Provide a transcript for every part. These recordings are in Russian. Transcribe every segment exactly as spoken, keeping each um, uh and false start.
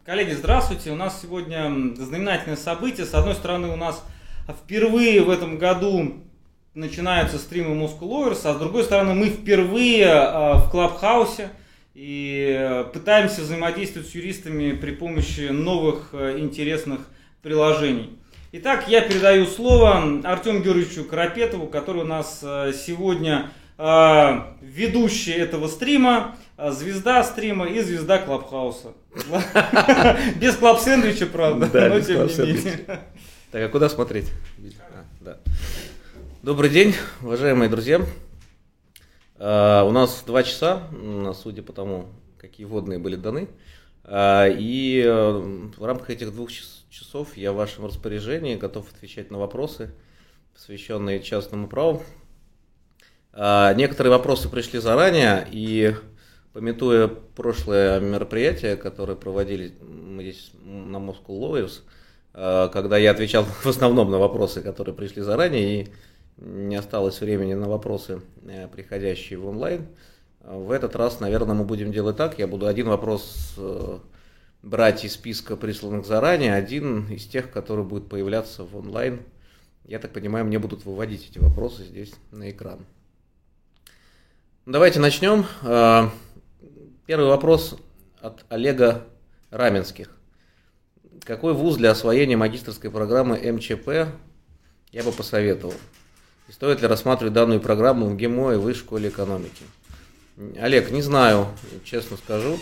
Коллеги, здравствуйте. У нас сегодня знаменательное событие. С одной стороны, у нас впервые в этом году начинаются стримы Moscow Lawyers, а с другой стороны, мы впервые в Клабхаусе и пытаемся взаимодействовать с юристами при помощи новых интересных приложений. Итак, я передаю слово Артему Георгиевичу Карапетову, который у нас сегодня ведущий этого стрима, звезда стрима и звезда Клабхауса. Без клаб-сэндвича, правда, да, но без тем не менее. Так, а куда смотреть? А, да. Добрый день, уважаемые друзья. Uh, у нас два часа, судя по тому, какие вводные были даны. Uh, и uh, в рамках этих двух часов я в вашем распоряжении готов отвечать на вопросы, посвященные частному праву. Uh, некоторые вопросы пришли заранее, и памятуя прошлое мероприятие, которое проводили мы здесь на Moscow Lawyers, uh, когда я отвечал в основном на вопросы, которые пришли заранее, и не осталось времени на вопросы, приходящие в онлайн. В этот раз, наверное, мы будем делать так. Я буду один вопрос брать из списка присланных заранее, один из тех, который будет появляться в онлайн. Я так понимаю, мне будут выводить эти вопросы здесь на экран. Давайте начнем. Первый вопрос от Олега Раменских. Какой вуз для освоения магистерской программы эм че пэ я бы посоветовал? И стоит ли рассматривать данную программу в ГИМО и в Высшей школе экономики? Олег, не знаю, честно скажу.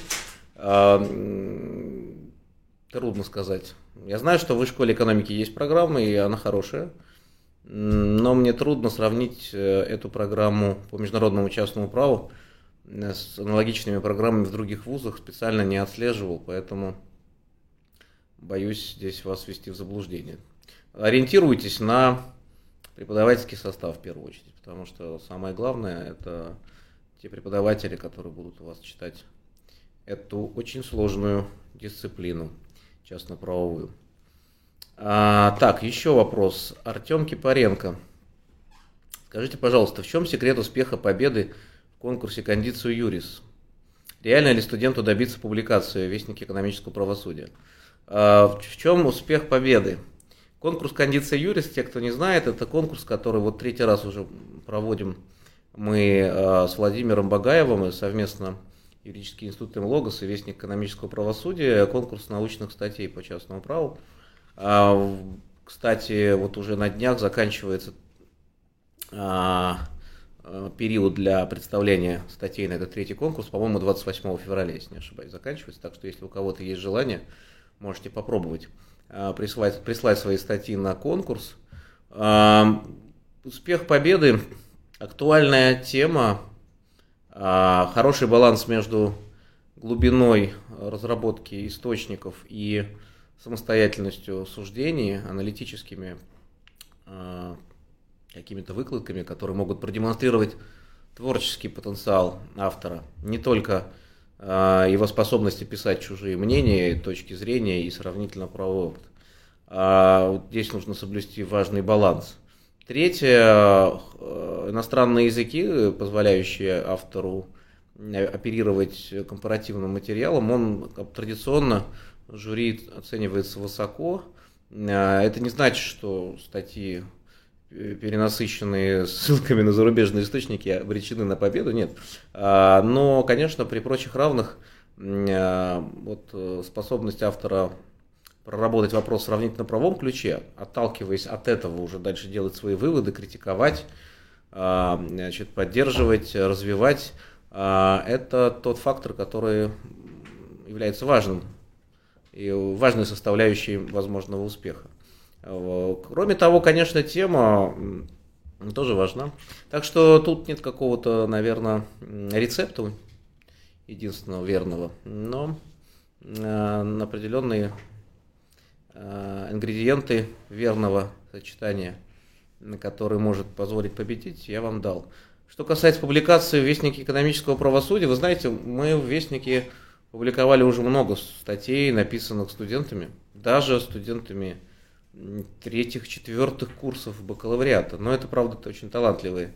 Трудно сказать. Я знаю, что в Высшей школе экономики есть программа, и она хорошая. Но мне трудно сравнить эту программу по международному частному праву с аналогичными программами в других вузах. Специально не отслеживал, поэтому боюсь здесь вас ввести в заблуждение. Ориентируйтесь на преподавательский состав в первую очередь, потому что самое главное – это те преподаватели, которые будут у вас читать эту очень сложную дисциплину частно-правовую. А, так, еще вопрос. Артем Кипаренко. Скажите, пожалуйста, в чем секрет успеха победы в конкурсе «Кондицио Юрис»? Реально ли студенту добиться публикации в Вестнике экономического правосудия? А, в чем успех победы? Конкурс «Кондицио Юрис», те, кто не знает, это конкурс, который вот третий раз уже проводим мы э, с Владимиром Багаевым и совместно Юридический институт МЛОГОС и Вестник экономического правосудия, конкурс научных статей по частному праву. А, кстати, вот уже на днях заканчивается а, период для представления статей на этот третий конкурс, по-моему, двадцать восьмого февраля, если не ошибаюсь, заканчивается, так что если у кого-то есть желание, можете попробовать Прислать, прислать свои статьи на конкурс. Успех победы – актуальная тема, хороший баланс между глубиной разработки источников и самостоятельностью суждений, аналитическими какими-то выкладками, которые могут продемонстрировать творческий потенциал автора, не только его способности писать чужие мнения, точки зрения и сравнительно правовой опыт. А здесь нужно соблюсти важный баланс. Третье, иностранные языки, позволяющие автору оперировать компаративным материалом, он традиционно жюри оценивается высоко. Это не значит, что статьи, перенасыщенные ссылками на зарубежные источники, обречены на победу, нет. Но, конечно, при прочих равных вот, способность автора проработать вопрос в сравнительно правом ключе, отталкиваясь от этого уже дальше делать свои выводы, критиковать, значит, поддерживать, развивать, это тот фактор, который является важным и важной составляющей возможного успеха. Кроме того, конечно, тема тоже важна. Так что тут нет какого-то, наверное, рецепта единственного верного, но определенные ингредиенты верного сочетания, который может позволить победить, я вам дал. Что касается публикации в Вестнике экономического правосудия, вы знаете, мы в Вестнике публиковали уже много статей, написанных студентами, даже студентами третьих, четвертых курсов бакалавриата. Но это, правда, очень талантливые,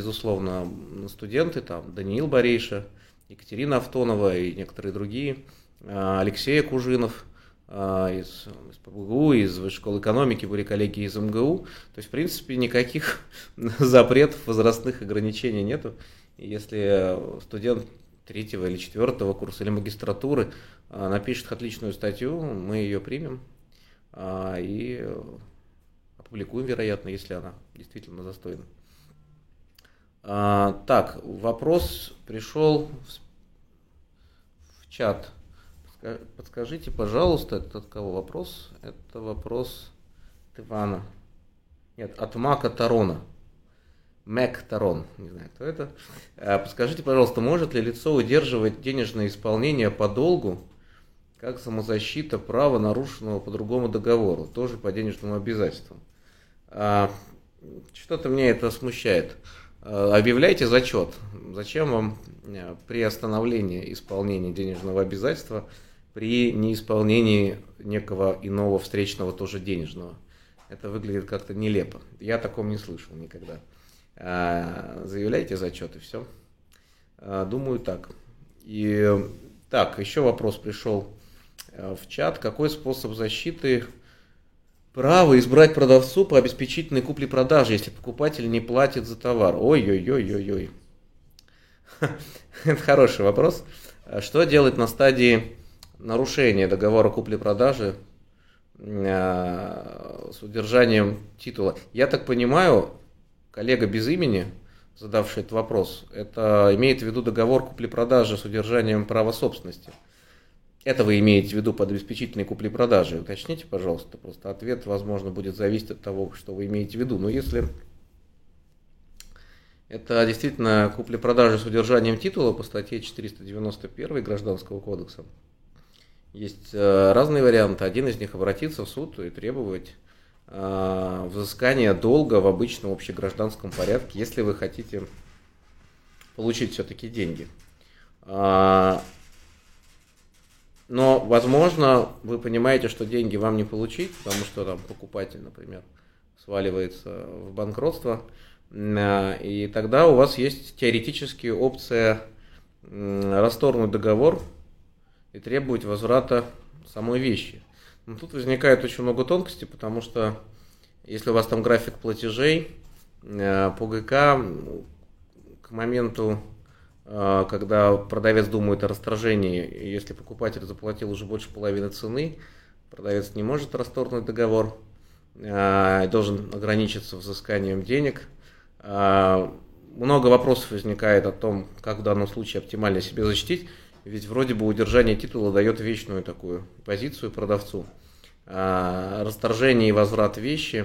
безусловно, студенты, там Даниил Борейша, Екатерина Автонова и некоторые другие. Алексей Кужинов из, из ПБГУ, из Высшей школы экономики, были коллеги из МГУ. То есть, в принципе, никаких запретов, возрастных ограничений нету. И если студент третьего или четвертого курса или магистратуры напишет отличную статью, мы ее примем и опубликуем, вероятно, если она действительно достойна. Так, вопрос пришел в чат. Подскажите, пожалуйста, это от кого вопрос? Это вопрос от Ивана. Нет, от Мака Тарона. Мэк Тарон, не знаю, кто это. Подскажите, пожалуйста, может ли лицо удерживать денежное исполнение по долгу, как самозащита права, нарушенного по другому договору, тоже по денежному обязательству? Что-то мне это смущает. Объявляйте зачет. Зачем вам при остановлении исполнения денежного обязательства при неисполнении некого иного встречного тоже денежного? Это выглядит как-то нелепо. Я о таком не слышал никогда. Заявляйте зачет и все. Думаю, так. И так, еще вопрос пришел в чат. Какой способ защиты права избрать продавцу по обеспечительной купле-продаже, если покупатель не платит за товар? Ой-ой-ой-ой-ой. Это хороший вопрос. Что делать на стадии нарушения договора купли-продажи с удержанием титула? Я так понимаю, коллега без имени, задавший этот вопрос, это имеет в виду договор купли-продажи с удержанием права собственности. Это вы имеете в виду под обеспечительной купли-продажи? Уточните, пожалуйста. Просто ответ, возможно, будет зависеть от того, что вы имеете в виду. Но если это действительно купли-продажи с удержанием титула по статье четыреста девяносто один Гражданского кодекса, есть разные варианты. Один из них — обратиться в суд и требовать взыскания долга в обычном общегражданском порядке, если вы хотите получить все-таки деньги. Но, возможно, вы понимаете, что деньги вам не получить, потому что там покупатель, например, сваливается в банкротство, и тогда у вас есть теоретически опция расторгнуть договор и требовать возврата самой вещи. Но тут возникает очень много тонкостей, потому что если у вас там график платежей по ГК, к моменту, когда продавец думает о расторжении, если покупатель заплатил уже больше половины цены, продавец не может расторгнуть договор, должен ограничиться взысканием денег. Много вопросов возникает о том, как в данном случае оптимально себя защитить, ведь вроде бы удержание титула дает вечную такую позицию продавцу. Расторжение и возврат вещи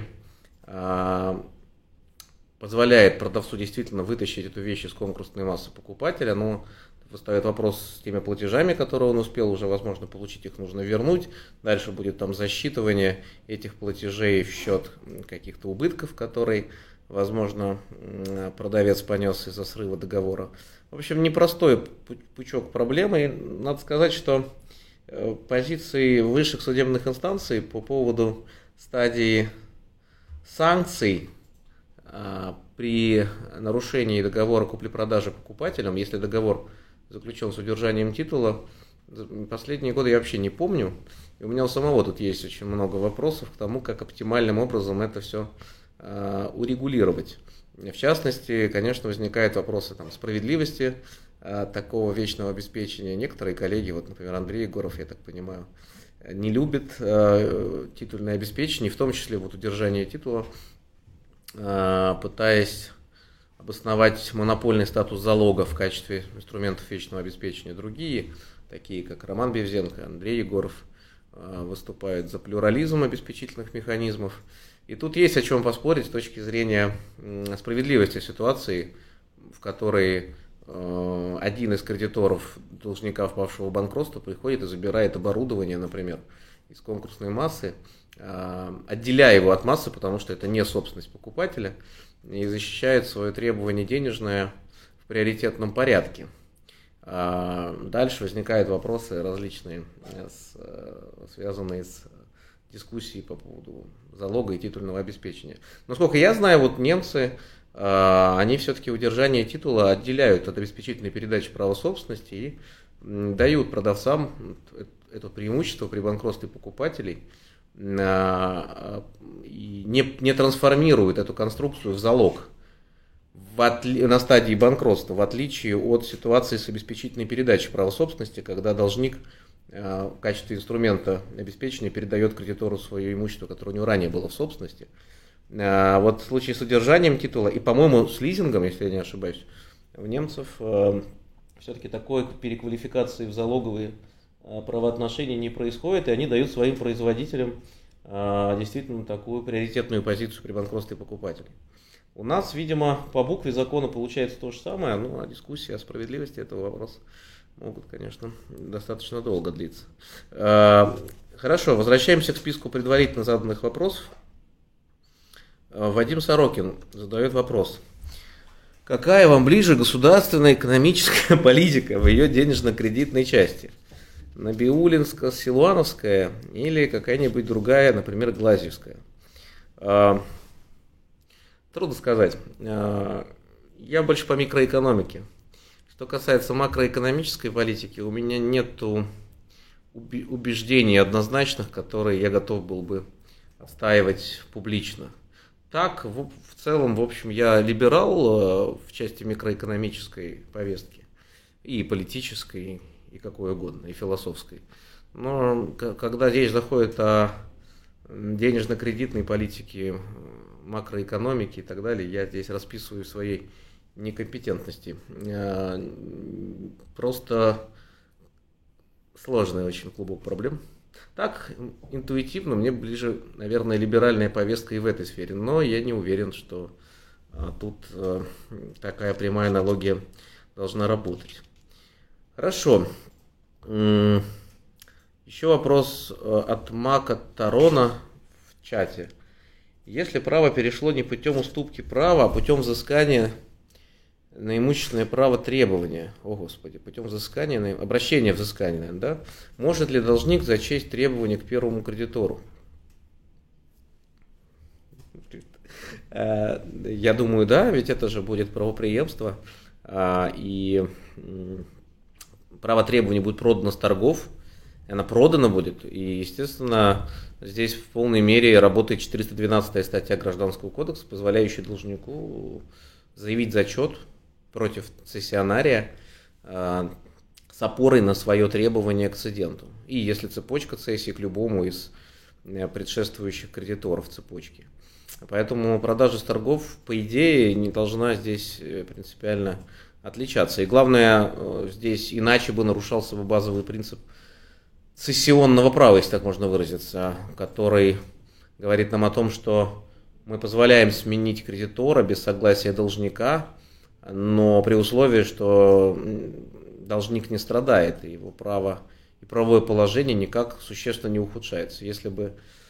позволяет продавцу действительно вытащить эту вещь из конкурсной массы покупателя, но встает вопрос с теми платежами, которые он успел уже, возможно, получить, их нужно вернуть. Дальше будет там засчитывание этих платежей в счет каких-то убытков, которые, возможно, продавец понес из-за срыва договора. В общем, непростой пучок проблем. И надо сказать, что позиции высших судебных инстанций по поводу стадии санкций при нарушении договора купли-продажи покупателем, если договор заключен с удержанием титула, последние годы я вообще не помню. И у меня у самого тут есть очень много вопросов к тому, как оптимальным образом это все урегулировать. В частности, конечно, возникают вопросы там, справедливости такого вечного обеспечения. Некоторые коллеги, вот, например, Андрей Егоров, я так понимаю, не любят титульное обеспечение, в том числе вот, удержание титула, пытаясь обосновать монопольный статус залога в качестве инструментов вечного обеспечения. Другие, такие как Роман Бевзенко, Андрей Егоров, выступают за плюрализм обеспечительных механизмов. И тут есть о чем поспорить с точки зрения справедливости ситуации, в которой один из кредиторов должника, впавшего в банкротство, приходит и забирает оборудование, например, из конкурсной массы, отделяя его от массы, потому что это не собственность покупателя, и защищает свое требование денежное в приоритетном порядке. Дальше возникают вопросы различные, связанные с дискуссией по поводу залога и титульного обеспечения. Насколько я знаю, вот немцы, они все-таки удержание титула отделяют от обеспечительной передачи права собственности, и дают продавцам это преимущество при банкротстве покупателей и не, не трансформируют эту конструкцию в залог в отли... на стадии банкротства, в отличие от ситуации с обеспечительной передачей права собственности, когда должник в качестве инструмента обеспечения передает кредитору свое имущество, которое у него ранее было в собственности. Вот в случае с удержанием титула и, по-моему, с лизингом, если я не ошибаюсь, у немцев все-таки такой переквалификации в залоговые правоотношения не происходит, и они дают своим производителям действительно такую приоритетную позицию при банкротстве покупателей. У нас, видимо, по букве закона получается то же самое, ну а дискуссии о справедливости этого вопроса могут, конечно, достаточно долго длиться. Хорошо, возвращаемся к списку предварительно заданных вопросов. Вадим Сорокин задает вопрос. Какая вам ближе государственная экономическая политика в ее денежно-кредитной части? Набиулинско-Силуановская или какая-нибудь другая, например, Глазьевская? Трудно сказать. Я больше по микроэкономике. Что касается макроэкономической политики, у меня нет убеждений однозначных, которые я готов был бы отстаивать публично. Так, в, в целом, в общем, я либерал в части микроэкономической повестки, и политической, и какой угодно, и философской. Но когда речь заходит о денежно-кредитной политике, макроэкономике и так далее, я здесь расписываю своей некомпетентности. Просто сложный очень клубок проблем. Так, интуитивно мне ближе, наверное, либеральная повестка и в этой сфере, но я не уверен, что а, тут а, такая прямая аналогия должна работать. Хорошо. Еще вопрос от Мака Тарона в чате. Если право перешло не путем уступки права, а путем взыскания на имущественное право требования, о господи, путем взыскания, на, обращения взыскания, наверное, да, может ли должник зачесть требования к первому кредитору? Я думаю, да, ведь это же будет правопреемство, и право требования будет продано с торгов, она продана будет, и, естественно, здесь в полной мере работает четыреста двенадцатая статья Гражданского кодекса, позволяющая должнику заявить зачет против цессионария э, с опорой на свое требование к цеденту. И если цепочка цессии, к любому из э, предшествующих кредиторов цепочки. Поэтому продажа с торгов, по идее, не должна здесь принципиально отличаться. И главное, э, здесь иначе бы нарушался бы базовый принцип цессионного права, если так можно выразиться, который говорит нам о том, что мы позволяем сменить кредитора без согласия должника, но при условии, что должник не страдает, и его право и правовое положение никак существенно не ухудшается. Если бы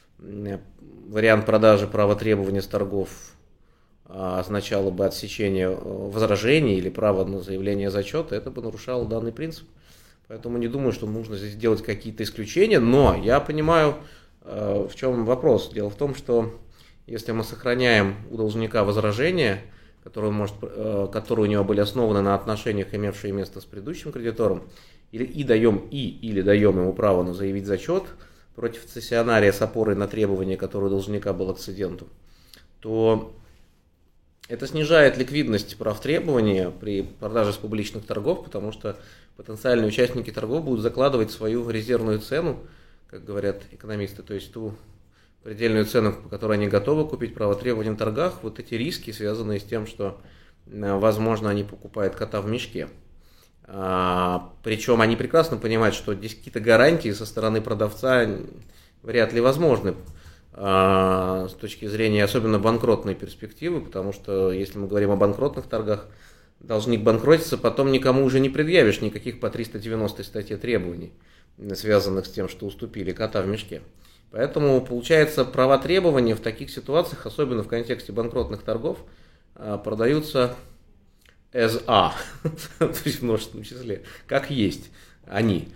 вариант продажи права требования с торгов означало бы отсечение возражений или право на заявление зачета, это бы нарушало данный принцип. Поэтому не думаю, что нужно здесь делать какие-то исключения, но я понимаю, в чем вопрос. Дело в том, что если мы сохраняем у должника возражения, которые, может, которые у него были основаны на отношениях, имевшие место с предыдущим кредитором, или, и даем и или даем ему право на заявить зачет против цессионария с опорой на требования, которые у должника было к цеденту, то это снижает ликвидность прав требования при продаже с публичных торгов, потому что потенциальные участники торгов будут закладывать свою резервную цену, как говорят экономисты, то есть ту предельную цену, по которой они готовы купить право требования в торгах, вот эти риски, связанные с тем, что, возможно, они покупают кота в мешке. А, причем они прекрасно понимают, что здесь какие-то гарантии со стороны продавца вряд ли возможны а, с точки зрения особенно банкротной перспективы, потому что если мы говорим о банкротных торгах, должник банкротится, потом никому уже не предъявишь никаких по триста девяностой статье требований, связанных с тем, что уступили кота в мешке. Поэтому, получается, права требования в таких ситуациях, особенно в контексте банкротных торгов, продаются as a, то есть в множественном числе, как есть они,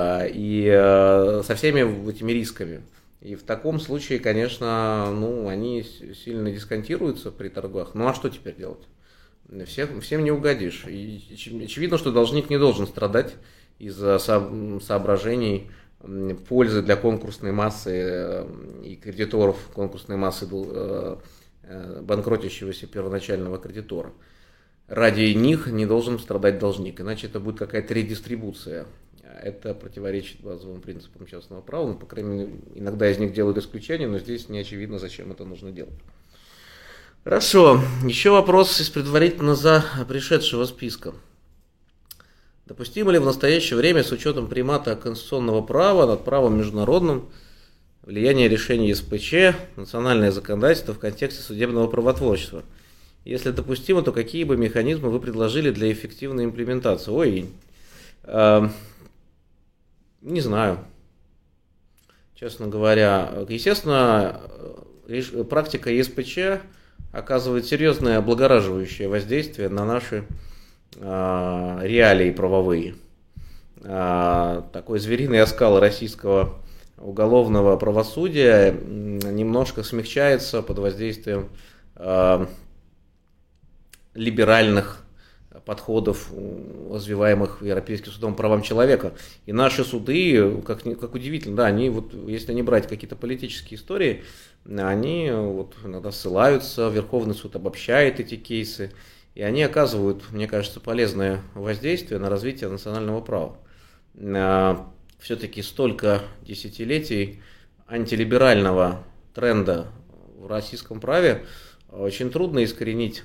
и со всеми этими рисками. И в таком случае, конечно, ну, они сильно дисконтируются при торгах. Ну а что теперь делать? Всем, всем не угодишь. И очевидно, что должник не должен страдать из-за соображений пользы для конкурсной массы и кредиторов конкурсной массы банкротящегося первоначального кредитора. Ради них не должен страдать должник, иначе это будет какая-то редистрибуция. Это противоречит базовым принципам частного права, ну, по крайней мере, иногда из них делают исключения, но здесь не очевидно, зачем это нужно делать. Хорошо, еще вопрос из предварительно за пришедшего списка. Допустимо ли в настоящее время с учетом примата конституционного права над правом международным влияние решений ЕСПЧ, национальное законодательство в контексте судебного правотворчества? Если допустимо, то какие бы механизмы вы предложили для эффективной имплементации? Ой, э, не знаю, честно говоря. Естественно, практика ЕСПЧ оказывает серьезное облагораживающее воздействие на наши э, реалии правовые. Э, такой звериный оскал российского уголовного правосудия немножко смягчается под воздействием э, либеральных подходов, развиваемых Европейским судом по правам человека. И наши суды, как, как удивительно, да, они вот, если не брать какие-то политические истории, они вот иногда ссылаются, Верховный суд обобщает эти кейсы, и они оказывают, мне кажется, полезное воздействие на развитие национального права. Все-таки столько десятилетий антилиберального тренда в российском праве очень трудно искоренить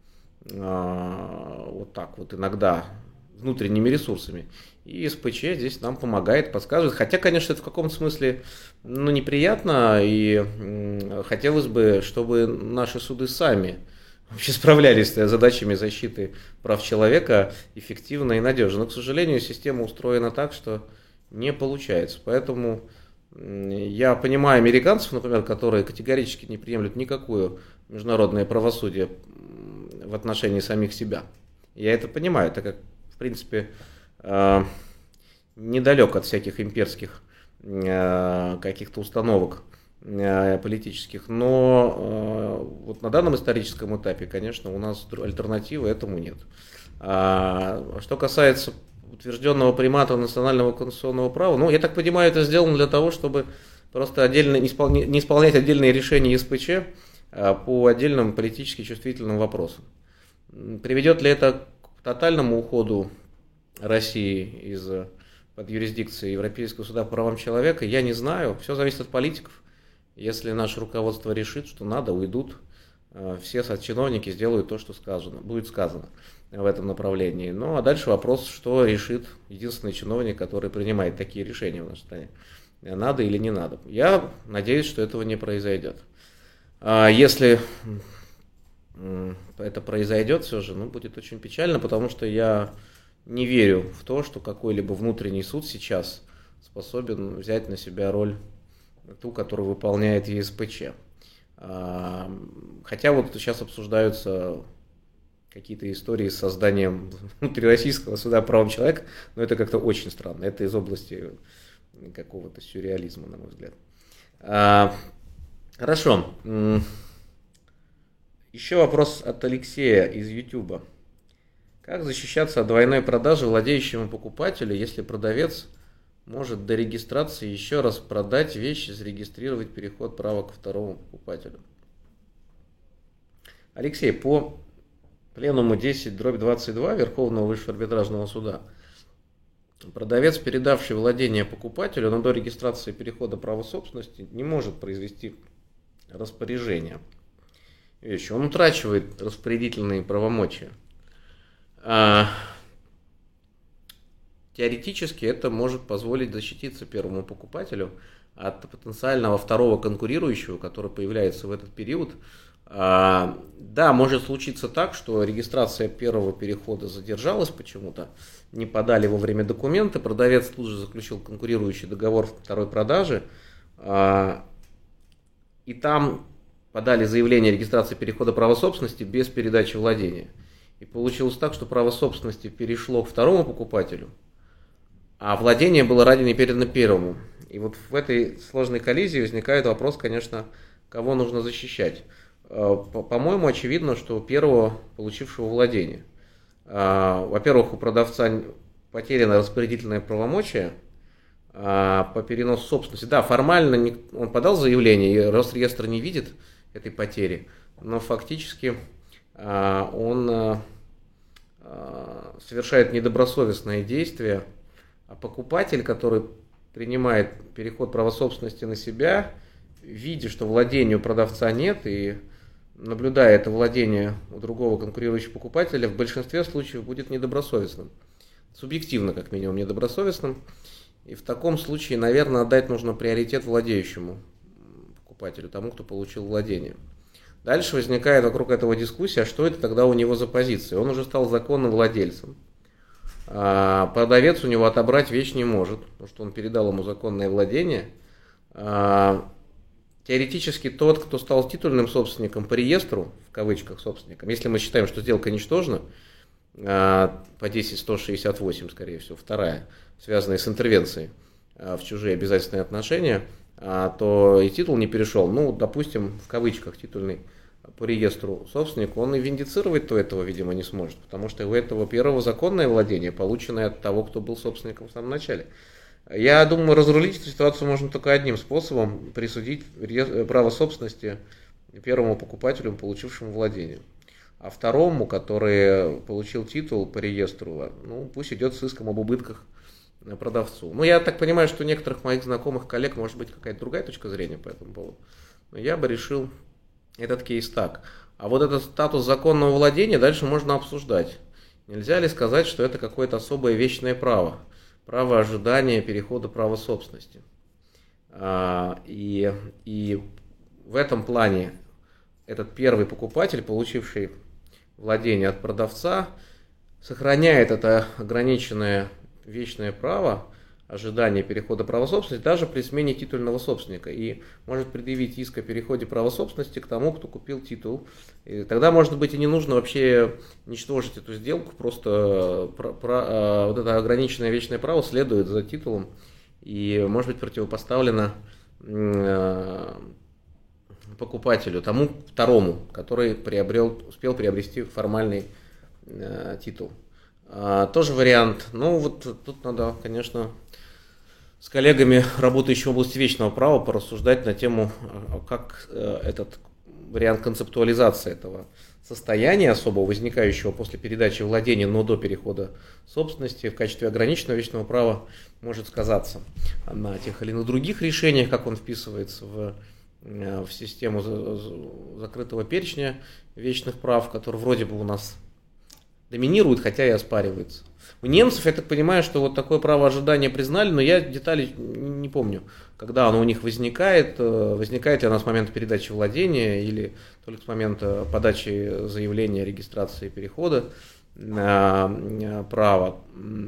вот так вот иногда внутренними ресурсами. И СПЧ здесь нам помогает, подсказывает. Хотя, конечно, это в каком-то смысле ну, неприятно, и хотелось бы, чтобы наши суды сами вообще справлялись с задачами защиты прав человека эффективно и надежно. Но, к сожалению, система устроена так, что не получается. Поэтому я понимаю американцев, например, которые категорически не приемлют никакое международное правосудие в отношении самих себя. Я это понимаю, так как, в принципе, недалек от всяких имперских каких-то установок политических. Но вот на данном историческом этапе, конечно, у нас альтернативы этому нет. Что касается утвержденного примата национального конституционного права, ну, я так понимаю, это сделано для того, чтобы просто отдельно не исполнять отдельные решения ЕСПЧ по отдельным политически чувствительным вопросам. Приведет ли это к тотальному уходу России из-под юрисдикции Европейского суда по правам человека, я не знаю. Все зависит от политиков. Если наше руководство решит, что надо, уйдут. Все чиновники сделают то, что сказано, будет сказано в этом направлении. Ну а дальше вопрос, что решит единственный чиновник, который принимает такие решения в нашей стране. Надо или не надо. Я надеюсь, что этого не произойдет. Если это произойдет все же, ну, будет очень печально, потому что я не верю в то, что какой-либо внутренний суд сейчас способен взять на себя роль ту, которую выполняет ЕСПЧ. Хотя вот сейчас обсуждаются какие-то истории с созданием внутрироссийского суда по правам человека, но это как-то очень странно. Это из области какого-то сюрреализма, на мой взгляд. Хорошо. Еще вопрос от Алексея из Ютуба. Как защищаться от двойной продажи владеющему покупателю, если продавец может до регистрации еще раз продать вещи, зарегистрировать переход права ко второму покупателю? Алексей, по пленуму десять дробь двадцать два Верховного Высшего арбитражного суда продавец, передавший владение покупателю, но до регистрации перехода права собственности не может произвести распоряжение. Вещи. Он утрачивает распорядительные правомочия. А, теоретически это может позволить защититься первому покупателю от потенциального второго конкурирующего, который появляется в этот период. А, да, может случиться так, что регистрация первого перехода задержалась почему-то, не подали вовремя документы, продавец тут же заключил конкурирующий договор второй продажи, а, и там подали заявление о регистрации перехода права собственности без передачи владения. И получилось так, что право собственности перешло к второму покупателю, а владение было ранее передано первому. И вот в этой сложной коллизии возникает вопрос, конечно, кого нужно защищать. По-моему, очевидно, что первого, получившего владение. Во-первых, у продавца потеряно распорядительное правомочие по переносу собственности. Да, формально он подал заявление, и Росреестр не видит этой потери, но фактически он совершает недобросовестное действие, а покупатель, который принимает переход права собственности на себя, видя, что владения у продавца нет, и наблюдая это владение у другого конкурирующего покупателя, в большинстве случаев будет недобросовестным. Субъективно, как минимум, недобросовестным. И в таком случае, наверное, отдать нужно приоритет владеющему покупателю, тому, кто получил владение. Дальше возникает вокруг этого дискуссия, а что это тогда у него за позиция. Он уже стал законным владельцем. А продавец у него отобрать вещь не может, потому что он передал ему законное владение. А теоретически тот, кто стал титульным собственником по реестру, в кавычках собственником, если мы считаем, что сделка ничтожна, по десять сто шестьдесят восемь, скорее всего, вторая, связанная с интервенцией в чужие обязательные отношения, то и титул не перешел. Ну, допустим, в кавычках титульный по реестру собственник, он и виндицировать-то этого, видимо, не сможет, потому что у этого первого законное владение, полученное от того, кто был собственником в самом начале. Я думаю, разрулить эту ситуацию можно только одним способом: присудить право собственности первому покупателю, получившему владение. А второму, который получил титул по реестру, ну, пусть идет с иском об убытках продавцу. Ну, я так понимаю, что у некоторых моих знакомых, коллег, может быть какая-то другая точка зрения по этому поводу. Но я бы решил этот кейс так. А вот этот статус законного владения дальше можно обсуждать. Нельзя ли сказать, что это какое-то особое вечное право? Право ожидания перехода права собственности. И, и в этом плане этот первый покупатель, получивший владение от продавца, сохраняет это ограниченное вечное право ожидания перехода права собственности даже при смене титульного собственника, и может предъявить иск о переходе права собственности к тому, кто купил титул. И тогда, может быть, и не нужно вообще ничтожить эту сделку, просто про, про, вот это ограниченное вечное право следует за титулом и может быть противопоставлено покупателю, тому второму, который приобрел, успел приобрести формальный э, титул. А, тоже вариант. Ну, вот тут надо, конечно, с коллегами, работающими в области вечного права, порассуждать на тему, как э, этот вариант концептуализации этого состояния особо возникающего после передачи владения, но до перехода собственности в качестве ограниченного вечного права может сказаться на тех или иных других решениях, как он вписывается в в систему закрытого перечня вечных прав, который вроде бы у нас доминирует, хотя и оспаривается. У немцев, я так понимаю, что вот такое право ожидания признали, но я деталей не помню, когда оно у них возникает, возникает ли оно с момента передачи владения или только с момента подачи заявления о регистрации перехода права,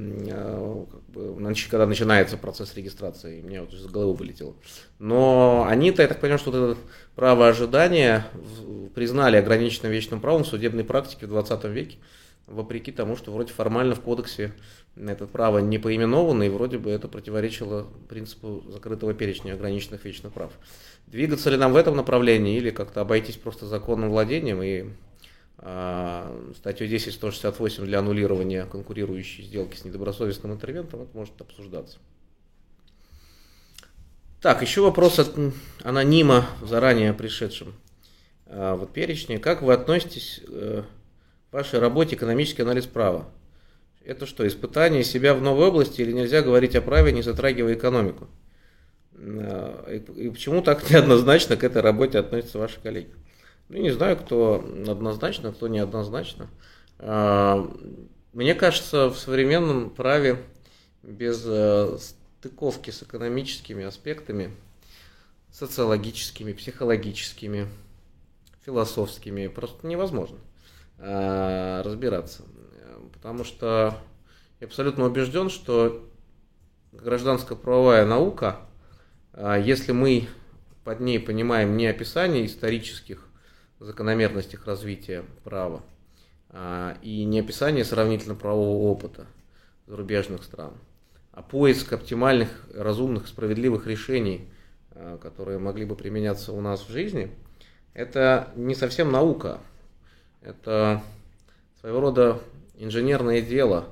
когда начинается процесс регистрации, мне вот из головы вылетело. Но они-то, я так понимаю, что вот это право ожидания признали ограниченным вечным правом в судебной практике в двадцатом веке, вопреки тому, что вроде формально в кодексе это право не поименовано, и вроде бы это противоречило принципу закрытого перечня ограниченных вечных прав. Двигаться ли нам в этом направлении или как-то обойтись просто законным владением и статью десять сто шестьдесят восемь для аннулирования конкурирующей сделки с недобросовестным интервентом, это может обсуждаться. Так, еще вопрос от анонима, заранее пришедшим в перечне. Как вы относитесь к вашей работе «Экономический анализ права»? Это что, испытание себя в новой области или нельзя говорить о праве, не затрагивая экономику? И почему так неоднозначно к этой работе относятся ваши коллеги? Ну, не знаю, кто однозначно, кто неоднозначно. Мне кажется, в современном праве без стыковки с экономическими аспектами, социологическими, психологическими, философскими, просто невозможно разбираться. Потому что я абсолютно убежден, что гражданско-правовая наука, если мы под ней понимаем не описание исторических закономерностях развития права а, и не описание сравнительно-правового опыта зарубежных стран, а поиск оптимальных, разумных, справедливых решений, а, которые могли бы применяться у нас в жизни, это не совсем наука, это своего рода инженерное дело,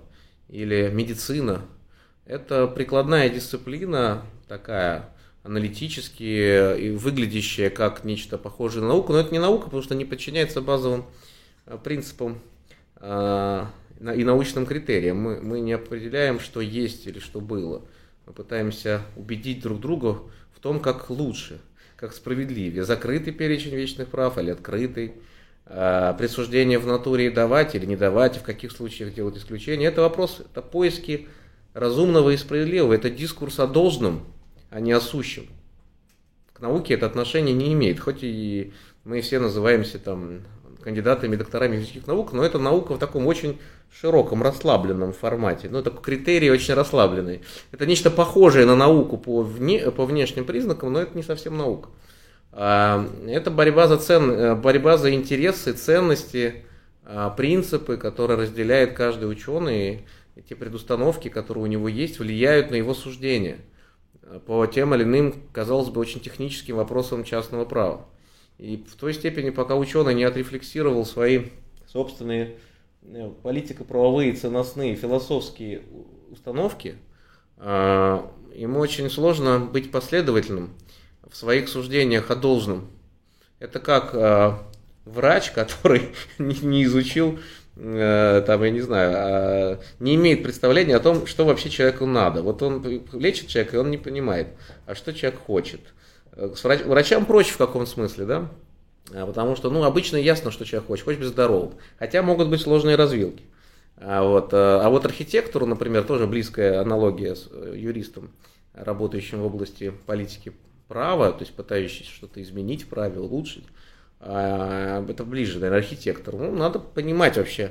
или медицина. Это прикладная дисциплина, такая аналитически и выглядящая как нечто похожее на науку, но это не наука, потому что не подчиняется базовым принципам и научным критериям. Мы, мы не определяем, что есть или что было. Мы пытаемся убедить друг друга в том, как лучше, как справедливее. Закрытый перечень вечных прав или открытый. Присуждение в натуре давать или не давать, и в каких случаях делать исключения. Это вопрос, это поиски разумного и справедливого. Это дискурс о должном, а не о сущем. К науке это отношение не имеет. Хоть и мы все называемся там кандидатами, докторами физических наук, но это наука в таком очень широком, расслабленном формате. Ну, такой критерий очень расслабленный. Это нечто похожее на науку по, вне, по внешним признакам, но это не совсем наука. Это борьба за, цен, борьба за интересы, ценности, принципы, которые разделяет каждый ученый. Эти предустановки, которые у него есть, влияют на его суждения по тем или иным, казалось бы, очень техническим вопросам частного права. И в той степени, пока ученый не отрефлексировал свои собственные политико-правовые, ценностные, философские установки, ему очень сложно быть последовательным в своих суждениях о должном. Это как врач, который не изучил, там, я не знаю, не имеет представления о том, что вообще человеку надо. Вот он лечит человека, и он не понимает, а что человек хочет. С врач, врачам проще в каком смысле, да? Потому что, ну, обычно ясно, что человек хочет, хочет быть здоровым. Хотя могут быть сложные развилки. А вот, а вот архитектору, например, тоже близкая аналогия с юристом, работающим в области политики права, то есть пытающийся что-то изменить в праве, улучшить. Это ближе, наверное, архитектору. Ну, надо понимать вообще,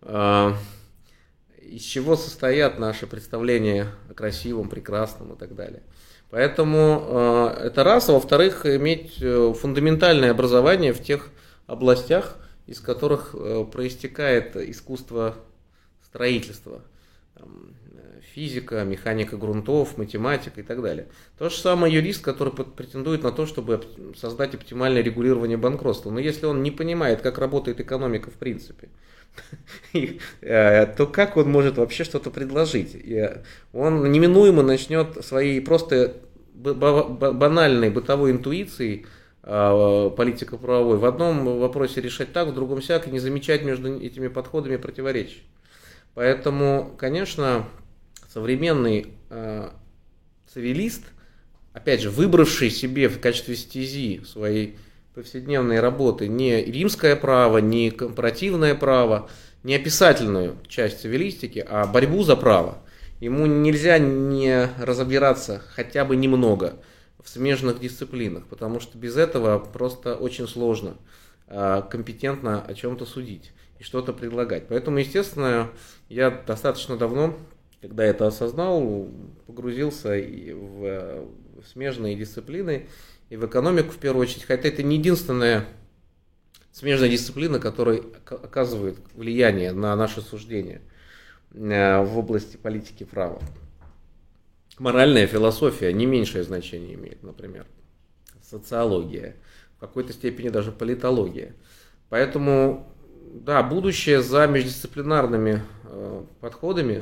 из чего состоят наши представления о красивом, прекрасном и так далее. Поэтому э, это раз, а во-вторых, иметь фундаментальное образование в тех областях, из которых э, проистекает искусство строительства. Там, физика, механика грунтов, математика и так далее. То же самое юрист, который претендует на то, чтобы создать оптимальное регулирование банкротства. Но если он не понимает, как работает экономика в принципе, то как он может вообще что-то предложить? Он неминуемо начнет своей просто банальной бытовой интуицией политико-правовой в одном вопросе решать так, в другом сяк, и не замечать между этими подходами противоречий. Поэтому, конечно, современный цивилист, опять же, выбравший себе в качестве стези своей повседневной работы не римское право, не компаративное право, не описательную часть цивилистики, а борьбу за право. Ему нельзя не разбираться хотя бы немного в смежных дисциплинах, потому что без этого просто очень сложно компетентно о чем-то судить и что-то предлагать. Поэтому, естественно, я достаточно давно, когда это осознал, погрузился в смежные дисциплины, и в экономику в первую очередь, хотя это не единственная смежная дисциплина, которая оказывает влияние на наши суждения в области политики права. Моральная философия не меньшее значение имеет, например, социология, в какой-то степени даже политология. Поэтому, да, будущее за междисциплинарными подходами,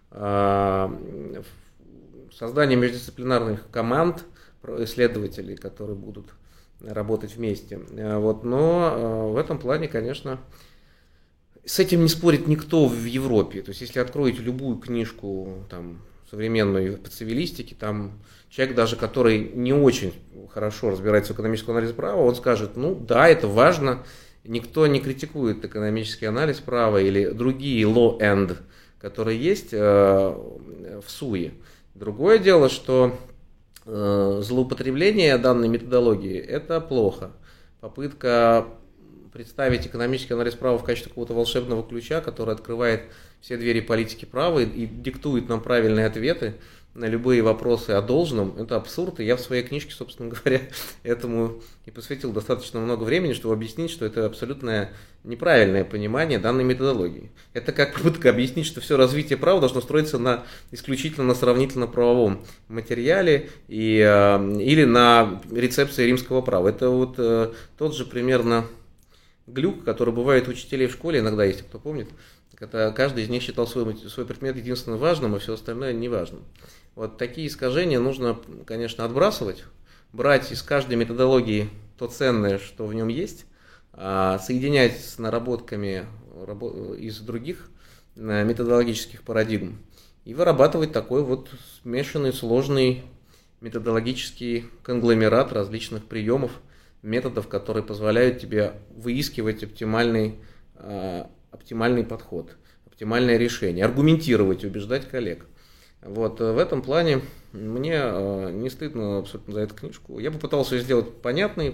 создание междисциплинарных команд, исследователей, которые будут работать вместе. Вот. Но в этом плане, конечно, с этим не спорит никто в Европе. То есть, если откроете любую книжку там, современную по цивилистике, там человек даже, который не очень хорошо разбирается в экономическом анализе права, он скажет, ну да, это важно, никто не критикует экономический анализ права или другие law-end, которые есть в СУЕ. Другое дело, что злоупотребление данной методологии – это плохо. Попытка представить экономический анализ права в качестве какого-то волшебного ключа, который открывает все двери политики права и диктует нам правильные ответы на любые вопросы о должном, это абсурд. И я в своей книжке, собственно говоря, этому и посвятил достаточно много времени, чтобы объяснить, что это абсолютно неправильное понимание данной методологии. Это как попытка объяснить, что все развитие права должно строиться на исключительно на сравнительно-правовом материале и, или на рецепции римского права. Это вот тот же примерно глюк, который бывает у учителей в школе, иногда есть, кто помнит, Это каждый из них считал свой, свой предмет единственно важным, а все остальное неважным. Вот такие искажения нужно, конечно, отбрасывать, брать из каждой методологии то ценное, что в нем есть, соединять с наработками из других методологических парадигм и вырабатывать такой вот смешанный, сложный методологический конгломерат различных приемов, методов, которые позволяют тебе выискивать оптимальный, оптимальный подход, оптимальное решение, аргументировать, убеждать коллег. Вот в этом плане мне не стыдно абсолютно за эту книжку. Я попытался ее сделать понятной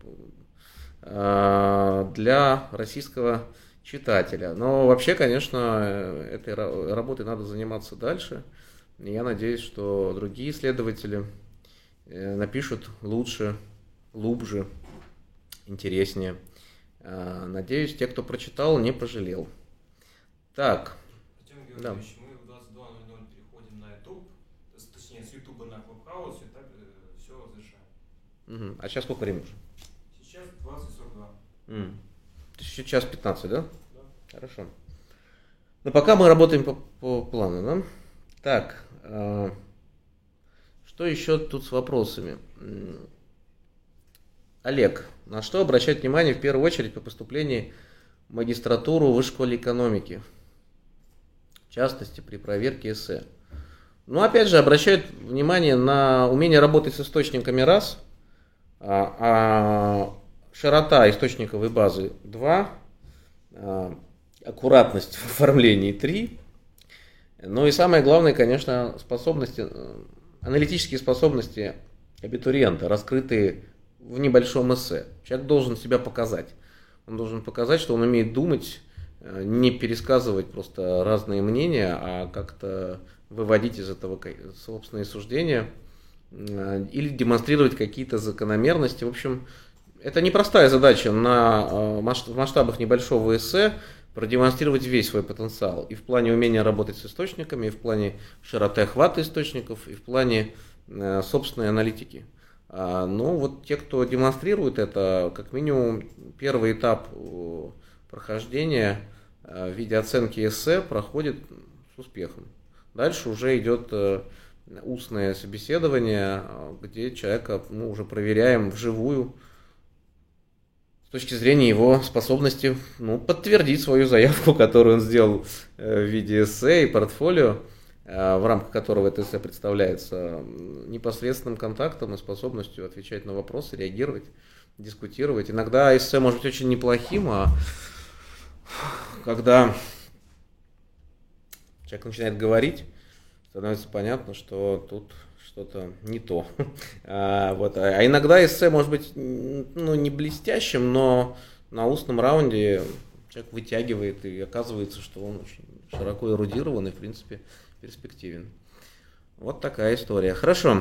для российского читателя. Но вообще, конечно, этой работой надо заниматься дальше. И я надеюсь, что другие исследователи напишут лучше, глубже, интереснее. Надеюсь, те, кто прочитал, не пожалел. Так. Артем Георгиевич, да. Мы в двадцать два ноль ноль переходим на YouTube, точнее с YouTube на Clubhouse, и так все завершаем. Угу. А сейчас сколько времени уже? Сейчас двадцать сорок два. Mm. Сейчас пятнадцать, да? Да. Хорошо. Но пока мы работаем по, по плану, да? Так, э, что еще тут с вопросами? Олег, на что обращать внимание в первую очередь по поступлению в магистратуру в Высшей школе экономики? В частности, при проверке эссе. Ну, опять же, обращают внимание на умение работать с источниками раз, а, а широта источниковой базы два, а, аккуратность в оформлении три. Ну и самое главное, конечно, способности, аналитические способности абитуриента, раскрытые в небольшом эссе. Человек должен себя показать. Он должен показать, что он умеет думать, не пересказывать просто разные мнения, а как-то выводить из этого собственные суждения или демонстрировать какие-то закономерности. В общем, это непростая задача на масштабах небольшого эссе продемонстрировать весь свой потенциал. И в плане умения работать с источниками, и в плане широты охвата источников, и в плане собственной аналитики. Но вот те, кто демонстрирует это, как минимум первый этап прохождения в виде оценки эссе проходит с успехом. Дальше уже идет устное собеседование, где человека ну, уже проверяем вживую с точки зрения его способности ну, подтвердить свою заявку, которую он сделал в виде эссе и портфолио, в рамках которого это эссе представляется непосредственным контактом и способностью отвечать на вопросы, реагировать, дискутировать. Иногда эссе может быть очень неплохим, а когда человек начинает говорить, становится понятно, что тут что-то не то. А, вот. а иногда эссе может быть ну, не блестящим, но на устном раунде человек вытягивает, и оказывается, что он очень широко эрудирован и, в принципе, перспективен. Вот такая история. Хорошо.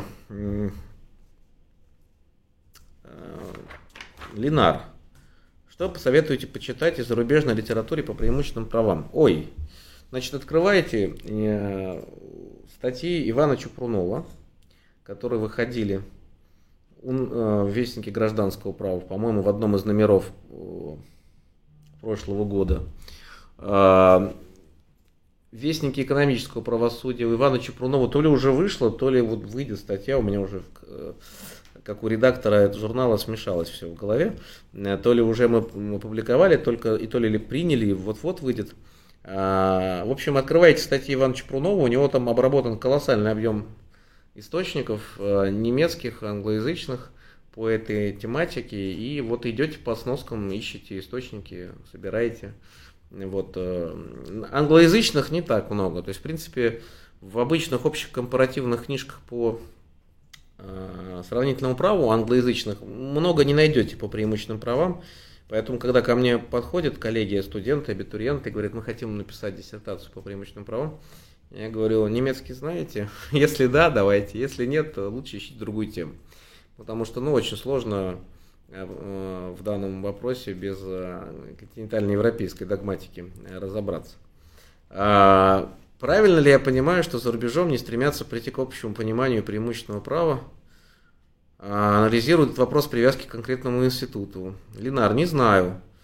Ленар. Что посоветуете почитать из зарубежной литературы по преимущественным правам? Ой, значит, открываете э, статьи Ивана Чупрунова, которые выходили э, в Вестнике гражданского права, по-моему, в одном из номеров э, прошлого года. Э, Вестники экономического правосудия у Ивана Чупрунова то ли уже вышло, то ли вот выйдет статья, у меня уже, как у редактора этого журнала, смешалось все в голове. То ли уже мы опубликовали, только, и то ли приняли, и вот-вот выйдет. В общем, открывайте статьи Ивана Чупрунова, у него там обработан колоссальный объем источников немецких, англоязычных по этой тематике, и вот идете по сноскам, ищете источники, собираете. Вот. Англоязычных не так много. То есть, в принципе, в обычных общих компаративных книжках по э, сравнительному праву англоязычных много не найдете по преимущественным правам. Поэтому, когда ко мне подходят коллеги, студенты, абитуриенты, говорят, мы хотим написать диссертацию по преимущественным правам, я говорю, немецкий знаете? Если да, давайте. Если нет, то лучше ищите другую тему. Потому что, ну, очень сложно в данном вопросе без континентально-европейской догматики разобраться. Правильно ли я понимаю, что за рубежом не стремятся прийти к общему пониманию преимущественного права, анализируют вопрос привязки к конкретному институту? Ленар, не знаю.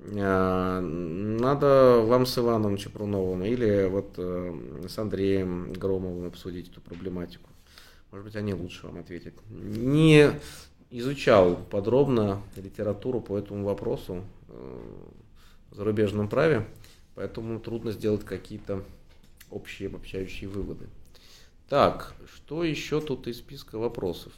Надо вам с Иваном Чепруновым или вот с Андреем Громовым обсудить эту проблематику. Может быть, они лучше вам ответят. Не изучал подробно литературу по этому вопросу в зарубежном праве, поэтому трудно сделать какие-то общие обобщающие выводы. Так, что еще тут из списка вопросов?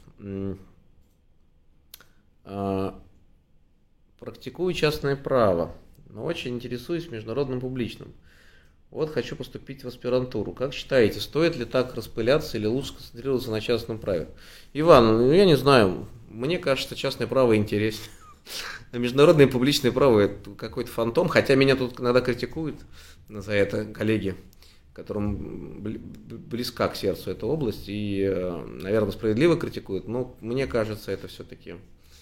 Практикую частное право, но очень интересуюсь международным публичным. Вот хочу поступить в аспирантуру. Как считаете, стоит ли так распыляться или лучше концентрироваться на частном праве? Иван, ну я не знаю, мне кажется, частное право интереснее. А международное публичное право – это какой-то фантом, хотя меня тут иногда критикуют за это коллеги, которым близка к сердцу эта область и, наверное, справедливо критикуют, но мне кажется, это все-таки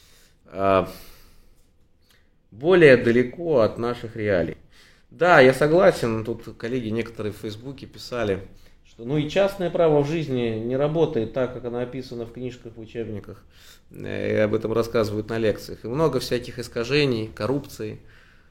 более далеко от наших реалий. Да, я согласен, тут коллеги некоторые в Фейсбуке писали, что ну и частное право в жизни не работает так, как оно описано в книжках, в учебниках, и об этом рассказывают на лекциях. И много всяких искажений, коррупции,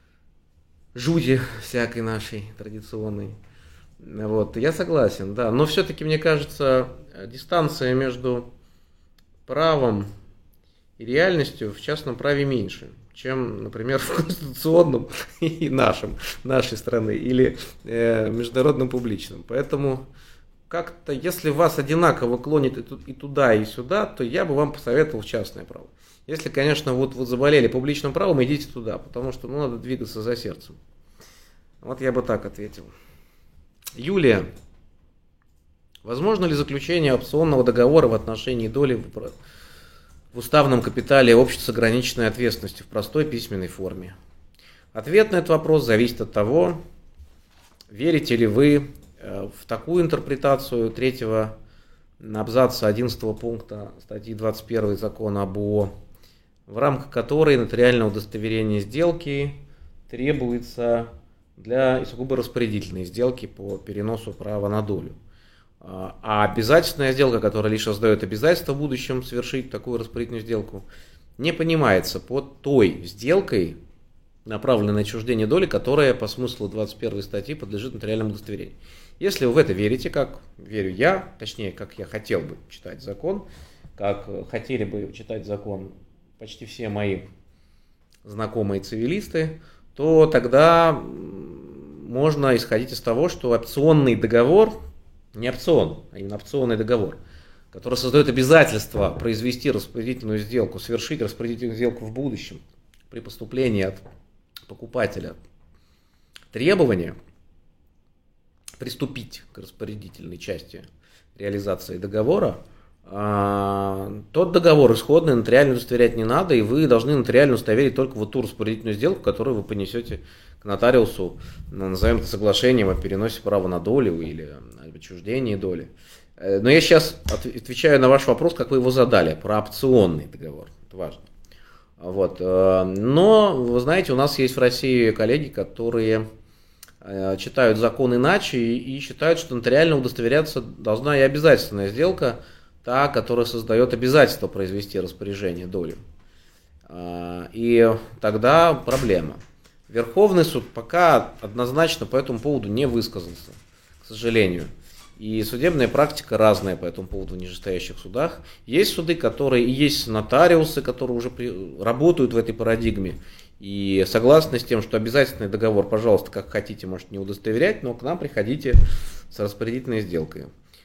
жути всякой нашей традиционной. Вот, я согласен, да, но все-таки, мне кажется, дистанция между правом и реальностью в частном праве меньше, чем, например, в конституционном и нашем, нашей страны, или э, международном публичном. Поэтому как-то, если вас одинаково клонит и туда, и сюда, то я бы вам посоветовал частное право. Если, конечно, вот вы заболели публичным правом, идите туда, потому что ну, надо двигаться за сердцем. Вот я бы так ответил. Юлия, возможно ли заключение опционного договора в отношении доли в, в уставном капитале общества с ограниченной ответственностью в простой письменной форме? Ответ на этот вопрос зависит от того, верите ли вы в такую интерпретацию третьего абзаца одиннадцатого пункта статьи двадцать первой закона об ООО, в рамках которой нотариальное удостоверение сделки требуется для сугубо распорядительной сделки по переносу права на долю. А обязательная сделка, которая лишь создает обязательство в будущем совершить такую распорядительную сделку, не понимается под той сделкой, направленной на отчуждение доли, которая по смыслу двадцать первой статьи подлежит нотариальному удостоверению. Если вы в это верите, как верю я, точнее, как я хотел бы читать закон, как хотели бы читать закон почти все мои знакомые цивилисты, то тогда можно исходить из того, что опционный договор, не опцион, а именно опционный договор, который создает обязательство произвести распорядительную сделку, совершить распорядительную сделку в будущем при поступлении от покупателя требования приступить к распорядительной части реализации договора, тот договор исходный нотариально удостоверять не надо, и вы должны нотариально удостоверить только вот ту распорядительную сделку, которую вы понесете к нотариусу, назовем это соглашением о переносе права на долю или об отчуждении доли. Но я сейчас отвечаю на ваш вопрос, как вы его задали, про опционный договор, это важно. Вот. Но, вы знаете, у нас есть в России коллеги, которые читают закон иначе и считают, что нотариально удостоверяться должна и обязательная сделка, та, которая создает обязательство произвести распоряжение долей. И тогда проблема. Верховный суд пока однозначно по этому поводу не высказался, к сожалению. И судебная практика разная по этому поводу в нижестоящих судах. Есть суды, которые, и есть нотариусы, которые уже при, работают в этой парадигме и согласны с тем, что обязательный договор, пожалуйста, как хотите, можете не удостоверять, но к нам приходите с распорядительной сделкой.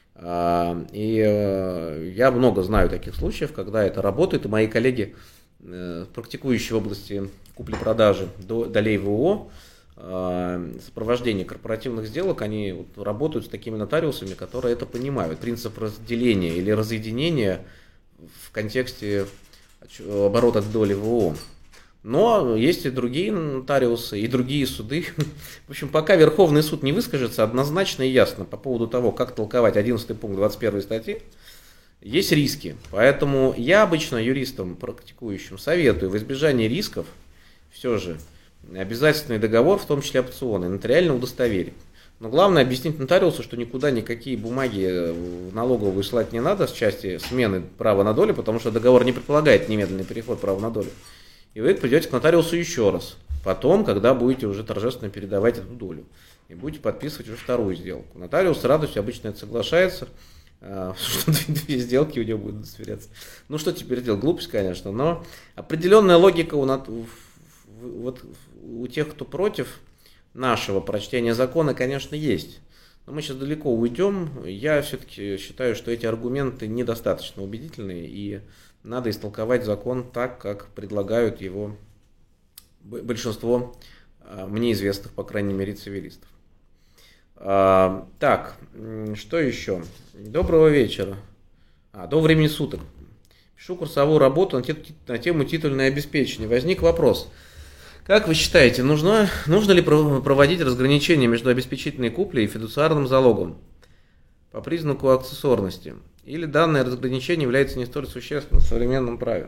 И я много знаю таких случаев, когда это работает, и мои коллеги, практикующие в области купли-продажи долей в ООО, сопровождение корпоративных сделок, они работают с такими нотариусами, которые это понимают. Принцип разделения или разъединения в контексте оборота доли в ООО. Но есть и другие нотариусы, и другие суды. В общем, пока Верховный суд не выскажется однозначно и ясно по поводу того, как толковать одиннадцатый пункт двадцать первой статьи, есть риски. Поэтому я обычно юристам, практикующим, советую в избежании рисков все же обязательный договор, в том числе опционный, нотариально удостоверить. Но главное объяснить нотариусу, что никуда никакие бумаги в налоговую выслать не надо с части смены права на долю, потому что договор не предполагает немедленный переход права на долю. И вы придете к нотариусу еще раз потом, когда будете уже торжественно передавать эту долю и будете подписывать уже вторую сделку. Нотариус с радостью обычно это соглашается, что две сделки у него будут удостоверяться. Ну что теперь делать? Глупость, конечно, но определенная логика у, вот, у тех, кто против нашего прочтения закона, конечно, есть. Но мы сейчас далеко уйдем. Я все-таки считаю, что эти аргументы недостаточно убедительные, и надо истолковать закон так, как предлагают его большинство мне известных, по крайней мере, цивилистов. А, так, что еще? Доброго вечера. А, до времени суток. Пишу курсовую работу на, те, на тему титульное обеспечение. Возник вопрос. Как вы считаете, нужно, нужно ли проводить разграничение между обеспечительной куплей и фидуциарным залогом по признаку акцессорности? Или данное разграничение является не столь существенным в современном праве?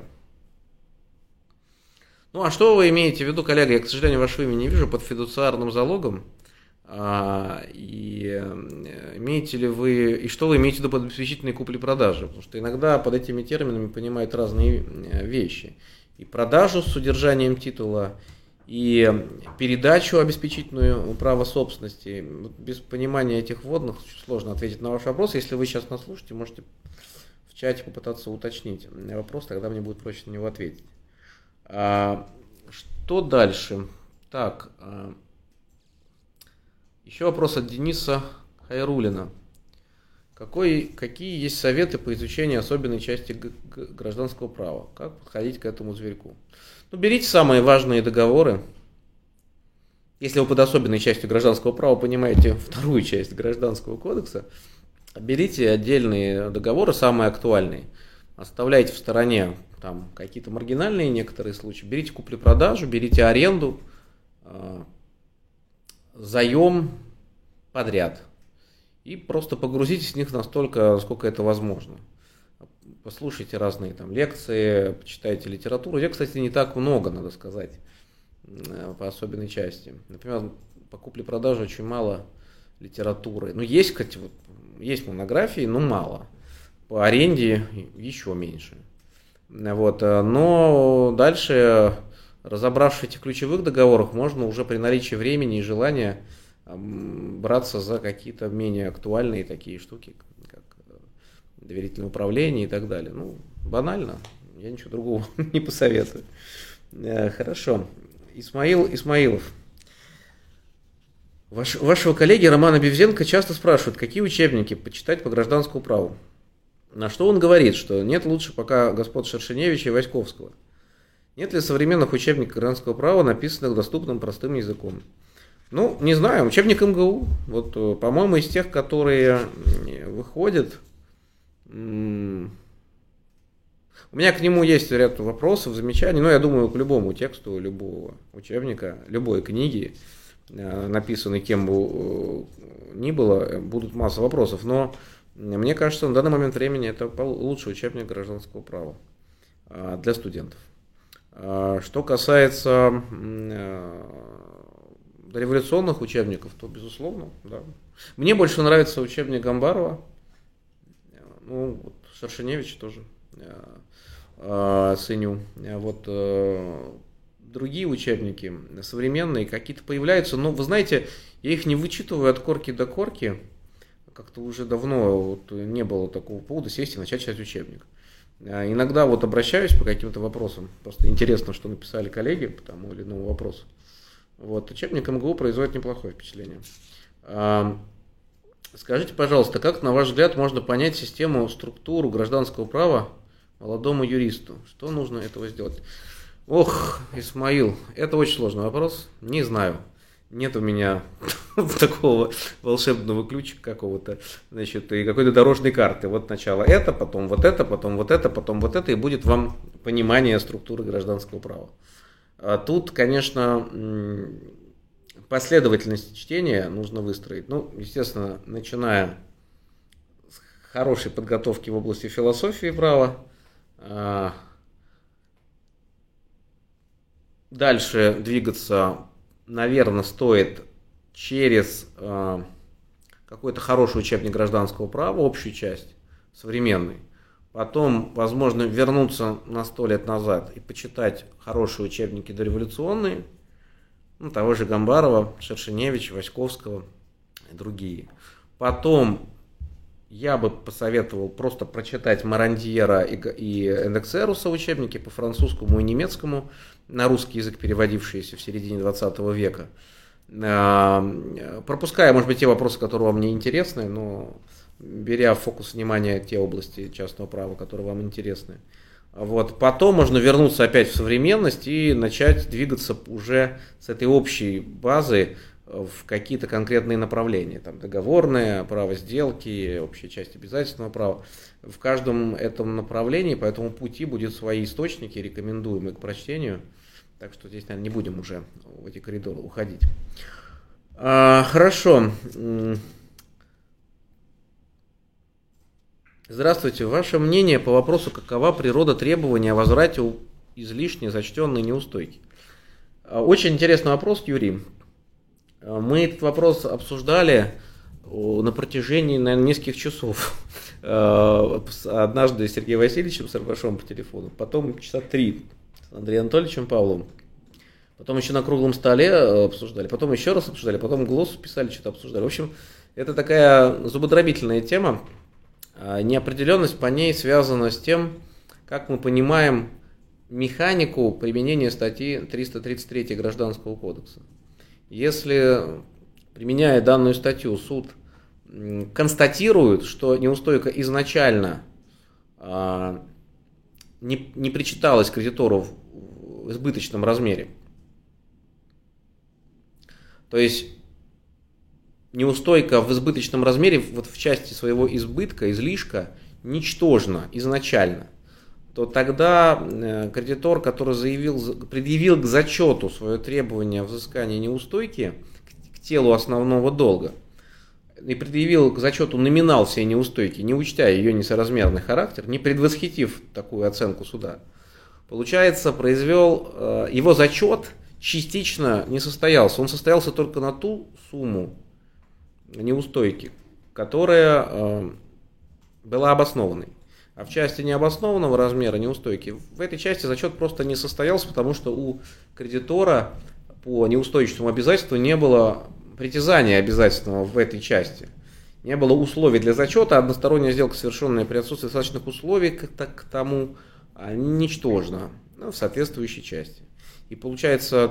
Ну, а что вы имеете в виду, коллега? Я, к сожалению, вашего имени не вижу под фидуциарным залогом. А, и имеете ли вы, и что вы имеете в виду под обеспечительной куплей-продажи? Потому что иногда под этими терминами понимают разные вещи. И продажу с удержанием титула, и передачу обеспечительную права собственности. Без понимания этих вводных сложно ответить на ваш вопрос. Если вы сейчас нас слушаете, можете в чате попытаться уточнить вопрос, тогда мне будет проще на него ответить. А, что дальше? Так, а, еще вопрос от Дениса Хайрулина. Какой, какие есть советы по изучению особенной части гражданского права? Как подходить к этому зверьку? Ну, берите самые важные договоры. Если вы под особенной частью гражданского права понимаете вторую часть Гражданского кодекса, берите отдельные договоры, самые актуальные. Оставляйте в стороне там какие-то маргинальные некоторые случаи. Берите куплю-продажу, берите аренду, э, заем подряд. И просто погрузитесь в них настолько, сколько это возможно. Послушайте разные там лекции, почитайте литературу. Ее, кстати, не так много, надо сказать, по особенной части. Например, по купле-продаже очень мало литературы. Ну, есть, кстати, вот, есть монографии, но мало. По аренде еще меньше. Вот. Но дальше, разобравшись в этих ключевых договорах, можно уже при наличии времени и желания браться за какие-то менее актуальные такие штуки, как доверительное управление и так далее. Ну, банально, я ничего другого не посоветую. Хорошо. Исмаил Исмаилов. Ваш, вашего коллеги Романа Бевзенко часто спрашивают, какие учебники почитать по гражданскому праву. На что он говорит, что нет лучше пока господ Шершеневича и Васьковского. Нет ли современных учебников гражданского права, написанных доступным простым языком? Ну, не знаю, учебник эм гэ у, вот, по-моему, из тех, которые выходят, у меня к нему есть ряд вопросов, замечаний, но я думаю, к любому тексту, любого учебника, любой книги, написанной кем бы ни было, будут масса вопросов, но мне кажется, на данный момент времени это лучший учебник гражданского права для студентов. Что касается революционных учебников, то безусловно, да. Мне больше нравится учебник Гамбарова, ну, вот Шершеневич тоже э, ценю. Вот э, другие учебники современные какие-то появляются, но вы знаете, я их не вычитываю от корки до корки, как-то уже давно вот не было такого повода сесть и начать читать учебник. Иногда вот обращаюсь по каким-то вопросам, просто интересно, что написали коллеги по тому или иному вопросу. Вот, учебник эм гэ у производит неплохое впечатление. А, скажите, пожалуйста, как, на ваш взгляд, можно понять систему, структуру гражданского права молодому юристу? Что нужно этого сделать? Ох, Исмаил, это очень сложный вопрос, не знаю. Нет у меня такого волшебного ключика какого-то, значит, и какой-то дорожной карты. Вот сначала это, потом вот это, потом вот это, потом вот это, и будет вам понимание структуры гражданского права. А тут, конечно, последовательность чтения нужно выстроить. Ну, естественно, начиная с хорошей подготовки в области философии права, дальше двигаться, наверное, стоит через какой-то хороший учебник гражданского права, общую часть, современный. Потом, возможно, вернуться на сто лет назад и почитать хорошие учебники дореволюционные, ну, того же Гамбарова, Шершеневича, Васьковского и другие. Потом я бы посоветовал просто прочитать Марандьера и, и Эндексеруса учебники по французскому и немецкому, на русский язык переводившиеся в середине двадцатого века. Пропуская, может быть, те вопросы, которые вам не интересны, но беря в фокус внимания те области частного права, которые вам интересны. Вот. Потом можно вернуться опять в современность и начать двигаться уже с этой общей базы в какие-то конкретные направления. Там договорное право сделки, общая часть обязательного права. В каждом этом направлении по этому пути будут свои источники, рекомендуемые к прочтению. Так что здесь, наверное, не будем уже в эти коридоры уходить. А, хорошо. Здравствуйте. Ваше мнение по вопросу, какова природа требования о возврате излишне зачтенной неустойки? Очень интересный вопрос, Юрий. Мы этот вопрос обсуждали на протяжении, наверное, нескольких часов. Однажды с Сергеем Васильевичем Сарбашовым по телефону, потом часа три с Андреем Анатольевичем Павловым, потом еще на круглом столе обсуждали, потом еще раз обсуждали, потом глоссу писали, что-то обсуждали. В общем, это такая зубодробительная тема. Неопределенность по ней связана с тем, как мы понимаем механику применения статьи триста тридцать три Гражданского кодекса. Если, применяя данную статью, суд констатирует, что неустойка изначально а, не, не причиталась кредитору в избыточном размере, то есть неустойка в избыточном размере вот в части своего избытка, излишка, ничтожна изначально, то тогда кредитор, который заявил, предъявил к зачету свое требование о взыскании неустойки к телу основного долга и предъявил к зачету номинал всей неустойки, не учтя ее несоразмерный характер, не предвосхитив такую оценку суда, получается, произвел его зачет частично не состоялся. Он состоялся только на ту сумму неустойки, которая была обоснованной. А в части необоснованного размера неустойки в этой части зачет просто не состоялся, потому что у кредитора по неустойчивому обязательству не было притязания обязательного в этой части. Не было условий для зачета, односторонняя сделка, совершенная при отсутствии достаточных условий к, к тому, ничтожна, ну, в соответствующей части. И получается,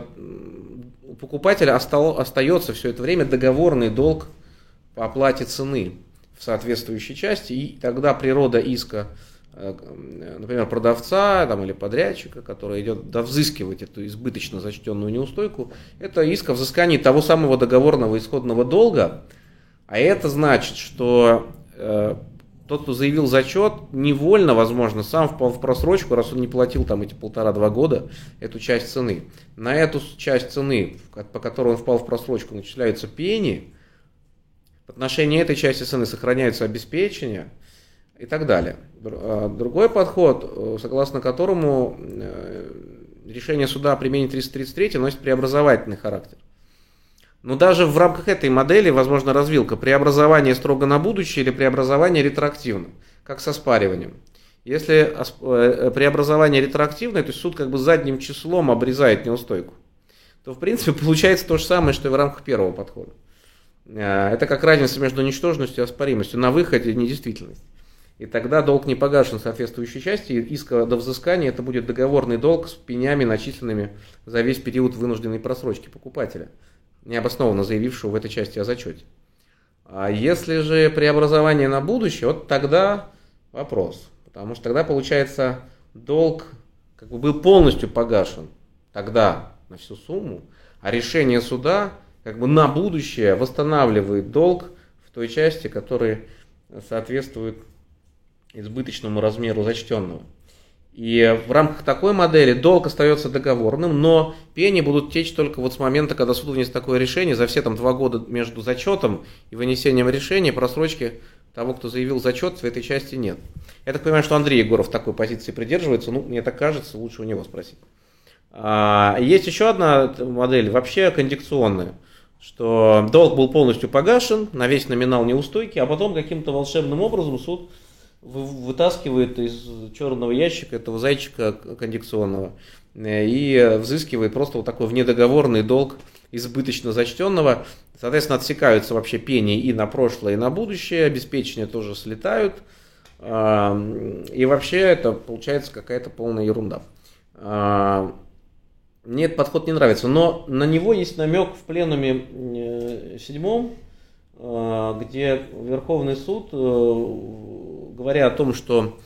у покупателя остается все это время договорный долг по оплате цены в соответствующей части, и тогда природа иска, например, продавца там, или подрядчика, который идет довзыскивать эту избыточно зачтенную неустойку, это иск о взыскании того самого договорного исходного долга, а это значит, что э, тот, кто заявил зачет, невольно, возможно, сам впал в просрочку, раз он не платил там эти полтора-два года эту часть цены. На эту часть цены, по которой он впал в просрочку, начисляются пени. В отношении этой части цены сохраняется обеспечение и так далее. Другой подход, согласно которому решение суда о применении триста тридцать три носит преобразовательный характер. Но даже в рамках этой модели возможна развилка: преобразование строго на будущее или преобразование ретроактивно, как с оспариванием. Если преобразование ретроактивное, то есть суд как бы задним числом обрезает неустойку, то в принципе получается то же самое, что и в рамках первого подхода. Это как разница между ничтожностью и оспоримостью. На выходе недействительность. И тогда долг не погашен в соответствующей части, и иск до взыскания это будет договорный долг с пенями, начисленными за весь период вынужденной просрочки покупателя, необоснованно заявившего в этой части о зачете. А если же преобразование на будущее, вот тогда вопрос. Потому что тогда, получается, долг как бы был полностью погашен тогда на всю сумму, а решение суда как бы на будущее восстанавливает долг в той части, которая соответствует избыточному размеру зачтенного. И в рамках такой модели долг остается договорным, но пени будут течь только вот с момента, когда суд вынес такое решение. За все там два года между зачетом и вынесением решения просрочки того, кто заявил зачет, в этой части нет. Я так понимаю, что Андрей Егоров такой позиции придерживается, ну, мне так кажется, лучше у него спросить. А, есть еще одна модель, вообще кондикционная, что долг был полностью погашен на весь номинал неустойки, а потом каким-то волшебным образом суд вытаскивает из черного ящика этого зайчика кондикционного и взыскивает просто вот такой внедоговорный долг избыточно зачтенного. Соответственно, отсекаются вообще пени и на прошлое, и на будущее, обеспечения тоже слетают. И вообще это получается какая-то полная ерунда. Мне этот подход не нравится, но на него есть намек в пленуме седьмом, где Верховный суд, говоря о том, что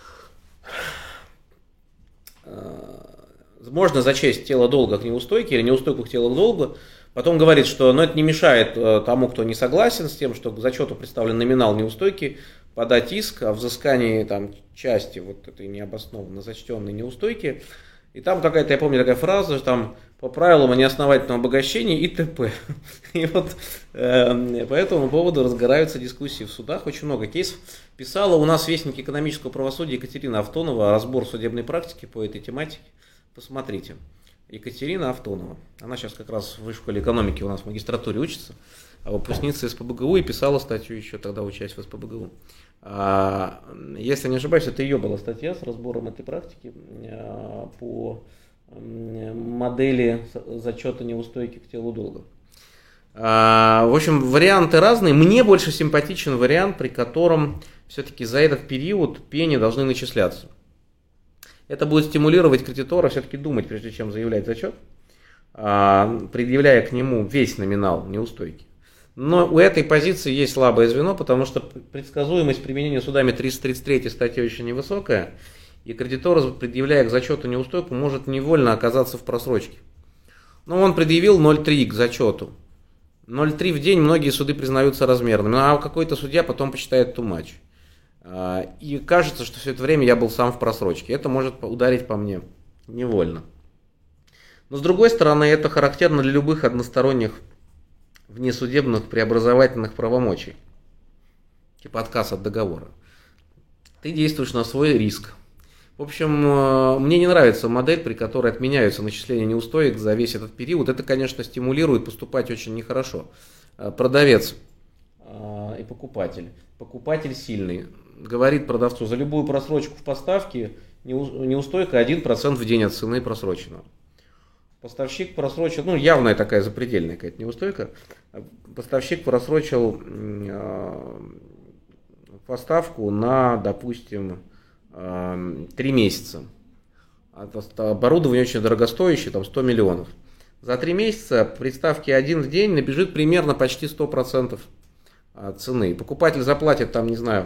можно зачесть тело долга к неустойке или неустойку к телу долга, потом говорит, что ну, это не мешает тому, кто не согласен с тем, что к зачету представлен номинал неустойки, подать иск о взыскании там, части вот этой необоснованно зачтенной неустойки. И там какая-то, я помню, такая фраза, что там по правилам о неосновательном обогащении и т.п. И вот э, по этому поводу разгораются дискуссии в судах. Очень много кейсов. Писала у нас вестник экономического правосудия Екатерина Автонова, разбор судебной практики по этой тематике. Посмотрите. Екатерина Автонова. Она сейчас как раз в высшей школе экономики у нас в магистратуре учится, а выпускница СПбГУ, и писала статью еще тогда, учась в СПбГУ. А, если не ошибаюсь, это ее была статья с разбором этой практики а, по модели зачета неустойки к телу долга. А, в общем, варианты разные. Мне больше симпатичен вариант, при котором все-таки за этот период пени должны начисляться. Это будет стимулировать кредитора все-таки думать, прежде чем заявлять зачет, а, предъявляя к нему весь номинал неустойки. Но у этой позиции есть слабое звено, потому что предсказуемость применения судами триста тридцать третьей статьи очень невысокая, и кредитор, предъявляя к зачету неустойку, может невольно оказаться в просрочке. Ну, он предъявил ноль целых три к зачету. ноль целых три в день многие суды признаются размерными, а какой-то судья потом посчитает too much. И кажется, что все это время я был сам в просрочке. Это может ударить по мне невольно. Но с другой стороны, это характерно для любых односторонних внесудебных преобразовательных правомочий, типа отказ от договора. Ты действуешь на свой риск. В общем, мне не нравится модель, при которой отменяются начисления неустоек за весь этот период. Это, конечно, стимулирует поступать очень нехорошо. Продавец и покупатель. Покупатель сильный. Говорит продавцу, за любую просрочку в поставке неустойка один процент в день от цены просроченного. Поставщик просрочил, ну явная такая запредельная какая-то неустойка, поставщик просрочил э, поставку на, допустим, э, три месяца. Оборудование очень дорогостоящее, там сто миллионов. За три месяца при ставке один в день набежит примерно почти сто процентов цены. Покупатель заплатит там, не знаю,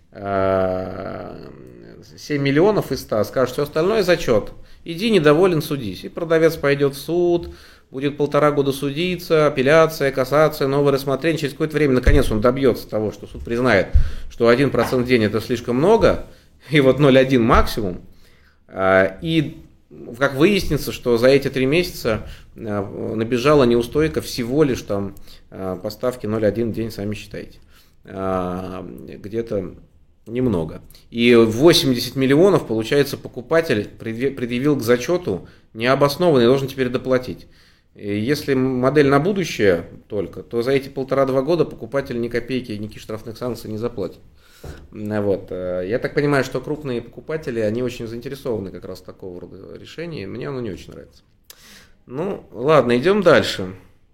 семь миллионов из ста, скажет, все остальное зачет. Иди, недоволен, судись. И продавец пойдет в суд, будет полтора года судиться, апелляция, кассация, новое рассмотрение. Через какое-то время, наконец, он добьется того, что суд признает, что один процент в день это слишком много, и вот ноль целых один максимум. И как выяснится, что за эти три месяца набежала неустойка всего лишь там поставки ноль целых один день, сами считайте. Где-то немного. И восемьдесят миллионов, получается, покупатель предъявил к зачету необоснованно и должен теперь доплатить. И если модель на будущее только, то за эти полтора-два года покупатель ни копейки, никаких штрафных санкций не заплатит. Вот. Я так понимаю, что крупные покупатели, они очень заинтересованы как раз в такого рода решении. Мне оно не очень нравится. Ну, ладно, идем дальше.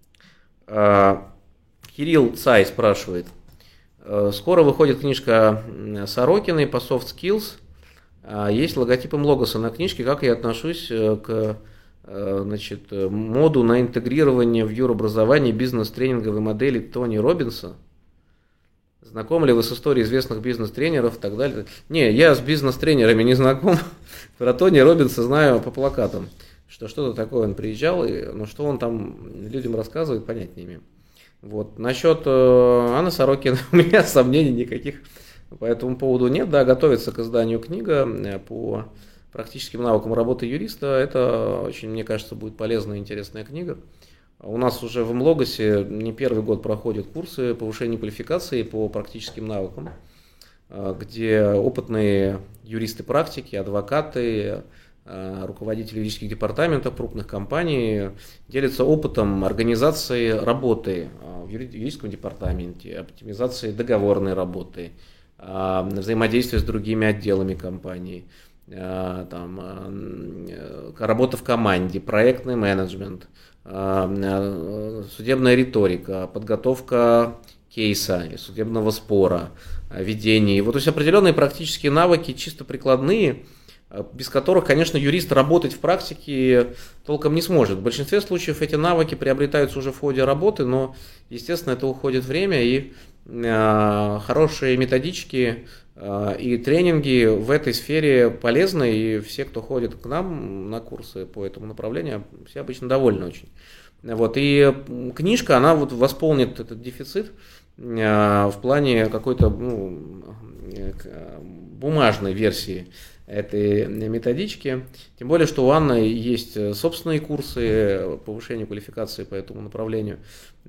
Кирилл Цай спрашивает. Скоро выходит книжка Сорокиной по soft skills. Есть логотипом Логоса на книжке. Как я отношусь к значит, моду на интегрирование в юробразование бизнес-тренинговой модели Тони Роббинса? Знакомы ли вы с историей известных бизнес-тренеров и так далее? Не, я с бизнес-тренерами не знаком. Про Тони Роббинса знаю по плакатам, что что-то такое он приезжал, но что он там людям рассказывает, понять не имею. Вот. Насчет э, Анны Сорокиной у меня сомнений никаких по этому поводу нет. Да, готовится к изданию книга по практическим навыкам работы юриста. Это очень, мне кажется, будет полезная и интересная книга. У нас уже в МЛОГОСе не первый год проходят курсы повышения квалификации по практическим навыкам, где опытные юристы практики, адвокаты, руководители юридических департаментов крупных компаний делятся опытом организации работы в юридическом департаменте, оптимизации договорной работы, взаимодействия с другими отделами компании, там, работа в команде, проектный менеджмент, судебная риторика, подготовка кейса или судебного спора, ведение. Вот, то есть определенные практические навыки, чисто прикладные, без которых, конечно, юрист работать в практике толком не сможет. В большинстве случаев эти навыки приобретаются уже в ходе работы, но, естественно, это уходит время, и э, хорошие методички э, и тренинги в этой сфере полезны, и все, кто ходит к нам на курсы по этому направлению, все обычно довольны очень. Вот, и книжка, она вот восполнит этот дефицит э, в плане какой-то ну, бумажной версии этой методички. Тем более, что у Анны есть собственные курсы повышения квалификации по этому направлению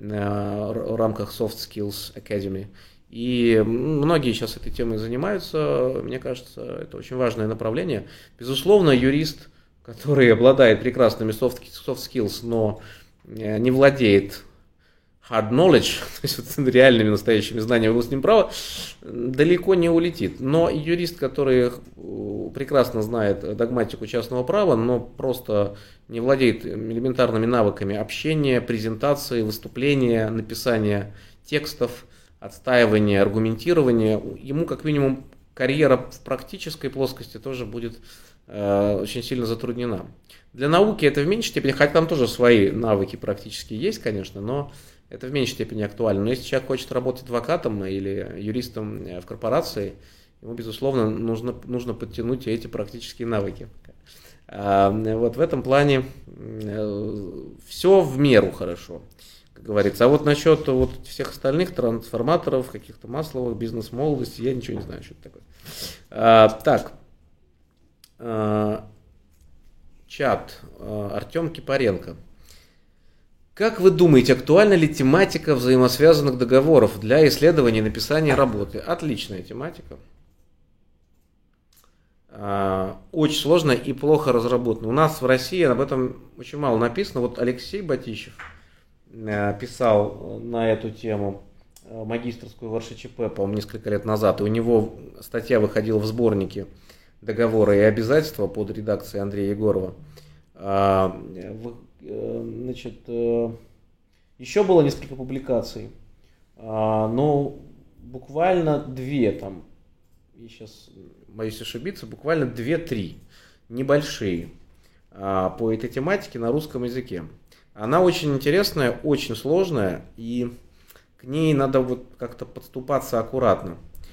в рамках Soft Skills Academy. И многие сейчас этой темой занимаются. Мне кажется, это очень важное направление. Безусловно, юрист, который обладает прекрасными soft skills, но не владеет hard knowledge, то есть вот реальными настоящими знаниями в области права, далеко не улетит. Но юрист, который прекрасно знает догматику частного права, но просто не владеет элементарными навыками общения, презентации, выступления, написания текстов, отстаивания, аргументирования, ему как минимум карьера в практической плоскости тоже будет э, очень сильно затруднена. Для науки это в меньшей степени, хотя там тоже свои навыки практически есть, конечно, но это в меньшей степени актуально. Но если человек хочет работать адвокатом или юристом в корпорации, ему, безусловно, нужно, нужно подтянуть эти практические навыки. А вот в этом плане все в меру хорошо, как говорится. А вот насчет вот всех остальных трансформаторов, каких-то масловых, бизнес-молодости, я ничего не знаю, что это такое. А, так, а, чат. Артем Кипаренко. Как вы думаете, актуальна ли тематика взаимосвязанных договоров для исследования и написания работы? Отличная тематика. Очень сложная и плохо разработана. У нас в России об этом очень мало написано. Вот Алексей Батищев писал на эту тему магистерскую в эр шэ че пэ, по-моему, несколько лет назад. И у него статья выходила в сборнике «Договоры и обязательства» под редакцией Андрея Егорова. Значит, еще было несколько публикаций, но буквально две там, я сейчас боюсь ошибиться, буквально две-три небольшие по этой тематике на русском языке. Она очень интересная, очень сложная, и к ней надо вот как-то подступаться аккуратно.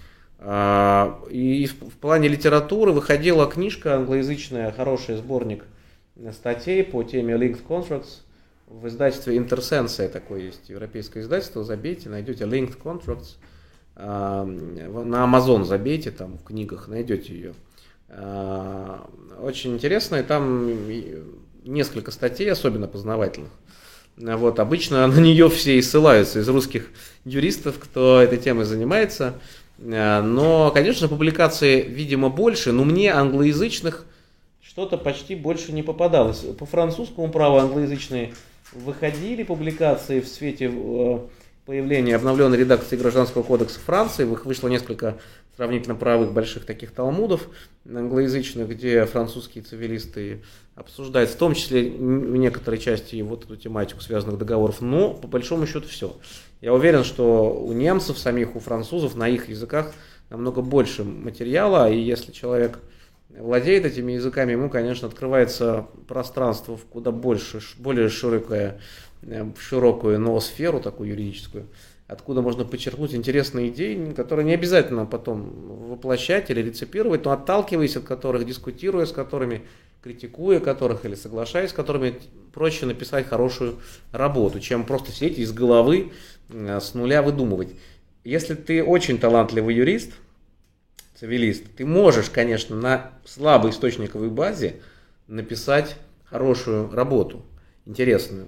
И в плане литературы выходила книжка англоязычная, хороший сборник статей по теме Linked Contracts в издательстве Интерсенсия, такое есть европейское издательство, забейте, найдете Linked Contracts, на Amazon забейте, там в книгах найдете ее. Очень интересно, и там несколько статей, особенно познавательных. Вот, обычно на нее все и ссылаются из русских юристов, кто этой темой занимается. Но, конечно, публикаций, видимо, больше, но мне англоязычных что-то почти больше не попадалось. По французскому праву англоязычные выходили публикации в свете появления обновленной редакции Гражданского кодекса Франции. Вышло несколько сравнительно правых больших таких талмудов англоязычных, где французские цивилисты обсуждают, в том числе в некоторой части вот эту тематику связанных договоров. Но по большому счету все. Я уверен, что у немцев, самих у французов на их языках намного больше материала, и если человек владеет этими языками, ему, конечно, открывается пространство в куда больше, более широкое, широкую ноосферу, такую юридическую, откуда можно подчеркнуть интересные идеи, которые не обязательно потом воплощать или реципировать, но отталкиваясь от которых, дискутируя с которыми, критикуя которых или соглашаясь с которыми, проще написать хорошую работу, чем просто сидеть из головы с нуля выдумывать. Если ты очень талантливый юрист, цивилист, ты можешь, конечно, на слабой источниковой базе написать хорошую работу, интересную.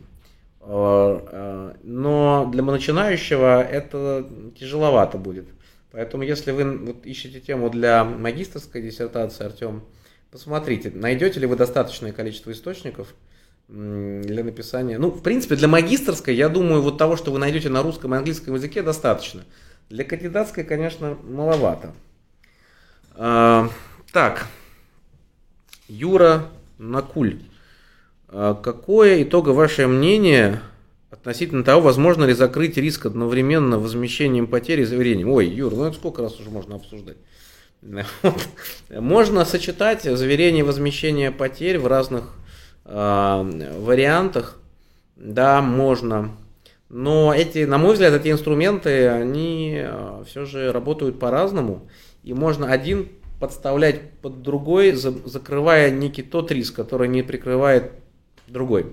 Но для начинающего это тяжеловато будет. Поэтому, если вы вот ищете тему для магистерской диссертации, Артем, посмотрите, найдете ли вы достаточное количество источников для написания. Ну, в принципе, для магистерской, я думаю, вот того, что вы найдете на русском и английском языке, достаточно. Для кандидатской, конечно, маловато. А, так, Юра Накуль. Какое итоговое ваше мнение относительно того, возможно ли закрыть риск одновременно возмещением потери и заверением? Ой, Юр, ну это сколько раз уже можно обсуждать? Можно сочетать заверение и возмещение потерь в разных э, вариантах. Да, можно. Но эти, на мой взгляд, эти инструменты, они э, все же работают по-разному. И можно один подставлять под другой, за, закрывая некий тот риск, который не прикрывает другой.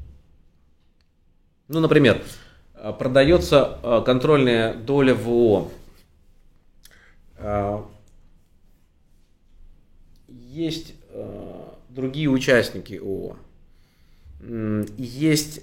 Ну, например, продается контрольная доля в ООО. Есть другие участники ООО. Есть,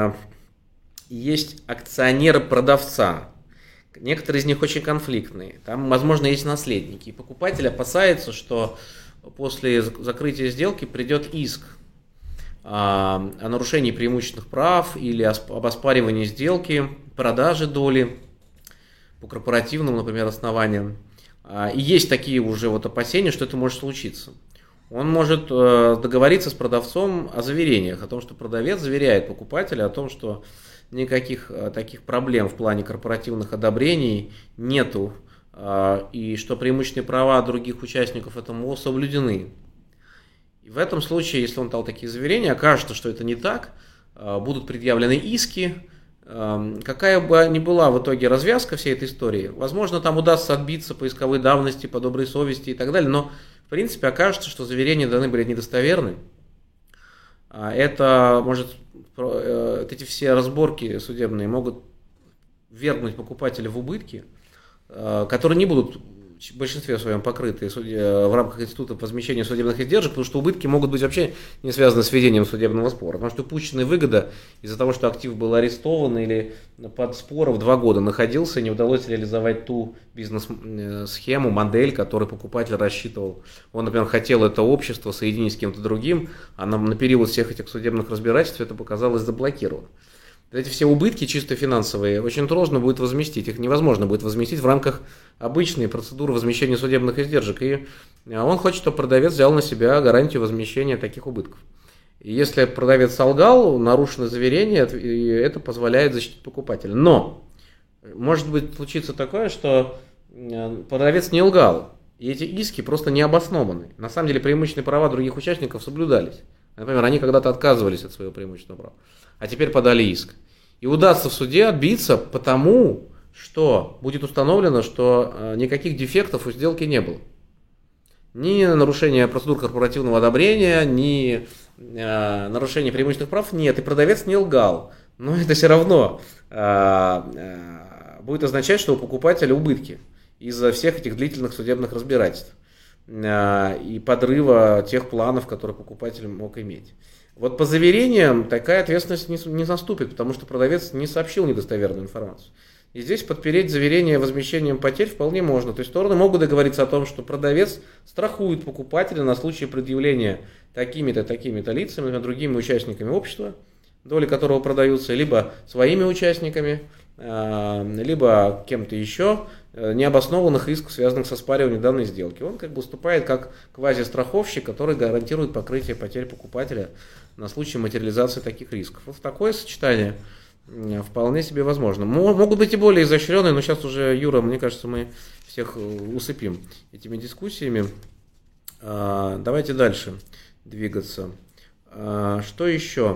есть акционеры продавца. Некоторые из них очень конфликтные. Там, возможно, есть наследники. И покупатель опасается, что после закрытия сделки придет иск о нарушении преимущественных прав или об оспаривании сделки, продаже доли по корпоративным, например, основаниям. И есть такие уже вот опасения, что это может случиться. Он может договориться с продавцом о заверениях, о том, что продавец заверяет покупателя о том, что никаких таких проблем в плане корпоративных одобрений нету, и что преимущественные права других участников этому соблюдены. И в этом случае, если он дал такие заверения, окажется, что это не так, будут предъявлены иски. Какая бы ни была в итоге развязка всей этой истории, возможно, там удастся отбиться по исковой давности, по доброй совести и так далее, но в принципе окажется, что заверения даны были недостоверны. Это может, эти все разборки судебные могут ввергнуть покупателя в убытки, которые не будут в большинстве своем покрыты в рамках института возмещения судебных издержек, потому что убытки могут быть вообще не связаны с ведением судебного спора. Потому что упущенная выгода из-за того, что актив был арестован или под спором два года находился, не удалось реализовать ту бизнес-схему, модель, которую покупатель рассчитывал. Он, например, хотел это общество соединить с кем-то другим, а на, на период всех этих судебных разбирательств это показалось заблокировано. Эти все убытки чисто финансовые очень сложно будет возместить, их невозможно будет возместить в рамках обычной процедуры возмещения судебных издержек. И он хочет, чтобы продавец взял на себя гарантию возмещения таких убытков. И если продавец солгал, нарушено заверение, это позволяет защитить покупателя. Но может быть случиться такое, что продавец не лгал, и эти иски просто не обоснованы. На самом деле преимущественные права других участников соблюдались. Например, они когда-то отказывались от своего преимущественного права, а теперь подали иск. И удастся в суде отбиться потому, что будет установлено, что никаких дефектов у сделки не было. Ни нарушения процедур корпоративного одобрения, ни э, нарушения преимущественных прав нет, и продавец не лгал. Но это все равно э, э, будет означать, что у покупателя убытки из-за всех этих длительных судебных разбирательств э, и подрыва тех планов, которые покупатель мог иметь. Вот по заверениям такая ответственность не, не наступит, потому что продавец не сообщил недостоверную информацию. И здесь подпереть заверение возмещением потерь вполне можно. То есть стороны могут договориться о том, что продавец страхует покупателя на случай предъявления такими-то, такими-то лицами, например, другими участниками общества, доли которого продаются, либо своими участниками, либо кем-то еще, необоснованных рисков, связанных со оспариванием данной сделки. Он как бы выступает как квазистраховщик, который гарантирует покрытие потерь покупателя на случай материализации таких рисков. Вот такое сочетание вполне себе возможно. Могут быть и более изощренные, но сейчас уже, Юра, мне кажется, мы всех усыпим этими дискуссиями. Давайте дальше двигаться. Что еще?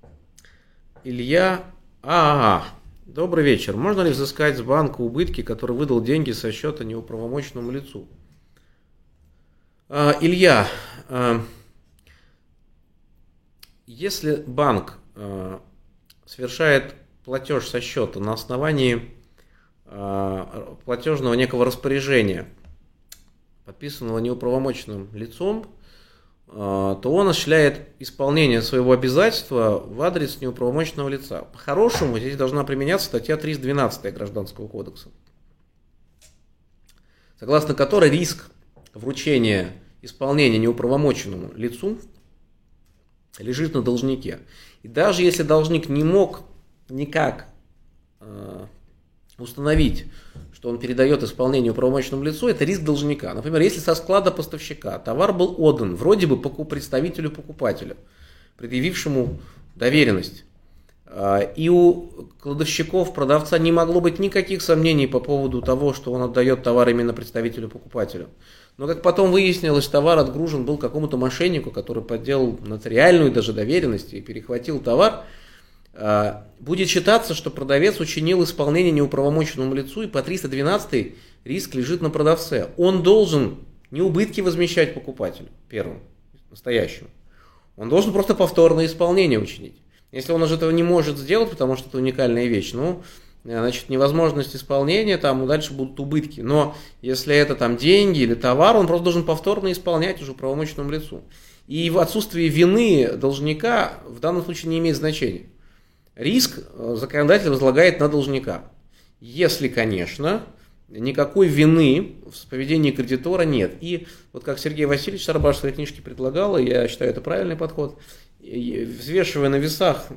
Илья... А, -а, -а. Добрый вечер. Можно ли взыскать с банка убытки, который выдал деньги со счета неуправомоченному лицу? Илья, если банк совершает платеж со счета на основании платежного некого распоряжения, подписанного неуправомоченным лицом, то он осуществляет исполнение своего обязательства в адрес неуправомоченного лица. По-хорошему, здесь должна применяться статья триста двенадцать Гражданского кодекса, согласно которой риск вручения исполнения неуправомоченному лицу лежит на должнике. И даже если должник не мог никак э, установить, что он передает исполнение управомоченному лицу, это риск должника. Например, если со склада поставщика товар был отдан вроде бы по представителю покупателя, предъявившему доверенность. И у кладовщиков, продавца не могло быть никаких сомнений по поводу того, что он отдает товар именно представителю-покупателю. Но, как потом выяснилось, товар отгружен был какому-то мошеннику, который подделал нотариальную даже доверенность и перехватил товар. Будет считаться, что продавец учинил исполнение неуправомоченному лицу, и по триста двенадцатой риск лежит на продавце. Он должен не убытки возмещать покупателю, первому, настоящему. Он должен просто повторное исполнение учинить. Если он уже этого не может сделать, потому что это уникальная вещь, ну, значит, невозможность исполнения, там дальше будут убытки. Но если это там деньги или товар, он просто должен повторно исполнять уже правомочному лицу. И в отсутствии вины должника в данном случае не имеет значения. Риск законодатель возлагает на должника. Если, конечно, никакой вины в поведении кредитора нет. И вот как Сергей Васильевич Шарбаш в своей книжке предлагал, и я считаю, это правильный подход, взвешивая на весах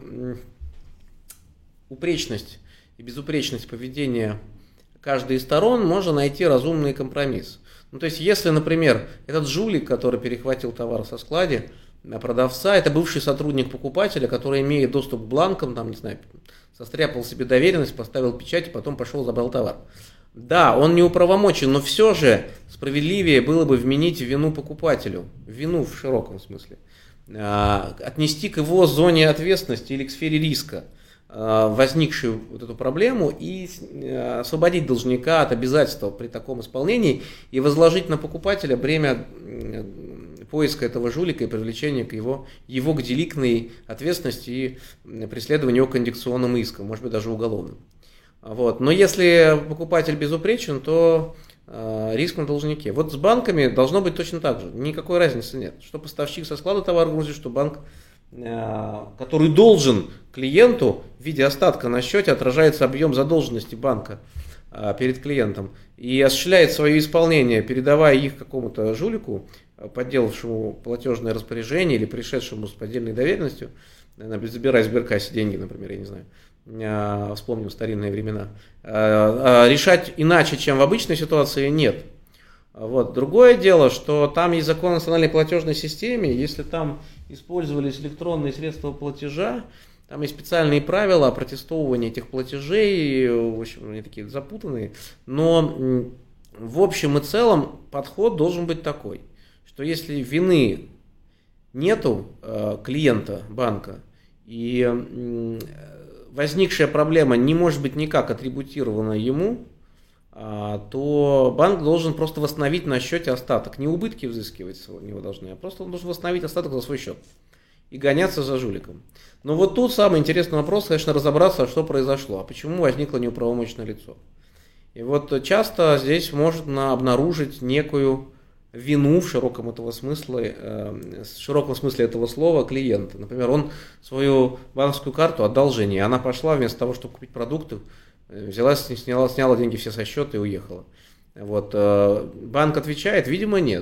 упречность и безупречность поведения каждой из сторон, можно найти разумный компромисс. Ну, то есть, если, например, этот жулик, который перехватил товар со складе, продавца, это бывший сотрудник покупателя, который имеет доступ к бланкам, там, не знаю, состряпал себе доверенность, поставил печать и потом пошел забрал товар. Да, он не управомочен, но все же справедливее было бы вменить вину покупателю, вину в широком смысле, отнести к его зоне ответственности или к сфере риска возникшую вот эту проблему и освободить должника от обязательства при таком исполнении и возложить на покупателя бремя поиска этого жулика и привлечения к его, его к деликтной ответственности и преследованию его кондикционным иском, может быть даже уголовным. Вот. Но если покупатель безупречен, то э, риск на должнике. Вот с банками должно быть точно так же, никакой разницы нет. Что поставщик со склада товар грузит, что банк, э, который должен клиенту в виде остатка на счете, отражается объем задолженности банка э, перед клиентом и осуществляет свое исполнение, передавая их какому-то жулику, подделавшему платежное распоряжение или пришедшему с поддельной доверенностью, забирая в сберкассе деньги, например, я не знаю, вспомним старинные времена, решать иначе, чем в обычной ситуации, нет. Вот. Другое дело, что там есть закон о национальной платежной системе, если там использовались электронные средства платежа, там есть специальные правила о протестовывании этих платежей, в общем, они такие запутанные, но в общем и целом подход должен быть такой, что если вины нету э, клиента банка и э, возникшая проблема не может быть никак атрибутирована ему, э, то банк должен просто восстановить на счете остаток. Не убытки взыскивать у него должны, а просто он должен восстановить остаток за свой счет и гоняться за жуликом. Но вот тут самый интересный вопрос, конечно, разобраться, что произошло, а почему возникло неуправомоченное лицо. И вот часто здесь можно обнаружить некую вину в широком, этого смысла, э, в широком смысле этого слова клиента. Например, он свою банковскую карту отдал жене, она пошла вместо того, чтобы купить продукты, взяла, сняла, сняла деньги все со счета и уехала. Вот, э, банк отвечает, видимо, нет.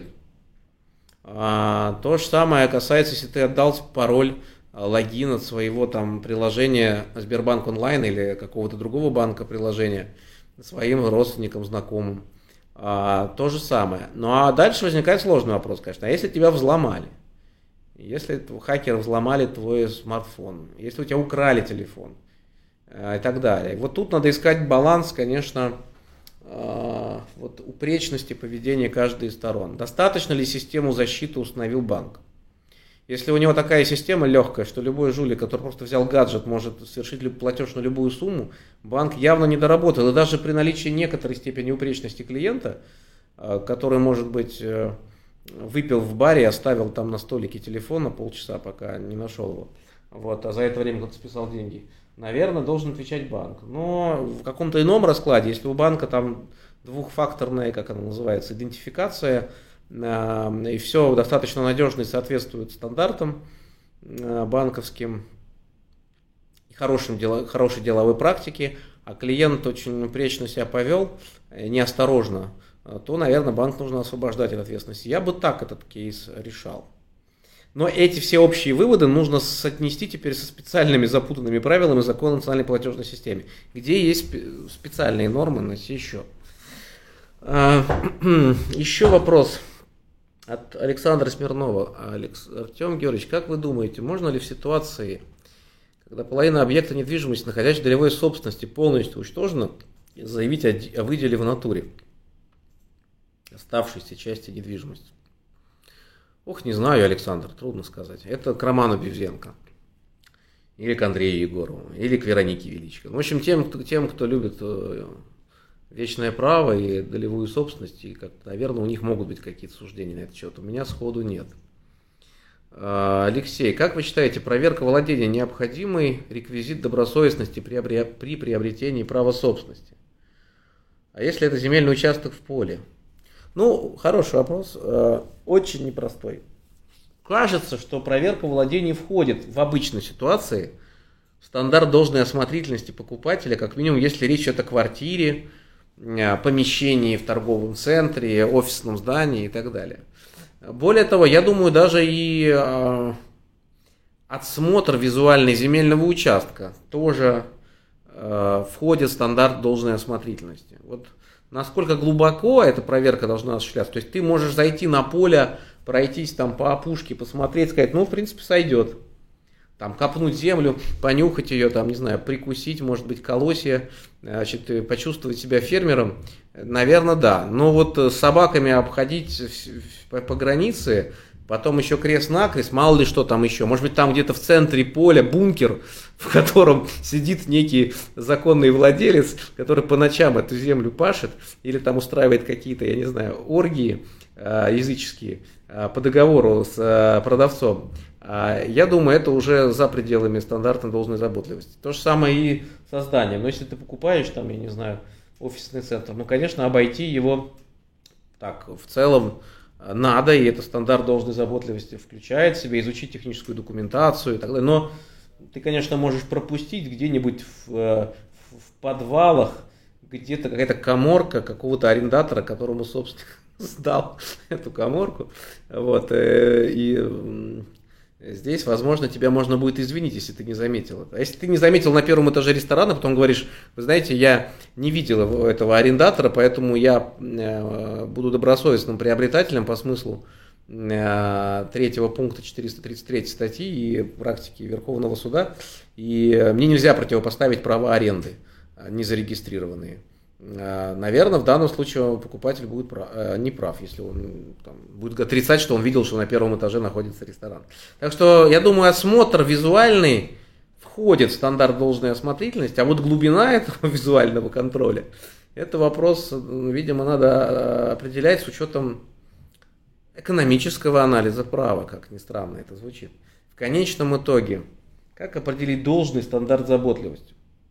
А, то же самое касается, если ты отдал пароль, логин от своего там приложения Сбербанк онлайн или какого-то другого банка приложения своим родственникам, знакомым. А, то же самое. Ну а дальше возникает сложный вопрос, конечно. А если тебя взломали? Если хакеры взломали твой смартфон? Если у тебя украли телефон? А, и так далее. Вот тут надо искать баланс, конечно, а, вот, упречности поведения каждой из сторон. Достаточно ли систему защиты установил банк? Если у него такая система легкая, что любой жулик, который просто взял гаджет, может совершить платеж на любую сумму, банк явно не доработал. И даже при наличии некоторой степени упречности клиента, который, может быть, выпил в баре и оставил там на столике телефон на полчаса, пока не нашел его, вот, а за это время кто-то списал деньги, наверное, должен отвечать банк. Но в каком-то ином раскладе, если у банка там двухфакторная, как она называется, идентификация, и все достаточно надежно и соответствует стандартам банковским, хорошим дело, хорошей деловой практике, а клиент очень упречно себя повел, неосторожно, то, наверное, банк нужно освобождать от ответственности. Я бы так этот кейс решал. Но эти все общие выводы нужно соотнести теперь со специальными запутанными правилами закона о национальной платежной системе, где есть специальные нормы на сей счет. Еще вопрос. От Александра Смирнова. Алекс... Артем Георгиевич, как вы думаете, можно ли в ситуации, когда половина объекта недвижимости, находящейся в долевой собственности, полностью уничтожена, заявить о, о выделе в натуре оставшейся части недвижимости? Ох, не знаю, Александр, трудно сказать. Это к Роману Бевзенко. Или к Андрею Егорову. Или к Веронике Величко. В общем, тем, кто, тем, кто любит вечное право и долевую собственность, и как, наверное, у них могут быть какие-то суждения на этот счет. У меня сходу нет. Алексей, как вы считаете, проверка владения необходимый реквизит добросовестности при, при приобретении права собственности? А если это земельный участок в поле? Ну, хороший вопрос, очень непростой. Кажется, что проверка владений входит в обычной ситуации в стандарт должной осмотрительности покупателя, как минимум, если речь идет о квартире, помещении в торговом центре, офисном здании и так далее. Более того, я думаю, даже и э, отсмотр визуальный земельного участка тоже э, входит в стандарт должной осмотрительности. Вот насколько глубоко эта проверка должна осуществляться. То есть ты можешь зайти на поле, пройтись там по опушке, посмотреть, сказать, ну, в принципе, сойдет. Там копнуть землю, понюхать ее, там, не знаю, прикусить, может быть, колосья, значит, почувствовать себя фермером, наверное, да. Но вот с собаками обходить по, по границе, потом еще крест-накрест, мало ли что там еще. Может быть, там где-то в центре поля бункер, в котором сидит некий законный владелец, который по ночам эту землю пашет, или там устраивает какие-то, я не знаю, оргии э, языческие э, по договору с э, продавцом. Я думаю, это уже за пределами стандартной должной заботливости. То же самое и со зданием. Но если ты покупаешь там, я не знаю, офисный центр, ну, конечно, обойти его так в целом надо, и это стандарт должной заботливости включает в себя, изучить техническую документацию и так далее. Но ты, конечно, можешь пропустить где-нибудь в, в подвалах где-то какая-то каморка какого-то арендатора, которому собственник сдал эту каморку. Вот, и здесь, возможно, тебя можно будет извинить, если ты не заметил это. А если ты не заметил на первом этаже ресторана, потом говоришь, вы знаете, я не видел этого арендатора, поэтому я буду добросовестным приобретателем по смыслу третьего пункта четыреста тридцать третьей статьи и практики Верховного суда, и мне нельзя противопоставить права аренды, незарегистрированные. Наверное, в данном случае покупатель будет прав, не прав, если он там, будет отрицать, что он видел, что на первом этаже находится ресторан. Так что, я думаю, осмотр визуальный входит в стандарт должной осмотрительности, а вот глубина этого визуального контроля, это вопрос, видимо, надо определять с учетом экономического анализа права, как ни странно это звучит. В конечном итоге, как определить должный стандарт заботливости?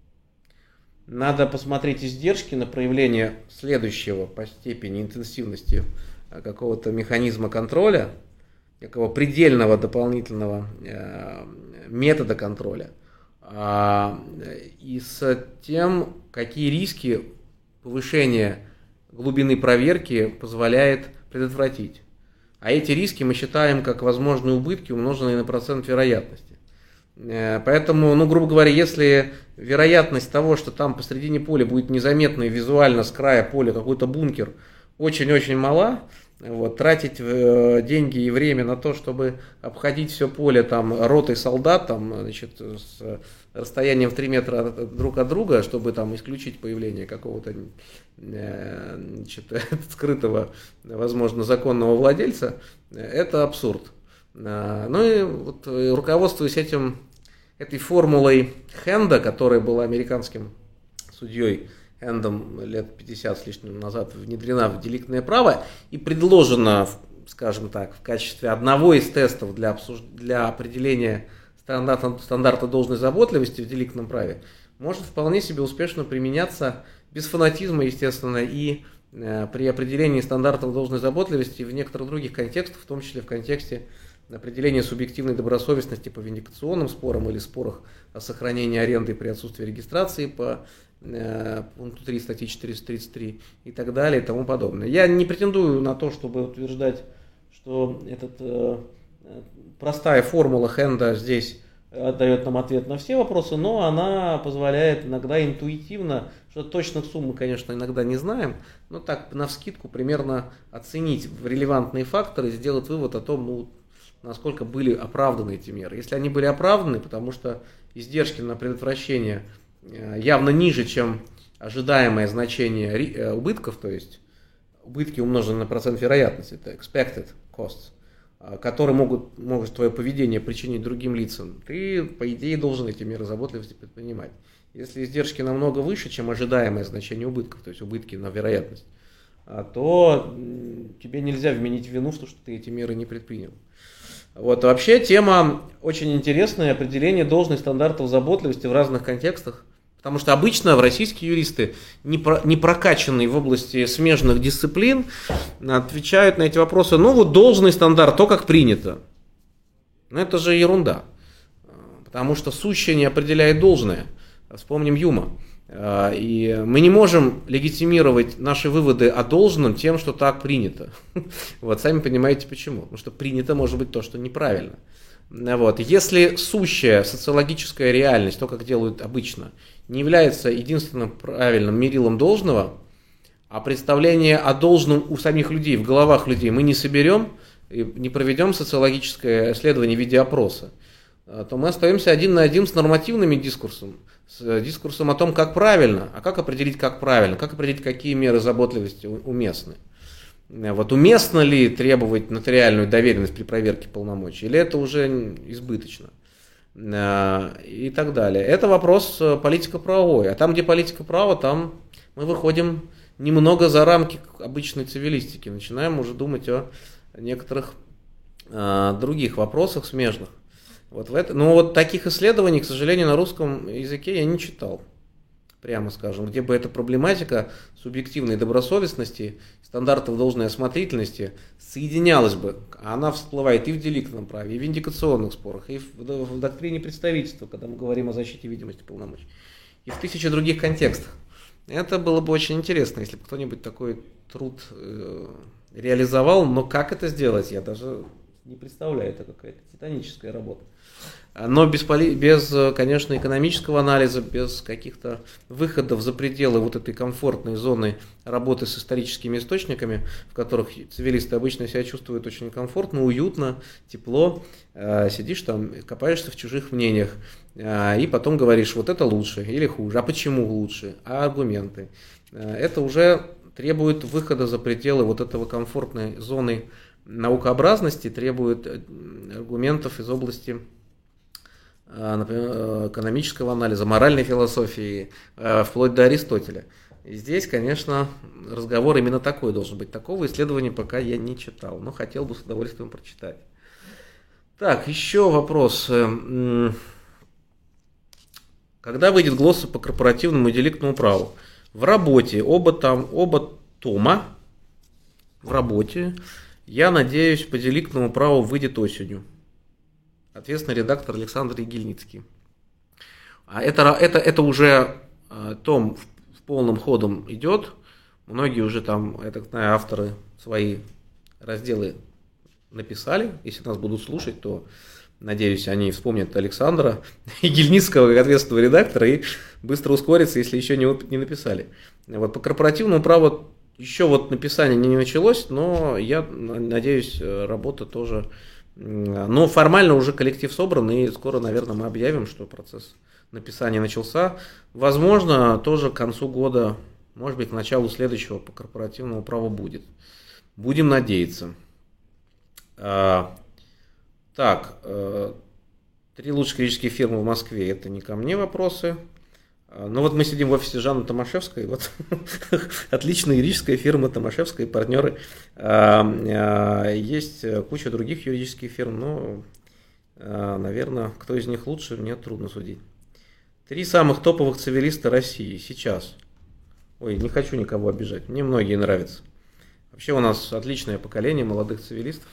Надо посмотреть издержки на проявление следующего по степени интенсивности какого-то механизма контроля, такого предельного дополнительного метода контроля, и с тем, какие риски повышения глубины проверки позволяет предотвратить. А эти риски мы считаем как возможные убытки, умноженные на процент вероятности. Поэтому, ну, грубо говоря, если вероятность того, что там посредине поля будет незаметно и визуально с края поля какой-то бункер, очень-очень мала, вот, тратить э, деньги и время на то, чтобы обходить все поле там ротой солдат, там, значит, с расстоянием в три метра друг от друга, чтобы там исключить появление какого-то э, значит, скрытого, возможно, законного владельца, это абсурд. Ну и вот, руководствуясь этим, этой формулой Хенда, которая была американским судьей Хендом лет пятьдесят с лишним назад внедрена в деликтное право и предложена, скажем так, в качестве одного из тестов для, обсуж... для определения стандарта, стандарта должной заботливости в деликтном праве, может вполне себе успешно применяться без фанатизма, естественно, и э, при определении стандартов должной заботливости в некоторых других контекстах, в том числе в контексте определение субъективной добросовестности по виндикационным спорам или спорах о сохранении аренды при отсутствии регистрации по э, пункту три статьи четыреста тридцать три и так далее и тому подобное. Я не претендую на то, чтобы утверждать, что эта э, простая формула Хенда здесь дает нам ответ на все вопросы, но она позволяет иногда интуитивно, что точных сумм мы, конечно, иногда не знаем, но так навскидку примерно оценить релевантные факторы и сделать вывод о том, ну, насколько были оправданы эти меры. Если они были оправданы, потому что издержки на предотвращение явно ниже, чем ожидаемое значение убытков, то есть убытки умножены на процент вероятности, это expected costs, которые могут, могут твое поведение причинить другим лицам, ты, по идее, должен эти меры заботливости предпринимать. Если издержки намного выше, чем ожидаемое значение убытков, то есть убытки на вероятность, то тебе нельзя вменить вину в то, что ты эти меры не предпринял. Вот. Вообще тема очень интересная, определение должных стандартов заботливости в разных контекстах. Потому что обычно российские юристы, не, про, не прокачанные в области смежных дисциплин, отвечают на эти вопросы, ну вот должный стандарт, то, как принято. Но это же ерунда. Потому что сущее не определяет должное. Вспомним Юма. И мы не можем легитимировать наши выводы о должном тем, что так принято. Вот, сами понимаете почему. Потому что принято может быть то, что неправильно. Вот. Если сущая социологическая реальность, то, как делают обычно, не является единственным правильным мерилом должного, а представление о должном у самих людей, в головах людей мы не соберем, не проведем социологическое исследование в виде опроса, то мы остаемся один на один с нормативным дискурсом, с дискурсом о том, как правильно, а как определить, как правильно, как определить, какие меры заботливости уместны. Вот уместно ли требовать нотариальную доверенность при проверке полномочий, или это уже избыточно, и так далее. Это вопрос политико-правовой. А там, где политика права, там мы выходим немного за рамки обычной цивилистики, начинаем уже думать о некоторых а, других вопросах смежных. Вот в это, но вот таких исследований, к сожалению, на русском языке я не читал. Прямо скажем, где бы эта проблематика субъективной добросовестности, стандартов должной осмотрительности соединялась бы. Она всплывает и в деликтном праве, и в виндикационных спорах, и в, в доктрине представительства, когда мы говорим о защите видимости полномочий, и в тысяче других контекстах. Это было бы очень интересно, если бы кто-нибудь такой труд э, реализовал, но как это сделать, я даже не представляю, это какая-то титаническая работа. Но без, без, конечно, экономического анализа, без каких-то выходов за пределы вот этой комфортной зоны работы с историческими источниками, в которых цивилисты обычно себя чувствуют очень комфортно, уютно, тепло, сидишь там, копаешься в чужих мнениях, и потом говоришь, вот это лучше или хуже, а почему лучше, а аргументы. Это уже требует выхода за пределы вот этого комфортной зоны наукообразности, требует аргументов из области, например, экономического анализа, моральной философии, вплоть до Аристотеля. И здесь, конечно, разговор именно такой должен быть. Такого исследования пока я не читал, но хотел бы с удовольствием прочитать. Так, еще вопрос. Когда выйдет глосса по корпоративному и деликтному праву? В работе, оба, там, оба тома в работе, я надеюсь, по деликтному праву выйдет осенью. Ответственный редактор Александр Егильницкий. А это, это, это уже э, том в, в полном ходом идет. Многие уже там, я так знаю, авторы свои разделы написали. Если нас будут слушать, то, надеюсь, они вспомнят Александра Егильницкого как ответственного редактора и быстро ускорятся, если еще не, не написали. Вот, по корпоративному праву еще вот написание не началось, но я надеюсь, работа тоже... Но формально уже коллектив собран, и скоро, наверное, мы объявим, что процесс написания начался. Возможно, тоже к концу года, может быть, к началу следующего по корпоративному праву будет. Будем надеяться. А, так, три лучшие юридические фирмы в Москве, это не ко мне вопросы. Ну вот мы сидим в офисе Жанны Томашевской, вот отличная юридическая фирма Томашевская, партнеры. Есть куча других юридических фирм, но, наверное, кто из них лучше, мне трудно судить. Три самых топовых цивилиста России сейчас. Ой, не хочу никого обижать, мне многие нравятся. Вообще у нас отличное поколение молодых цивилистов,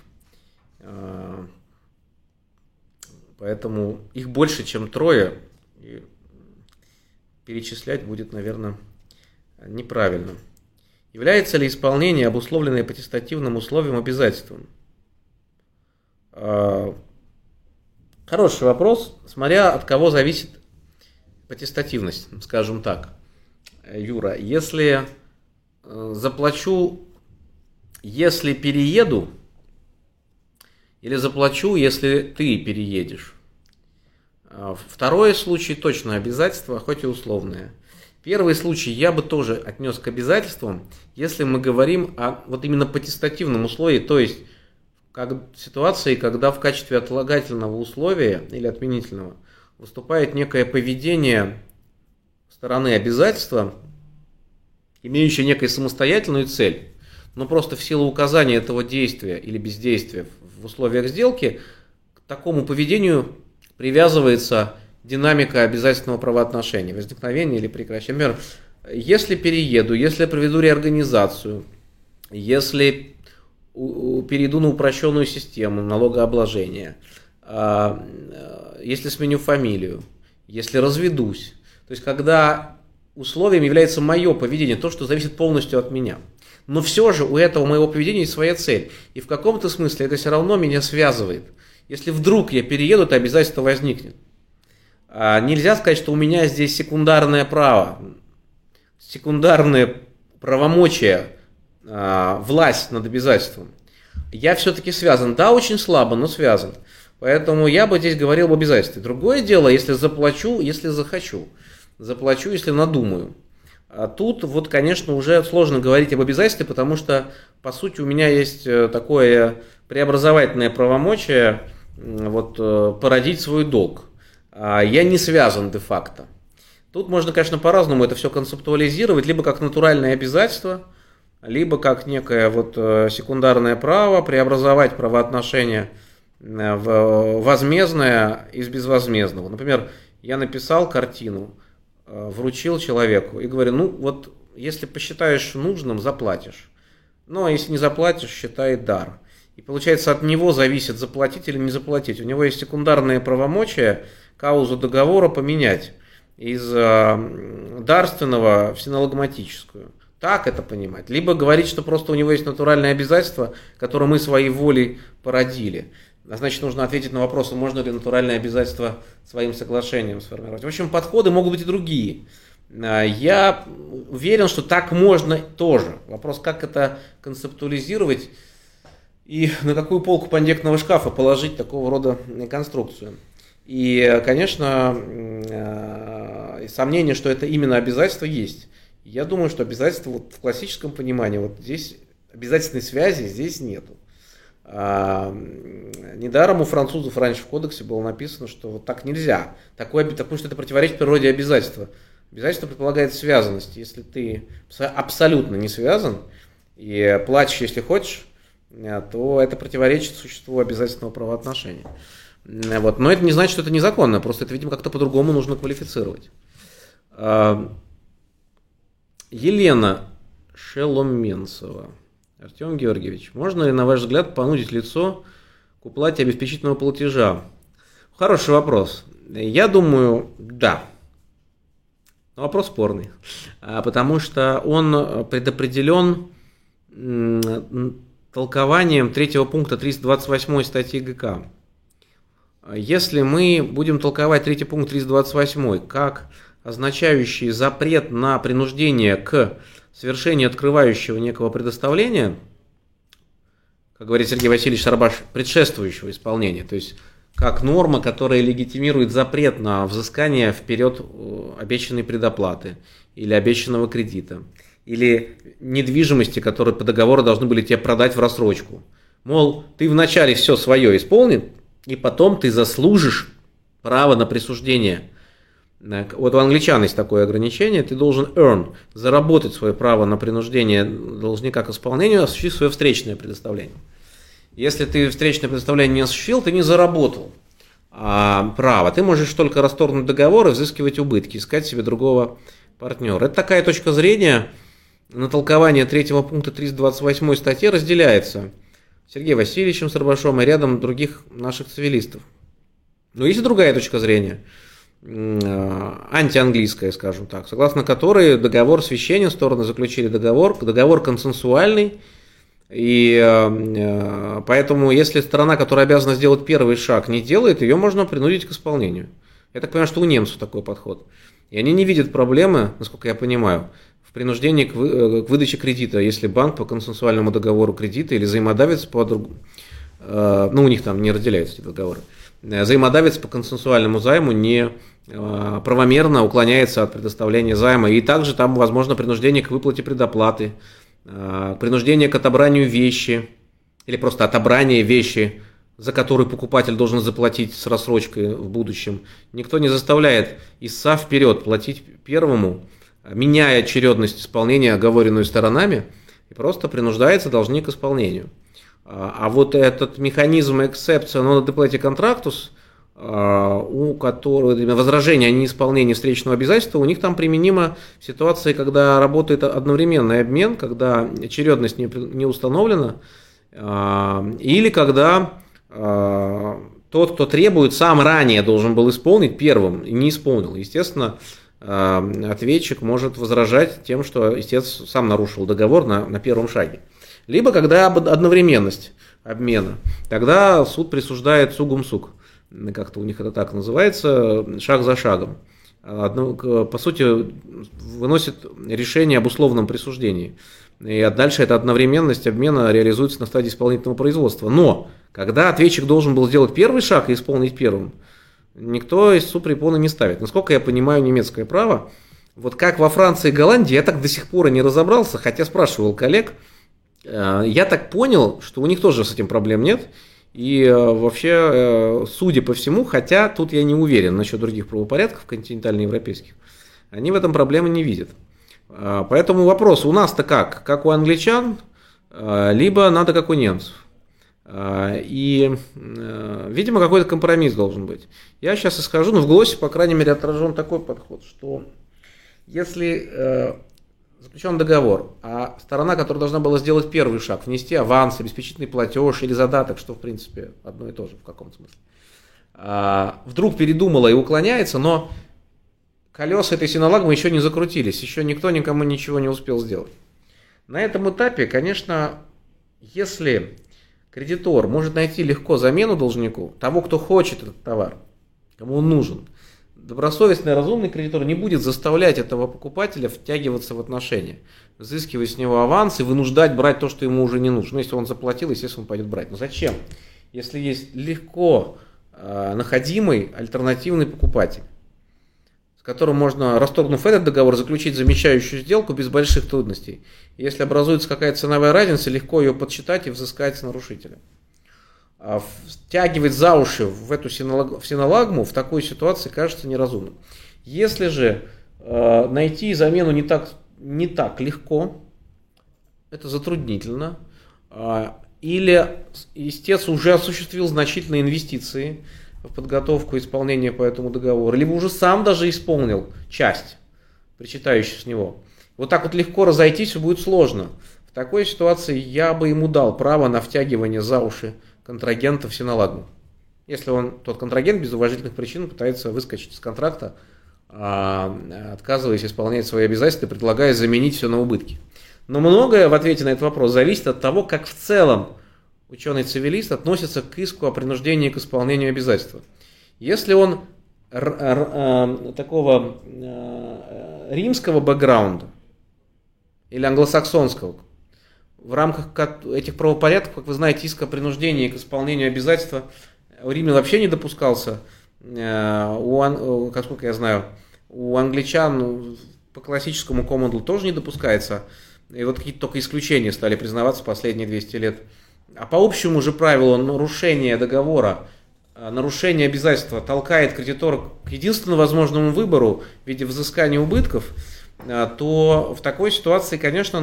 поэтому их больше, чем трое. И перечислять будет, наверное, неправильно. Является ли исполнение, обусловленное по аттестативным условиям, обязательством? Хороший вопрос, смотря от кого зависит потестативность, скажем так. Юра, если заплачу, если перееду, или заплачу, если ты переедешь. Второй случай точно обязательство, хоть и условное. Первый случай я бы тоже отнес к обязательствам, если мы говорим о вот именно потестативном условии, то есть как ситуации, когда в качестве отлагательного условия или отменительного выступает некое поведение стороны обязательства, имеющее некую самостоятельную цель, но просто в силу указания этого действия или бездействия в условиях сделки к такому поведению привязывается динамика обязательного правоотношения, возникновения или прекращения. Например, если перееду, если проведу реорганизацию, если перейду на упрощенную систему налогообложения, если сменю фамилию, если разведусь. То есть, когда условием является мое поведение, то, что зависит полностью от меня. Но все же у этого моего поведения есть своя цель. И в каком-то смысле это все равно меня связывает. Если вдруг я перееду, то обязательство возникнет. А нельзя сказать, что у меня здесь секундарное право, секундарное правомочие, а, власть над обязательством. Я все-таки связан. Да, очень слабо, но связан. Поэтому я бы здесь говорил об обязательстве. Другое дело, если заплачу, если захочу. Заплачу, если надумаю. А тут вот, конечно, уже сложно говорить об обязательстве, потому что, по сути, у меня есть такое преобразовательное правомочие вот, породить свой долг. Я не связан де-факто. Тут можно, конечно, по-разному это все концептуализировать, либо как натуральное обязательство, либо как некое вот секундарное право, преобразовать правоотношения в возмездное из безвозмездного. Например, я написал картину, вручил человеку и говорю, ну вот, если посчитаешь нужным, заплатишь. Но если не заплатишь, считай дар. И получается, от него зависит, заплатить или не заплатить. У него есть секундарные правомочия каузу договора поменять из дарственного в синологматическую. Так это понимать. Либо говорить, что просто у него есть натуральное обязательство, которое мы своей волей породили. А значит, нужно ответить на вопрос, можно ли натуральное обязательство своим соглашением сформировать. В общем, подходы могут быть и другие. Я уверен, что так можно тоже. Вопрос, как это концептуализировать и на какую полку пандектного шкафа положить такого рода конструкцию. И, конечно, сомнение, что это именно обязательство, есть. Я думаю, что обязательства вот в классическом понимании, вот здесь обязательной связи здесь нету. А, недаром у французов раньше в кодексе было написано, что вот так нельзя, такое, потому что это противоречит природе обязательства. Обязательство предполагает связанность. Если ты абсолютно не связан и платишь, если хочешь, то это противоречит существу обязательного правоотношения. Вот. Но это не значит, что это незаконно, просто это, видимо, как-то по-другому нужно квалифицировать. Елена Шеломенцева. Артем Георгиевич, можно ли, на ваш взгляд, понудить лицо к уплате обеспечительного платежа? Хороший вопрос. Я думаю, да. Но вопрос спорный, потому что он предопределен толкованием третьего пункта триста двадцать восьмой статьи ГК. Если мы будем толковать третий пункт триста двадцать восьмой как означающий запрет на принуждение к совершению открывающего некого предоставления, как говорит Сергей Васильевич Шарбаш, предшествующего исполнения, то есть как норма, которая легитимирует запрет на взыскание вперед обещанной предоплаты или обещанного кредита, или недвижимости, которые по договору должны были тебе продать в рассрочку. Мол, ты вначале все свое исполнил, и потом ты заслужишь право на присуждение. Вот у англичан есть такое ограничение, ты должен earn, заработать свое право на принуждение должника к исполнению, осуществив свое встречное предоставление. Если ты встречное предоставление не осуществил, ты не заработал а, право. Ты можешь только расторгнуть договор и взыскивать убытки, искать себе другого партнера. Это такая точка зрения на толкование третьего пункта триста двадцать восьмой статьи разделяется Сергеем Васильевичем Сарбашом и рядом других наших цивилистов. Но есть и другая точка зрения, антианглийская, скажем так, согласно которой договор священен, стороны заключили договор, договор консенсуальный, И э, поэтому, если сторона, которая обязана сделать первый шаг, не делает, ее можно принудить к исполнению. Я так понимаю, что у немцев такой подход. И они не видят проблемы, насколько я понимаю, в принуждении к, вы, к выдаче кредита, если банк по консенсуальному договору кредита или взаимодавец по другому, э, ну у них там не разделяются эти договоры, взаимодавец по консенсуальному займу не э, правомерно уклоняется от предоставления займа. И также там возможно принуждение к выплате предоплаты, э, принуждение к отобранию вещи или просто отобрание вещи, за которую покупатель должен заплатить с рассрочкой в будущем. Никто не заставляет истца вперед платить первому, меняя очередность исполнения, оговоренную сторонами, и просто принуждается должник к исполнению. А вот этот механизм exception non adequate contractus, у которого возражение о неисполнении встречного обязательства, у них там применимо в ситуации, когда работает одновременный обмен, когда очередность не, не установлена, или когда тот, кто требует, сам ранее должен был исполнить первым и не исполнил. Естественно, ответчик может возражать тем, что истец сам нарушил договор на, на первом шаге. Либо когда одновременность обмена, тогда суд присуждает сугум сук, как-то у них это так называется, шаг за шагом. По сути, выносит решение об условном присуждении. И дальше эта одновременность обмена реализуется на стадии исполнительного производства. Но когда ответчик должен был сделать первый шаг и исполнить первым, никто истцу препоны не ставит. Насколько я понимаю немецкое право, вот как во Франции и Голландии, я так до сих пор и не разобрался, хотя спрашивал коллег, я так понял, что у них тоже с этим проблем нет. И вообще, судя по всему, хотя тут я не уверен насчет других правопорядков континентально-европейских, они в этом проблемы не видят. Поэтому вопрос, у нас-то как? Как у англичан, либо надо как у немцев. И, видимо, какой-то компромисс должен быть. Я сейчас исхожу, но в ГЛОСе, по крайней мере, отражен такой подход, что если заключен договор, а сторона, которая должна была сделать первый шаг, внести аванс, обеспечительный платеж или задаток, что, в принципе, одно и то же в каком-то смысле, вдруг передумала и уклоняется, но колеса этой синолагмы еще не закрутились, еще никто никому ничего не успел сделать. На этом этапе, конечно, если кредитор может найти легко замену должнику, того, кто хочет этот товар, кому он нужен, добросовестный, разумный кредитор не будет заставлять этого покупателя втягиваться в отношения, взыскивать с него аванс и вынуждать брать то, что ему уже не нужно. Если он заплатил, естественно, он пойдет брать. Но зачем? Если есть легко э, находимый альтернативный покупатель, с которым можно, расторгнув этот договор, заключить замещающую сделку без больших трудностей. Если образуется какая-то ценовая разница, легко ее подсчитать и взыскать с нарушителя. А втягивать за уши в эту синолагму в такой ситуации кажется неразумным. Если же э, найти замену не так, не так легко, это затруднительно, э, или истец уже осуществил значительные инвестиции в подготовку исполнения по этому договору, либо уже сам даже исполнил часть, причитающую с него. Вот так вот легко разойтись будет сложно. В такой ситуации я бы ему дал право на втягивание за уши контрагента в синолагму. Если он, тот контрагент, без уважительных причин пытается выскочить из контракта, отказываясь исполнять свои обязательства, предлагая заменить все на убытки. Но многое в ответе на этот вопрос зависит от того, как в целом ученый-цивилист относится к иску о принуждении к исполнению обязательства. Если он р- р- такого римского бэкграунда или англосаксонского, в рамках этих правопорядков, как вы знаете, иск о принуждении к исполнению обязательства в Риме вообще не допускался. У, как сколько я знаю, у англичан по классическому common law тоже не допускается. И вот какие-то только исключения стали признаваться последние двести лет. А по общему же правилу нарушение договора, нарушение обязательства толкает кредитора к единственному возможному выбору в виде взыскания убытков, то в такой ситуации, конечно,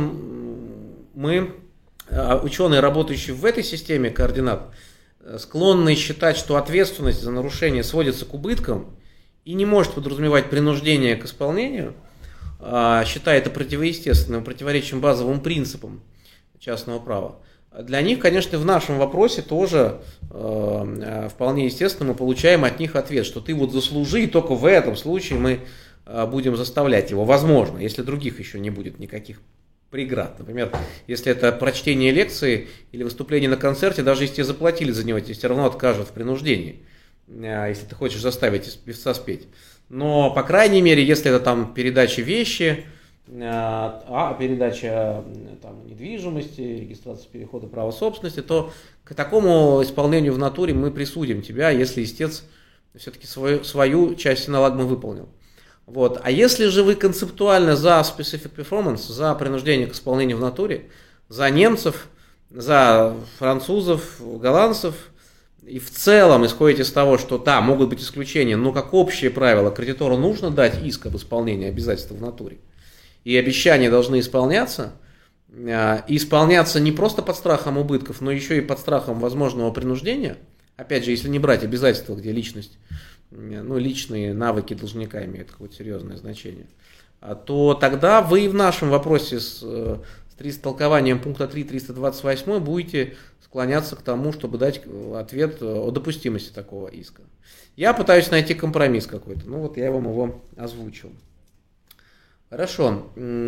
мы, ученые, работающие в этой системе координат, склонны считать, что ответственность за нарушение сводится к убыткам и не может подразумевать принуждение к исполнению, считая это противоестественным, противоречием базовым принципам частного права. Для них, конечно, в нашем вопросе тоже э, вполне естественно мы получаем от них ответ, что ты вот заслужи, и только в этом случае мы э, будем заставлять его, возможно, если других еще не будет никаких преград. Например, если это прочтение лекции или выступление на концерте, даже если тебе заплатили за него, тебе все равно откажут в принуждении, если ты хочешь заставить певца спеть. Но, по крайней мере, если это там передача вещи, а передача там, недвижимости, регистрация перехода права собственности, то к такому исполнению в натуре мы присудим тебя, если истец все-таки свою, свою часть синолагмы выполнил. Вот. А если же вы концептуально за specific performance, за принуждение к исполнению в натуре, за немцев, за французов, голландцев, и в целом исходите из того, что да, могут быть исключения, но как общее правило кредитору нужно дать иск об исполнении обязательств в натуре, и обещания должны исполняться, и исполняться не просто под страхом убытков, но еще и под страхом возможного принуждения, опять же, если не брать обязательства, где личность, ну, личные навыки должника имеют какое-то серьезное значение, то тогда вы в нашем вопросе с, с толкованием пункта три триста двадцать восемь будете склоняться к тому, чтобы дать ответ о допустимости такого иска. Я пытаюсь найти компромисс какой-то, ну вот я вам его озвучил. Хорошо.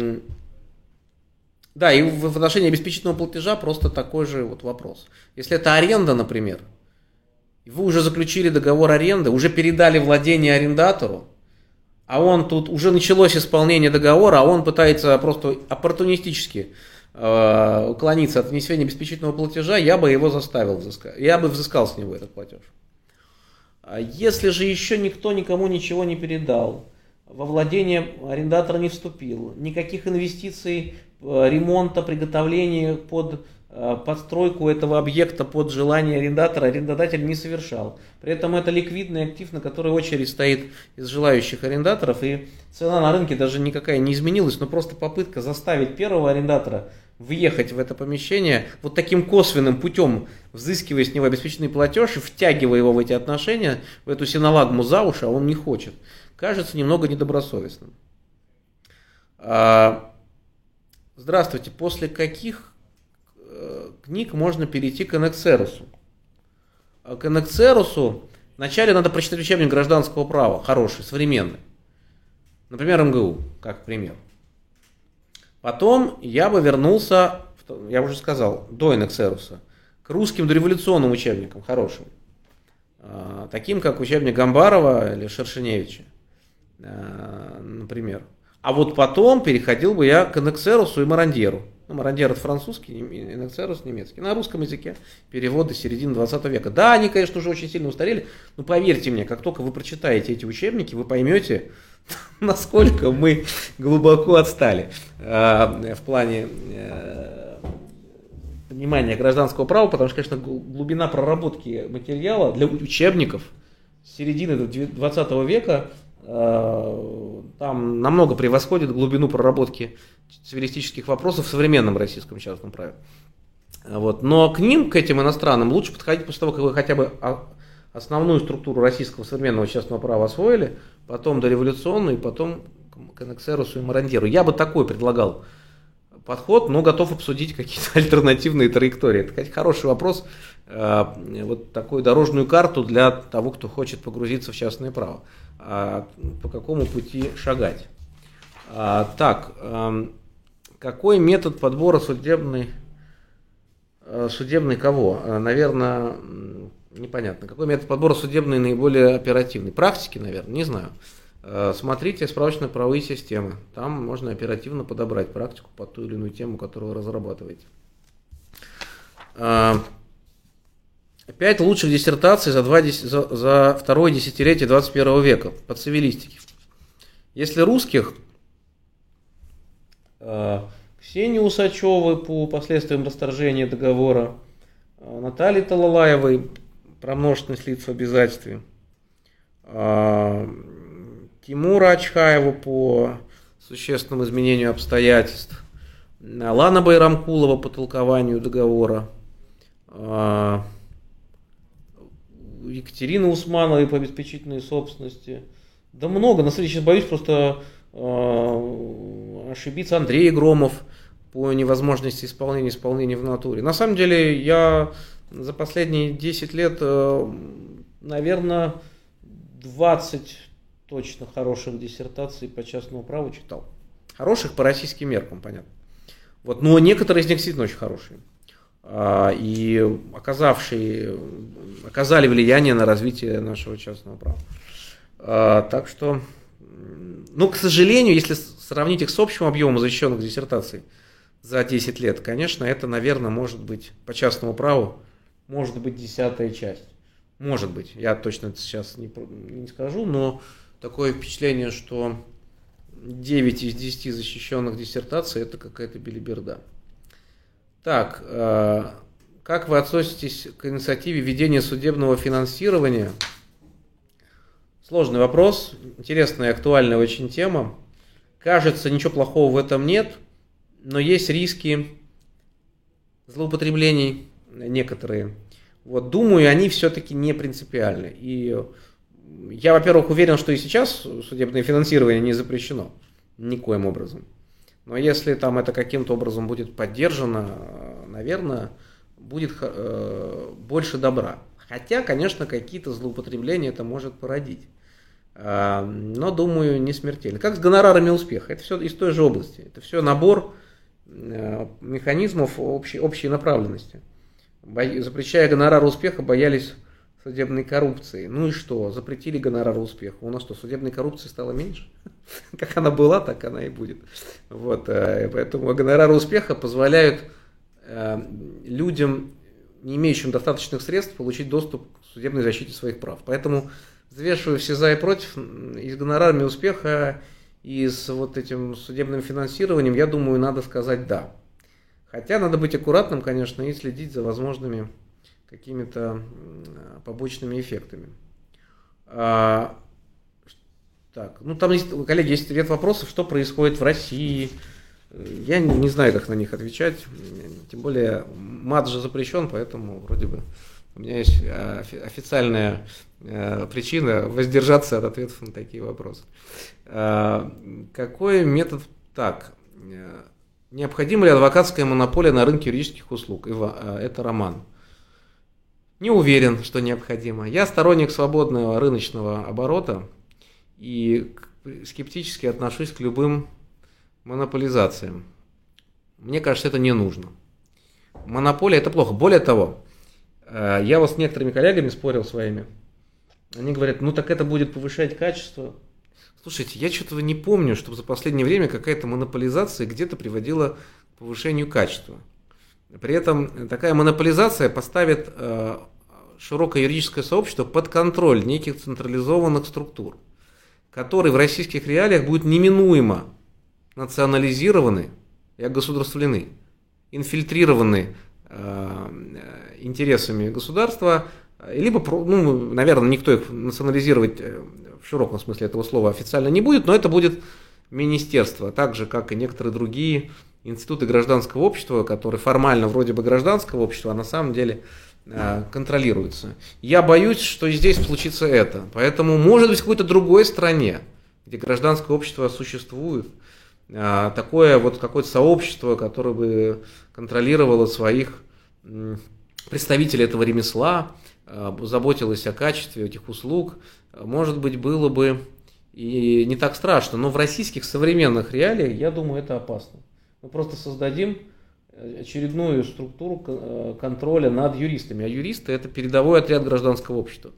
Да, и в отношении обеспечительного платежа просто такой же вот вопрос. Если это аренда, например, вы уже заключили договор аренды, уже передали владение арендатору, а он тут, уже началось исполнение договора, а он пытается просто оппортунистически э, уклониться от внесения обеспечительного платежа, я бы его заставил взыскать, я бы взыскал с него этот платеж. А если же еще никто никому ничего не передал, во владение арендатора не вступил, никаких инвестиций, ремонта, приготовления под подстройку этого объекта под желание арендатора арендодатель не совершал. При этом это ликвидный актив, на который очередь стоит из желающих арендаторов, и цена на рынке даже никакая не изменилась, но просто попытка заставить первого арендатора въехать в это помещение вот таким косвенным путем, взыскивая с него обеспеченный платеж и втягивая его в эти отношения, в эту синолагму за уши, а он не хочет, кажется немного недобросовестным. Здравствуйте, после каких книг можно перейти к Энексерусу? К Энексерусу вначале надо прочитать учебник гражданского права, хороший, современный. Например, эм гэ у, как пример. Потом я бы вернулся, я уже сказал, до Энексеруса, к русским дореволюционным учебникам, хорошим. Таким, как учебник Гамбарова или Шершеневича, например. А вот потом переходил бы я к Энексерусу и Марандьеру. Ну, Марандьер это французский, Энексерус немецкий. На русском языке переводы середины двадцатого века. Да, они, конечно, уже очень сильно устарели, но поверьте мне, как только вы прочитаете эти учебники, вы поймете, насколько мы глубоко отстали в плане понимания гражданского права, потому что, конечно, глубина проработки материала для учебников с середины двадцатого века там намного превосходит глубину проработки цивилистических вопросов в современном российском частном праве. Вот. Но к ним, к этим иностранным, лучше подходить после того, как вы хотя бы основную структуру российского современного частного права освоили, потом дореволюционную, и потом к Энексерусу и Марандьеру. Я бы такой предлагал подход, но готов обсудить какие-то альтернативные траектории. Это, кстати, хороший вопрос. Вот такую дорожную карту для того, кто хочет погрузиться в частное право. По какому пути шагать? Так, какой метод подбора судебный, судебный кого? Наверное, непонятно. Какой метод подбора судебный наиболее оперативный? Практики, наверное, не знаю. Смотрите справочно-правовые системы. Там можно оперативно подобрать практику под ту или иную тему, которую вы разрабатываете. Пять лучших диссертаций за, два, за, за второе десятилетие двадцать первого века по цивилистике. Если русских, Ксении Усачевой по последствиям расторжения договора, Натальи Талалаевой про множественность лиц в обязательстве, Тимура Ачхаева по существенному изменению обстоятельств, Лана Байрамкулова по толкованию договора, Екатерина Усмановой по обеспечительной собственности. Да много, на самом деле сейчас боюсь просто ошибиться. Андрей Громов по невозможности исполнения исполнения в натуре. На самом деле я за последние десять лет, наверное, двадцать точно хороших диссертаций по частному праву читал. Хороших по российским меркам, понятно. Вот, но некоторые из них действительно очень хорошие. И оказавшие, оказали влияние на развитие нашего частного права. Так что, ну, к сожалению, если сравнить их с общим объемом защищенных диссертаций за десять лет, конечно, это, наверное, может быть по частному праву, может быть десятая часть. Может быть, я точно это сейчас не, не скажу, но такое впечатление, что девять из десяти защищенных диссертаций – это какая-то белиберда. Так, э, как вы относитесь к инициативе введения судебного финансирования? Сложный вопрос, интересная и актуальная очень тема. Кажется, ничего плохого в этом нет, но есть риски злоупотреблений некоторые. Вот, думаю, они все-таки не принципиальны. И я, во-первых, уверен, что и сейчас судебное финансирование не запрещено никоим образом. Но если там это каким-то образом будет поддержано, наверное, будет э, больше добра. Хотя, конечно, какие-то злоупотребления это может породить. Э, но, думаю, не смертельно. Как с гонорарами успеха. Это все из той же области. Это все набор э, механизмов общей, общей направленности. Бо... Запрещая гонорары успеха, боялись судебной коррупции. Ну и что? Запретили гонорары успеха. У нас что, судебной коррупции стало меньше? Как она была, так она и будет. Вот, поэтому гонорары успеха позволяют людям, не имеющим достаточных средств, получить доступ к судебной защите своих прав. Поэтому, взвешивая все за и против, и с гонорарами успеха, и с вот этим судебным финансированием, я думаю, надо сказать «да». Хотя надо быть аккуратным, конечно, и следить за возможными какими-то побочными эффектами. А, так, ну там есть, коллеги, есть ряд вопросов, что происходит в России. Я не, не знаю, как на них отвечать. Тем более мат же запрещен, поэтому вроде бы у меня есть официальная причина воздержаться от ответов на такие вопросы. А, какой метод? Так, необходима ли адвокатская монополия на рынке юридических услуг? Это Роман. Не уверен, что необходимо. Я сторонник свободного рыночного оборота и скептически отношусь к любым монополизациям. Мне кажется, это не нужно. Монополия – это плохо. Более того, я вот с некоторыми коллегами спорил своими. Они говорят, ну так это будет повышать качество. Слушайте, я что-то не помню, чтобы за последнее время какая-то монополизация где-то приводила к повышению качества. При этом такая монополизация поставит э, широкое юридическое сообщество под контроль неких централизованных структур, которые в российских реалиях будут неминуемо национализированы и огосударствлены, инфильтрированы э, интересами государства, либо, ну, наверное, никто их национализировать в широком смысле этого слова официально не будет, но это будет министерство, так же, как и некоторые другие институты гражданского общества, которые формально вроде бы гражданского общества, а на самом деле э, контролируются. Я боюсь, что и здесь случится это. Поэтому, может быть, в какой-то другой стране, где гражданское общество существует, э, такое вот какое-то сообщество, которое бы контролировало своих э, представителей этого ремесла, э, заботилось о качестве этих услуг, может быть, было бы и не так страшно. Но в российских современных реалиях, я думаю, это опасно. Мы просто создадим очередную структуру контроля над юристами. А юристы – это передовой отряд гражданского общества.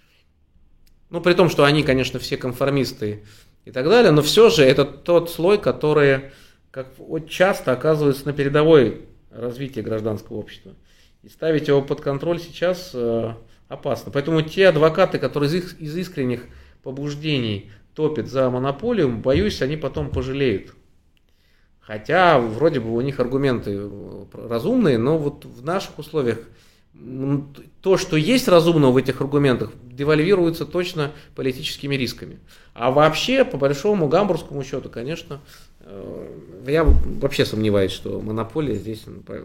Ну, при том, что они, конечно, все конформисты и так далее, но все же это тот слой, который как часто оказывается на передовой развития гражданского общества. И ставить его под контроль сейчас опасно. Поэтому те адвокаты, которые из искренних побуждений топят за монополию, боюсь, они потом пожалеют. Хотя, вроде бы, у них аргументы разумные, но вот в наших условиях то, что есть разумного в этих аргументах, девальвируется точно политическими рисками. А вообще, по большому гамбургскому счету, конечно, я вообще сомневаюсь, что монополия здесь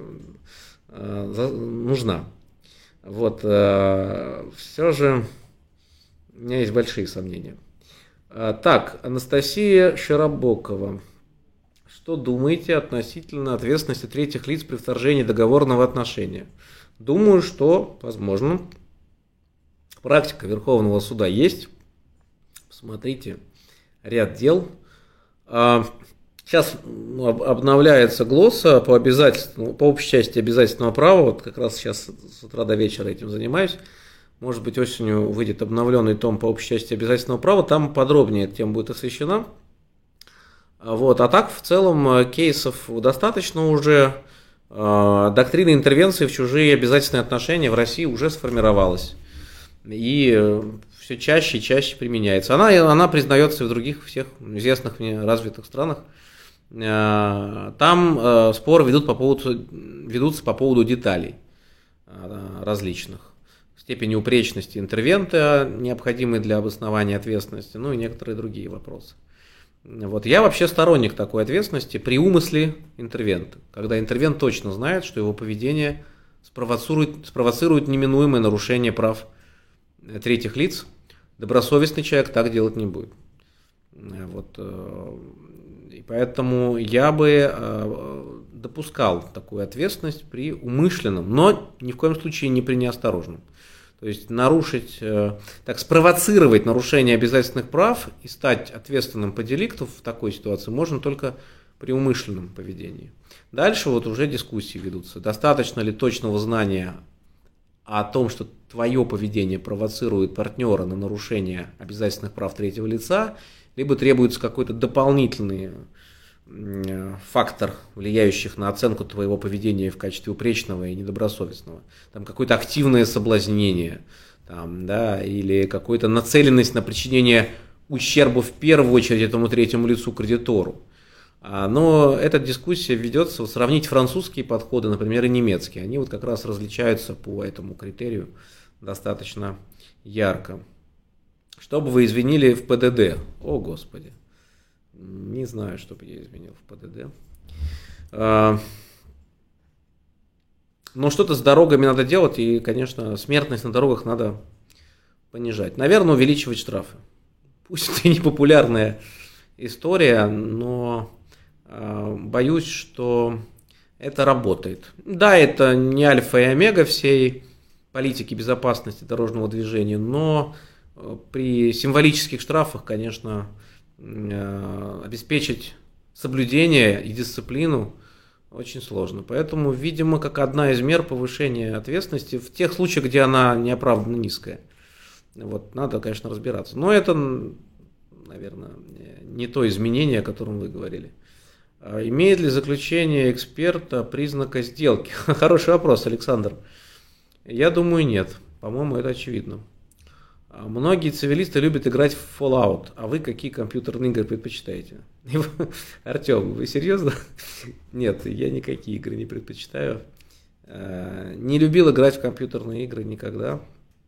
нужна. Вот, все же у меня есть большие сомнения. Так, Анастасия Широбокова. Что думаете относительно ответственности третьих лиц при вторжении договорного отношения? Думаю, что, возможно, практика Верховного суда есть. Посмотрите ряд дел. Сейчас ну, обновляется ГЛОССа по обязательству, по общей части обязательного права. Вот как раз сейчас с утра до вечера этим занимаюсь. Может быть, осенью выйдет обновленный том по общей части обязательного права. Там подробнее эта тема будет освещена. Вот. А так, в целом, кейсов достаточно уже. Доктрина интервенции в чужие обязательные отношения в России уже сформировалась. И все чаще и чаще применяется. Она, она признается и в других всех известных мне развитых странах. Там споры ведут по поводу, ведутся по поводу деталей различных. Степени упречности интервента, необходимой для обоснования ответственности, ну и некоторые другие вопросы. Вот. Я вообще сторонник такой ответственности при умысле интервента, когда интервент точно знает, что его поведение спровоцирует, спровоцирует неминуемое нарушение прав третьих лиц. Добросовестный человек так делать не будет. Вот. И поэтому я бы допускал такую ответственность при умышленном, но ни в коем случае не при неосторожном. То есть нарушить, так спровоцировать нарушение обязательных прав и стать ответственным по деликту в такой ситуации можно только при умышленном поведении. Дальше вот уже дискуссии ведутся. Достаточно ли точного знания о том, что твое поведение провоцирует партнера на нарушение обязательных прав третьего лица, либо требуется какой-то дополнительный фактор, влияющий на оценку твоего поведения в качестве упречного и недобросовестного. Там какое-то активное соблазнение, там, да, или какая-то нацеленность на причинение ущерба в первую очередь этому третьему лицу, кредитору. Но эта дискуссия ведется, вот, сравнить французские подходы, например, и немецкие. Они вот как раз различаются по этому критерию достаточно ярко. Что бы вы изменили в ПДД? О, Господи. Не знаю, что бы я изменил в ПДД. Но что-то с дорогами надо делать, и, конечно, смертность на дорогах надо понижать. Наверное, увеличивать штрафы. Пусть это и непопулярная история, но боюсь, что это работает. Да, это не альфа и омега всей политики безопасности дорожного движения, но при символических штрафах, конечно, обеспечить соблюдение и дисциплину очень сложно. Поэтому, видимо, как одна из мер повышения ответственности в тех случаях, где она неоправданно низкая. Вот, надо, конечно, разбираться. Но это, наверное, не то изменение, о котором вы говорили. Имеет ли заключение эксперта признака сделки? Хороший вопрос, Александр. Я думаю, нет. По-моему, это очевидно. Многие цивилисты любят играть в Fallout, а вы какие компьютерные игры предпочитаете? Артем, вы серьезно? Нет, я никакие игры не предпочитаю. Не любил играть в компьютерные игры никогда.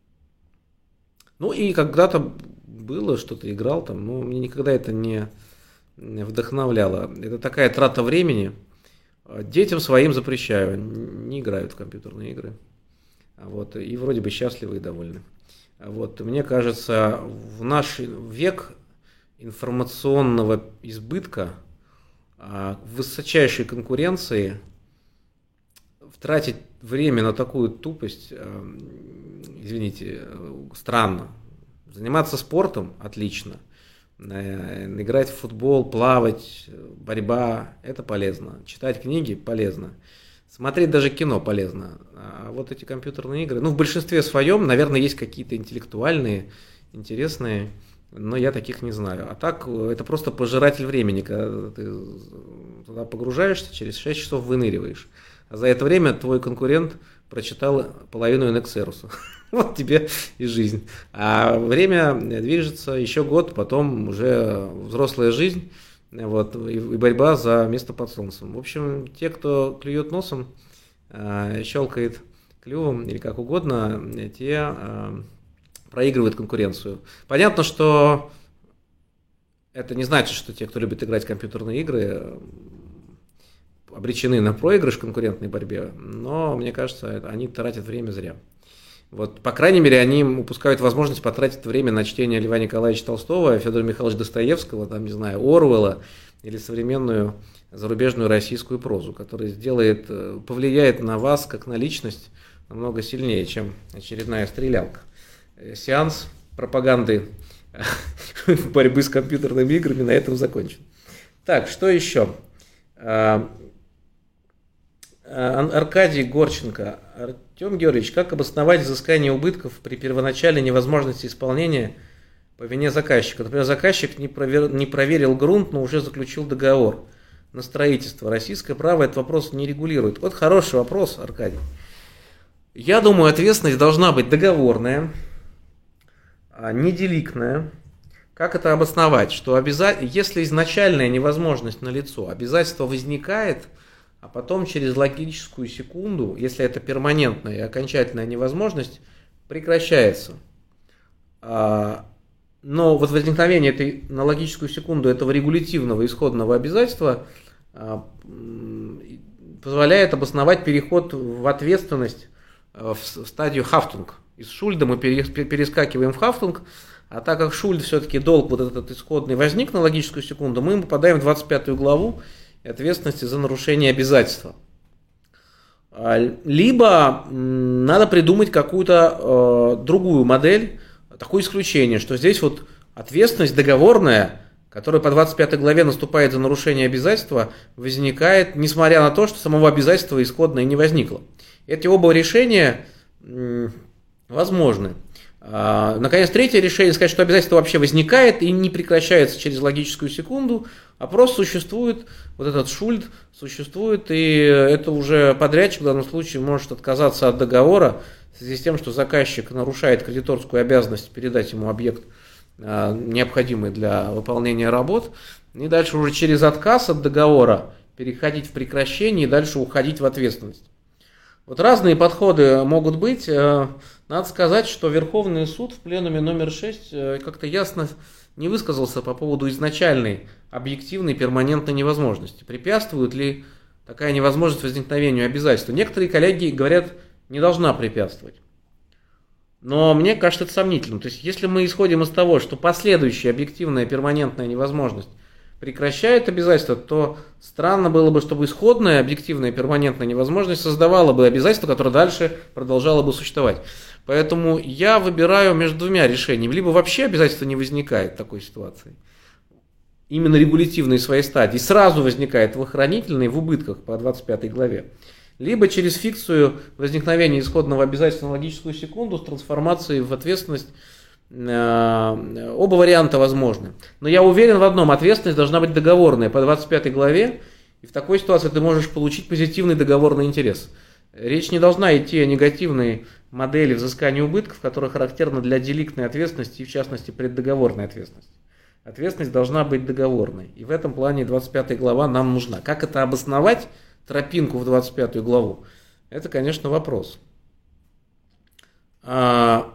Ну и когда-то было, что-то играл там, но мне никогда это не вдохновляло. Это такая трата времени. Детям своим запрещаю, не играют в компьютерные игры. Вот, и вроде бы счастливы и довольны. Вот, мне кажется, в наш век информационного избытка, в высочайшей конкуренции, тратить время на такую тупость, извините, странно. Заниматься спортом – отлично. Играть в футбол, плавать, борьба – это полезно. Читать книги – полезно. Смотреть даже кино полезно. А вот эти компьютерные игры, ну, в большинстве своем, наверное, есть какие-то интеллектуальные, интересные, но я таких не знаю. А так, это просто пожиратель времени, когда ты туда погружаешься, через шесть часов выныриваешь. А за это время твой конкурент прочитал половину Инексеруса. Вот тебе и жизнь. А время движется еще год, потом уже взрослая жизнь. Вот, и борьба за место под солнцем. В общем, те, кто клюет носом, щелкает клювом или как угодно, те проигрывают конкуренцию. Понятно, что это не значит, что те, кто любит играть в компьютерные игры, обречены на проигрыш в конкурентной борьбе, но, мне кажется, они тратят время зря. Вот, по крайней мере, они упускают возможность потратить время на чтение Льва Николаевича Толстого, Федора Михайловича Достоевского, там, не знаю, Оруэлла или современную зарубежную российскую прозу, которая сделает, повлияет на вас, как на личность, намного сильнее, чем очередная стрелялка. Сеанс пропаганды борьбы с компьютерными играми на этом закончен. Так, что еще? Аркадий Горченко. Артем Георгиевич, как обосновать взыскание убытков при первоначальной невозможности исполнения по вине заказчика? Например, заказчик не, провер... не проверил грунт, но уже заключил договор на строительство. Российское право этот вопрос не регулирует. Вот хороший вопрос, Аркадий. Я думаю, ответственность должна быть договорная, неделиктная. Как это обосновать? Что обяза... если изначальная невозможность налицо, обязательство возникает, а потом через логическую секунду, если это перманентная и окончательная невозможность, прекращается. Но вот возникновение этой на логическую секунду этого регулятивного исходного обязательства позволяет обосновать переход в ответственность в стадию хафтунг. Из шульда мы перескакиваем в хафтунг, а так как шульд все-таки долг вот этот исходный возник на логическую секунду, мы попадаем в двадцать пятую главу ответственности за нарушение обязательства. Либо надо придумать какую-то э, другую модель, такое исключение, что здесь вот ответственность договорная, которая по двадцать пятой главе наступает за нарушение обязательства, возникает, несмотря на то, что самого обязательства исходное не возникло. Эти оба решения м, возможны. А, наконец, третье решение, сказать, что обязательство вообще возникает и не прекращается через логическую секунду, а просто существует вот этот шульд, существует, и это уже подрядчик в данном случае может отказаться от договора в связи с тем, что заказчик нарушает кредиторскую обязанность передать ему объект, необходимый для выполнения работ, и дальше уже через отказ от договора переходить в прекращение и дальше уходить в ответственность. Вот разные подходы могут быть. Надо сказать, что Верховный суд в пленуме номер шесть как-то ясно не высказался по поводу изначальной объективной перманентной невозможности. Препятствует ли такая невозможность возникновению обязательства? Некоторые коллеги говорят, не должна препятствовать. Но мне кажется, это сомнительно. То есть, если мы исходим из того, что последующая объективная перманентная невозможность прекращает обязательства, то странно было бы, чтобы исходная объективная перманентная невозможность создавала бы обязательство, которое дальше продолжало бы существовать. Поэтому я выбираю между двумя решениями. Либо вообще обязательство не возникает в такой ситуации, именно регулятивной своей стадии, сразу возникает в охранительной в убытках по двадцать пятой главе. Либо через фикцию возникновения исходного обязательства на логическую секунду с трансформацией в ответственность. Оба варианта возможны. Но я уверен в одном, ответственность должна быть договорная по двадцать пятой главе, и в такой ситуации ты можешь получить позитивный договорный интерес. Речь не должна идти о негативной модели взыскания убытков, которая характерна для деликтной ответственности и в частности преддоговорной ответственности. Ответственность должна быть договорной. И в этом плане двадцать пятая глава нам нужна. Как это обосновать, тропинку в двадцать пятую главу? Это, конечно, вопрос. А...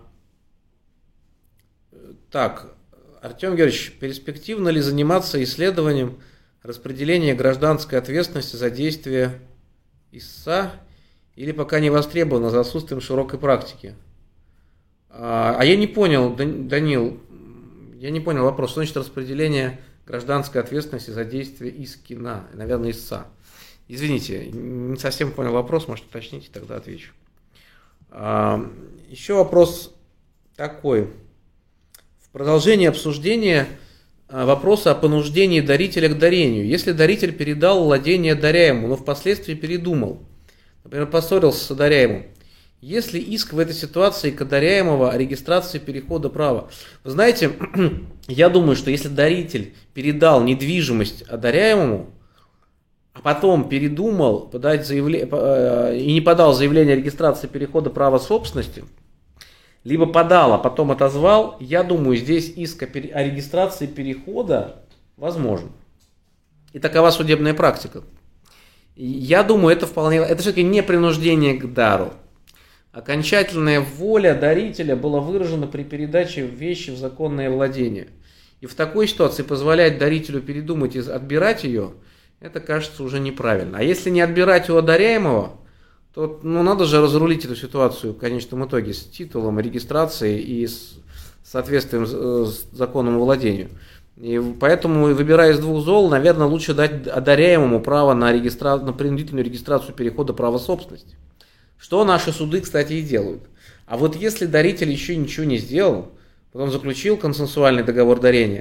Так, Артем Георгиевич, перспективно ли заниматься исследованием распределения гражданской ответственности за действия ИСА или пока не востребовано за отсутствием широкой практики? А, а я не понял, Данил, я не понял вопрос, что значит распределение гражданской ответственности за действия ИСКИНа, наверное, ИСА. Извините, не совсем понял вопрос, может уточните, тогда отвечу. А, еще вопрос такой. В продолжении обсуждения вопроса о понуждении дарителя к дарению. Если даритель передал владение даряемому, но впоследствии передумал, например, поссорился с одаряемым, есть ли иск в этой ситуации к одаряемого о регистрации перехода права? Вы знаете, я думаю, что если даритель передал недвижимость одаряемому, а потом передумал подать заявление и не подал заявление о регистрации перехода права собственности, либо подал, а потом отозвал, я думаю, здесь иск о регистрации перехода возможен. И такова судебная практика. Я думаю, это вполне, это все-таки не принуждение к дару. Окончательная воля дарителя была выражена при передаче вещи в законное владение. И в такой ситуации позволять дарителю передумать и отбирать ее, это кажется уже неправильно. А если не отбирать у одаряемого, то ну, надо же разрулить эту ситуацию в конечном итоге с титулом, регистрацией и с соответствием с законному владению. И поэтому, выбирая из двух зол, наверное, лучше дать одаряемому право на, регистра... на принудительную регистрацию перехода права собственности. Что наши суды, кстати, и делают. А вот если даритель еще ничего не сделал, потом заключил консенсуальный договор дарения,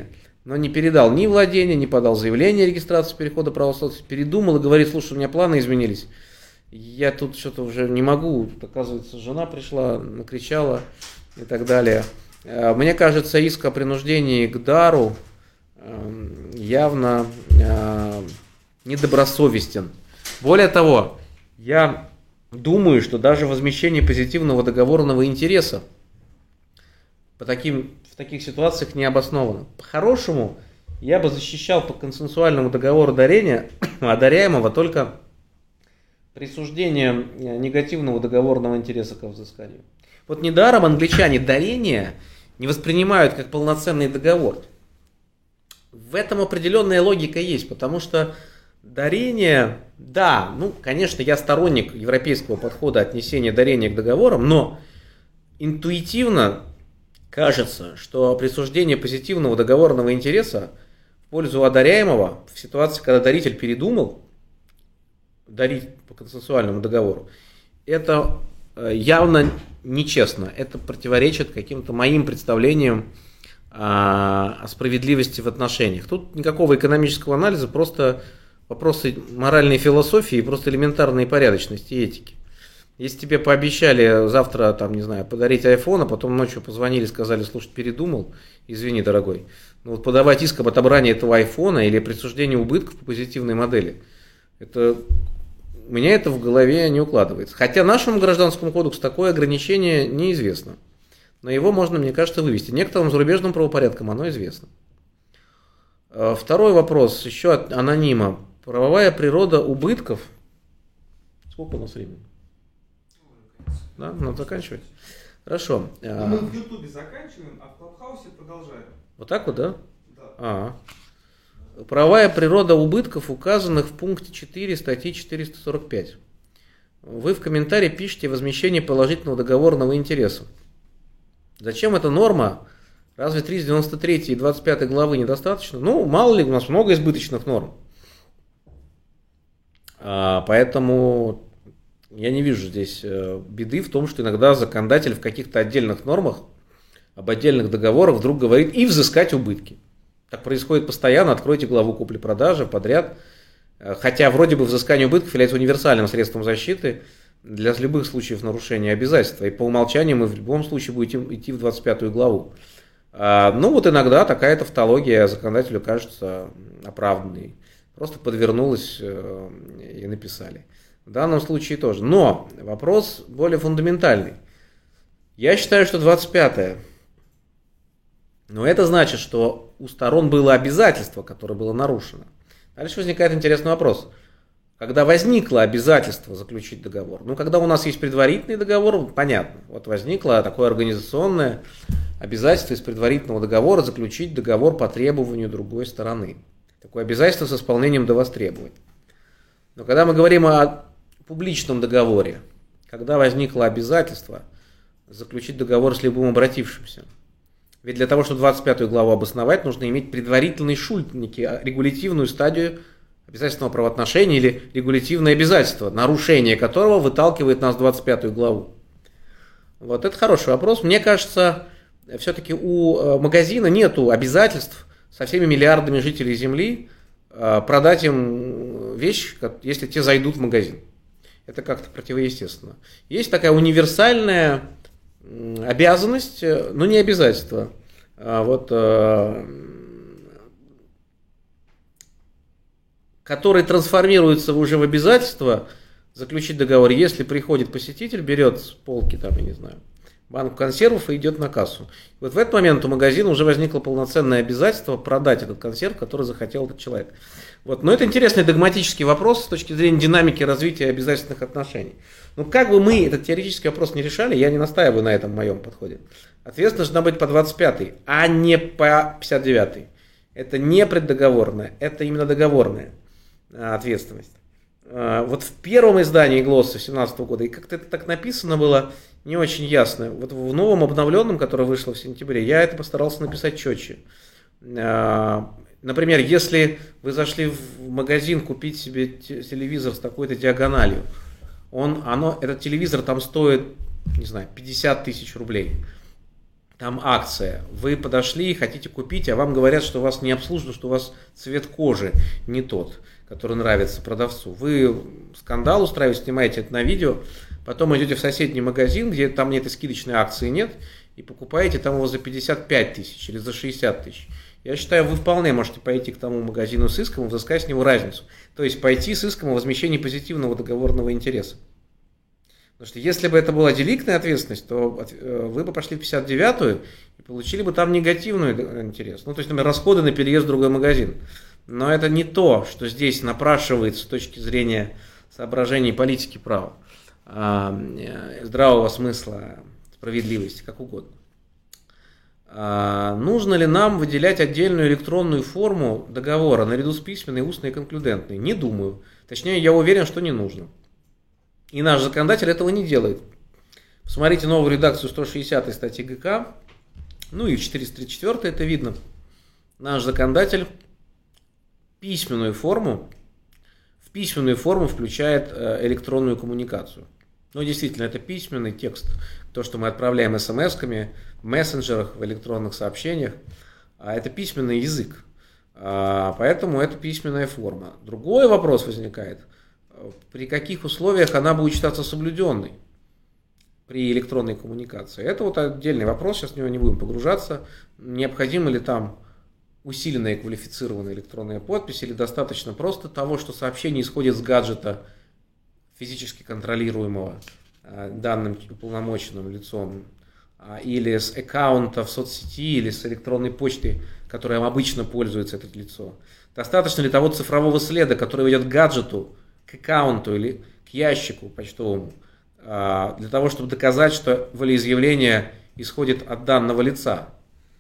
но не передал ни владения, не подал заявление о регистрации перехода права собственности, передумал и говорит: слушай, у меня планы изменились, я тут что-то уже не могу, оказывается, жена пришла, накричала и так далее. Мне кажется, иск о принуждении к дару явно недобросовестен. Более того, я думаю, что даже возмещение позитивного договорного интереса по таким, в таких ситуациях не обосновано. По-хорошему, я бы защищал по консенсуальному договору дарения одаряемого только присуждение негативного договорного интереса к взысканию. Вот недаром англичане дарение не воспринимают как полноценный договор. В этом определенная логика есть, потому что дарение, да, ну, конечно, я сторонник европейского подхода отнесения дарения к договорам, но интуитивно кажется, что присуждение позитивного договорного интереса в пользу одаряемого в ситуации, когда даритель передумал дарить по консенсуальному договору, это явно нечестно, это противоречит каким-то моим представлениям о справедливости в отношениях. Тут никакого экономического анализа, просто вопросы моральной философии и просто элементарной порядочности и этики. Если тебе пообещали завтра, там, не знаю, подарить айфон, а потом ночью позвонили, сказали: слушай, передумал, извини, дорогой. Ну вот подавать иск об отобрании этого айфона или присуждение убытков по позитивной модели, это... у меня это в голове не укладывается. Хотя нашему гражданскому кодексу такое ограничение неизвестно. Но его можно, мне кажется, вывести. Некоторым зарубежным правопорядкам оно известно. Второй вопрос, еще от анонима. Правовая природа убытков. Сколько у нас времени? Да, надо заканчивать. Хорошо. Мы в Ютубе заканчиваем, а в Клабхаусе продолжаем. Вот так вот, да? Да. А. Правовая природа убытков, указанных в пункте четыре статьи четыреста сорок пять. Вы в комментарии пишете возмещение положительного договорного интереса. Зачем эта норма? Разве триста девяносто третьей и двадцать пятой главы недостаточно? Ну, мало ли, у нас много избыточных норм. А, поэтому я не вижу здесь беды в том, что иногда законодатель в каких-то отдельных нормах, об отдельных договорах вдруг говорит: и взыскать убытки. Так происходит постоянно. Откройте главу купли-продажи подряд. Хотя вроде бы взыскание убытков является универсальным средством защиты для любых случаев нарушения обязательства. И по умолчанию мы в любом случае будем идти в двадцать пятую главу. Ну вот иногда такая тавтология законодателю кажется оправданной. Просто подвернулась и написали. В данном случае тоже. Но вопрос более фундаментальный. Я считаю, что двадцать пятая. Но это значит, что у сторон было обязательство, которое было нарушено. Дальше возникает интересный вопрос. Когда возникло обязательство заключить договор? Ну, когда у нас есть предварительный договор, понятно. Вот возникло такое организационное обязательство из предварительного договора заключить договор по требованию другой стороны. Такое обязательство с исполнением до востребования. Но когда мы говорим о публичном договоре, когда возникло обязательство заключить договор с любым обратившимся, ведь для того, чтобы двадцать пятую главу обосновать, нужно иметь предварительный шультники, регулятивную стадию обязательственного правоотношения или регулятивное обязательство, нарушение которого выталкивает нас в двадцать пятую главу. Вот это хороший вопрос. Мне кажется, все-таки у магазина нету обязательств со всеми миллиардами жителей Земли продать им вещь, если те зайдут в магазин. Это как-то противоестественно. Есть такая универсальная обязанность, но не обязательство. Вот, который трансформируется уже в обязательство заключить договор, если приходит посетитель, берет с полки, там, я не знаю, банку консервов и идет на кассу. Вот в этот момент у магазина уже возникло полноценное обязательство продать этот консерв, который захотел этот человек. Вот. Но это интересный догматический вопрос с точки зрения динамики развития обязательственных отношений. Ну, как бы мы этот теоретический вопрос не решали, я не настаиваю на этом моем подходе. Ответственность должна быть по двадцать пятой, а не по пятьдесят девятой. Это не преддоговорная, это именно договорная ответственность. Вот в первом издании ГЛОСа две тысячи семнадцатого года, и как-то это так написано было, не очень ясно. Вот в новом обновленном, которое вышло в сентябре, я это постарался написать четче. Например, если вы зашли в магазин купить себе телевизор с такой-то диагональю, он, оно, этот телевизор там стоит, не знаю, пятьдесят тысяч рублей. там акция, вы подошли, хотите купить, а вам говорят, что вас не обслужено, что у вас цвет кожи не тот, который нравится продавцу. Вы скандал устраиваете, снимаете это на видео, потом идете в соседний магазин, где там этой скидочной акции нет, и покупаете там его за пятьдесят пять тысяч или за шестьдесят тысяч. Я считаю, вы вполне можете пойти к тому магазину с иском и взыскать с него разницу. То есть пойти с иском о возмещении позитивного договорного интереса. Потому что если бы это была деликтная ответственность, то вы бы пошли в пятьдесят девятую и получили бы там негативный интерес. Ну, то есть, например, расходы на переезд в другой магазин. Но это не то, что здесь напрашивается с точки зрения соображений политики права, здравого смысла, справедливости, как угодно. А, нужно ли нам выделять отдельную электронную форму договора наряду с письменной, устной и конклюдентной? Не думаю. Точнее, я уверен, что не нужно. И наш законодатель этого не делает. Посмотрите новую редакцию сто шестидесятой статьи ГК, ну и в четыреста тридцать четвёртой это видно. Наш законодатель письменную форму, в письменную форму включает электронную коммуникацию. Ну, действительно, это письменный текст. То, что мы отправляем смс-ками, в мессенджерах, в электронных сообщениях, это письменный язык. Поэтому это письменная форма. Другой вопрос возникает. При каких условиях она будет считаться соблюденной при электронной коммуникации? Это вот отдельный вопрос, сейчас в него не будем погружаться. Необходима ли там усиленная и квалифицированная электронная подпись, или достаточно просто того, что сообщение исходит с гаджета, физически контролируемого данным уполномоченным лицом, или с аккаунта в соцсети, или с электронной почты, которой обычно пользуется это лицо. Достаточно ли того цифрового следа, который ведет к гаджету, к аккаунту или к ящику почтовому, для того, чтобы доказать, что волеизъявление исходит от данного лица.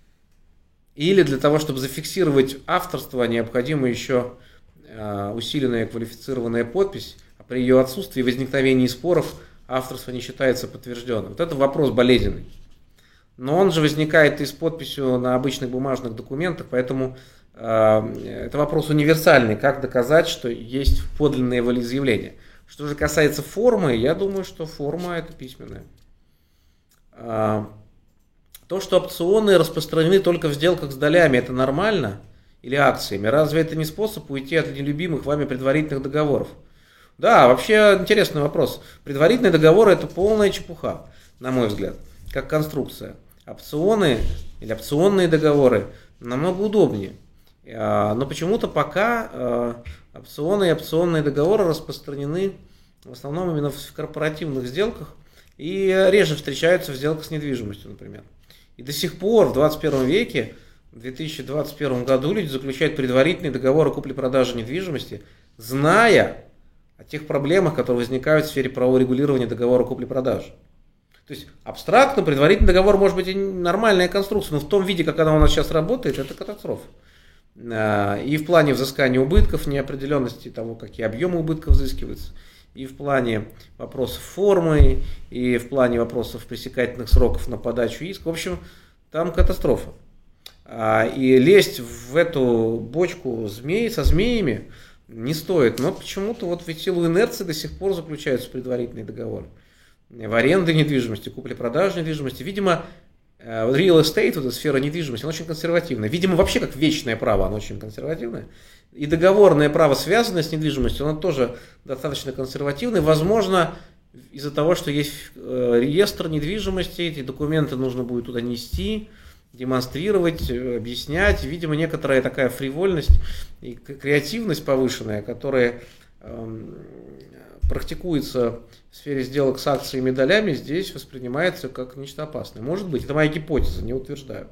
Или для того, чтобы зафиксировать авторство, необходима еще усиленная квалифицированная подпись, а при ее отсутствии и возникновении споров авторство не считается подтвержденным. Вот это вопрос болезненный. Но он же возникает и с подписью на обычных бумажных документах, поэтому э, это вопрос универсальный, как доказать, что есть подлинное волеизъявление. Что же касается формы, я думаю, что форма это письменная. Э, то, что опционы распространены только в сделках с долями, это нормально? Или акциями? Разве это не способ уйти от нелюбимых вами предварительных договоров? Да, вообще интересный вопрос. Предварительные договоры это полная чепуха, на мой взгляд, как конструкция. Опционы или опционные договоры намного удобнее. Но почему-то пока опционы и опционные договоры распространены в основном именно в корпоративных сделках и реже встречаются в сделках с недвижимостью, например. И до сих пор в двадцать первом веке, в две тысячи двадцать первом году люди заключают предварительные договоры купли-продажи недвижимости, зная о тех проблемах, которые возникают в сфере правового регулирования договора купли-продажи. То есть абстрактно предварительный договор может быть и нормальная конструкция, но в том виде, как она у нас сейчас работает, это катастрофа. И в плане взыскания убытков, неопределенности того, какие объемы убытков взыскиваются, и в плане вопросов формы, и в плане вопросов пресекательных сроков на подачу иска. В общем, там катастрофа. И лезть в эту бочку змей со змеями не стоит, но почему-то вот в силу инерции до сих пор заключаются предварительные договоры. В аренде недвижимости, купле-продаже недвижимости. Видимо, real estate, вот эта сфера недвижимости, она очень консервативная. Видимо, вообще как вечное право, она очень консервативная. И договорное право, связанное с недвижимостью, оно тоже достаточно консервативное. Возможно, из-за того, что есть реестр недвижимости, эти документы нужно будет туда нести, демонстрировать, объяснять. Видимо, некоторая такая фривольность и креативность повышенная, которая эм, практикуется в сфере сделок с акциями и долями, здесь воспринимается как нечто опасное. Может быть, это моя гипотеза, не утверждаю.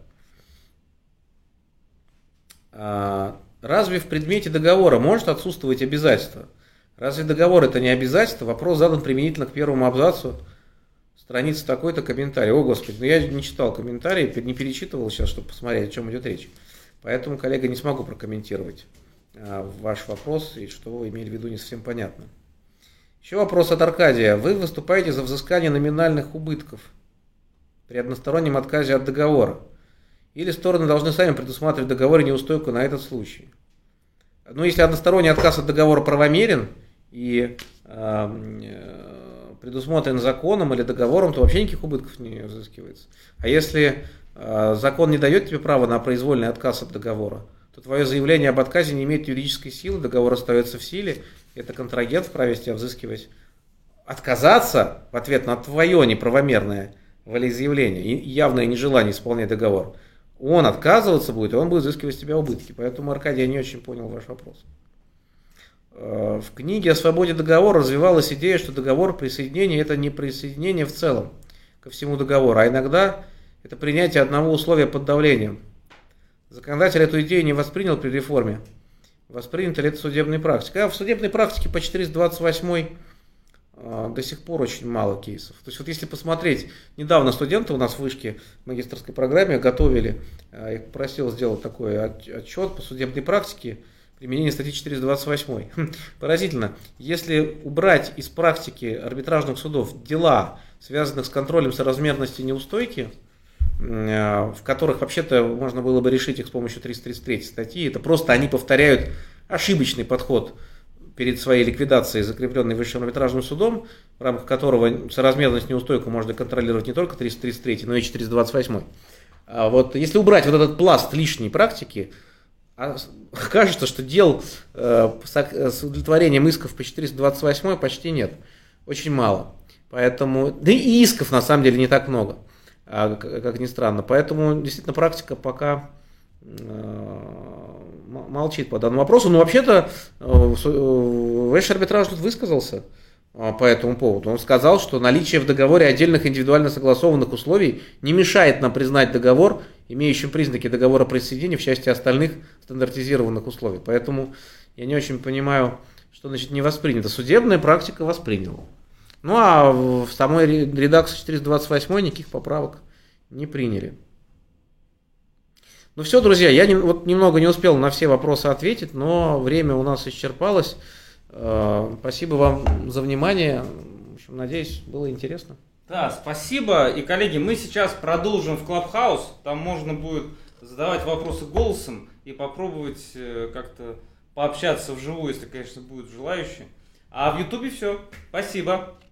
А разве в предмете договора может отсутствовать обязательство? Разве договор это не обязательство? Вопрос задан применительно к первому абзацу. Страница такой-то, комментарий. О, Господи, ну я не читал комментарий, не перечитывал сейчас, чтобы посмотреть, о чем идет речь. Поэтому, коллега, не смогу прокомментировать а, ваш вопрос, и что вы имели в виду, не совсем понятно. Еще вопрос от Аркадия. Вы выступаете за взыскание номинальных убытков при одностороннем отказе от договора? Или стороны должны сами предусматривать в договоре неустойку на этот случай? Ну, если односторонний отказ от договора правомерен, и э, предусмотрен законом или договором, то вообще никаких убытков не взыскивается. А если э, закон не дает тебе права на произвольный отказ от договора, то твое заявление об отказе не имеет юридической силы, договор остается в силе, это контрагент вправе с тебя взыскивать. Отказаться в ответ на твое неправомерное волеизъявление и явное нежелание исполнять договор, он отказываться будет, и он будет взыскивать с тебя убытки. Поэтому, Аркадий, я не очень понял ваш вопрос. В книге о свободе договора развивалась идея, что договор присоединения – это не присоединение в целом ко всему договору, а иногда это принятие одного условия под давлением. Законодатель эту идею не воспринял при реформе. Воспринято ли это судебной практикой? А в судебной практике по четыреста двадцать восьмой до сих пор очень мало кейсов. То есть вот если посмотреть, недавно студенты у нас в вышке в магистерской программе готовили, я их попросил сделать такой отчет по судебной практике применения статьи четыреста двадцать восемь. Поразительно, если убрать из практики арбитражных судов дела, связанных с контролем соразмерности и неустойки, в которых вообще-то можно было бы решить их с помощью триста тридцать третьей статьи, это просто они повторяют ошибочный подход перед своей ликвидацией, закрепленной Высшим арбитражным судом, в рамках которого соразмерность и неустойку можно контролировать не только триста тридцать третьей, но и четыреста двадцать восьмой. А вот если убрать вот этот пласт лишней практики, кажется, что дел э, с удовлетворением исков по четыреста двадцать восьмой почти нет, очень мало. Поэтому, да и исков на самом деле не так много, как ни странно. Поэтому действительно практика пока молчит по данному вопросу. Но вообще-то Высший арбитражный суд высказался по этому поводу. Он сказал, что наличие в договоре отдельных индивидуально согласованных условий не мешает нам признать договор, имеющим признаки договора присоединения в части остальных стандартизированных условий. Поэтому я не очень понимаю, что значит не воспринято. Судебная практика восприняла. Ну а в самой редакции четыреста двадцать восьмой никаких поправок не приняли. Ну все, друзья, я не, вот немного не успел на все вопросы ответить, но время у нас исчерпалось. Спасибо вам за внимание. В общем, надеюсь, было интересно. Да, спасибо. И, коллеги, мы сейчас продолжим в Clubhouse. Там можно будет задавать вопросы голосом и попробовать как-то пообщаться вживую, если, конечно, будут желающие. А в Ютубе все. Спасибо.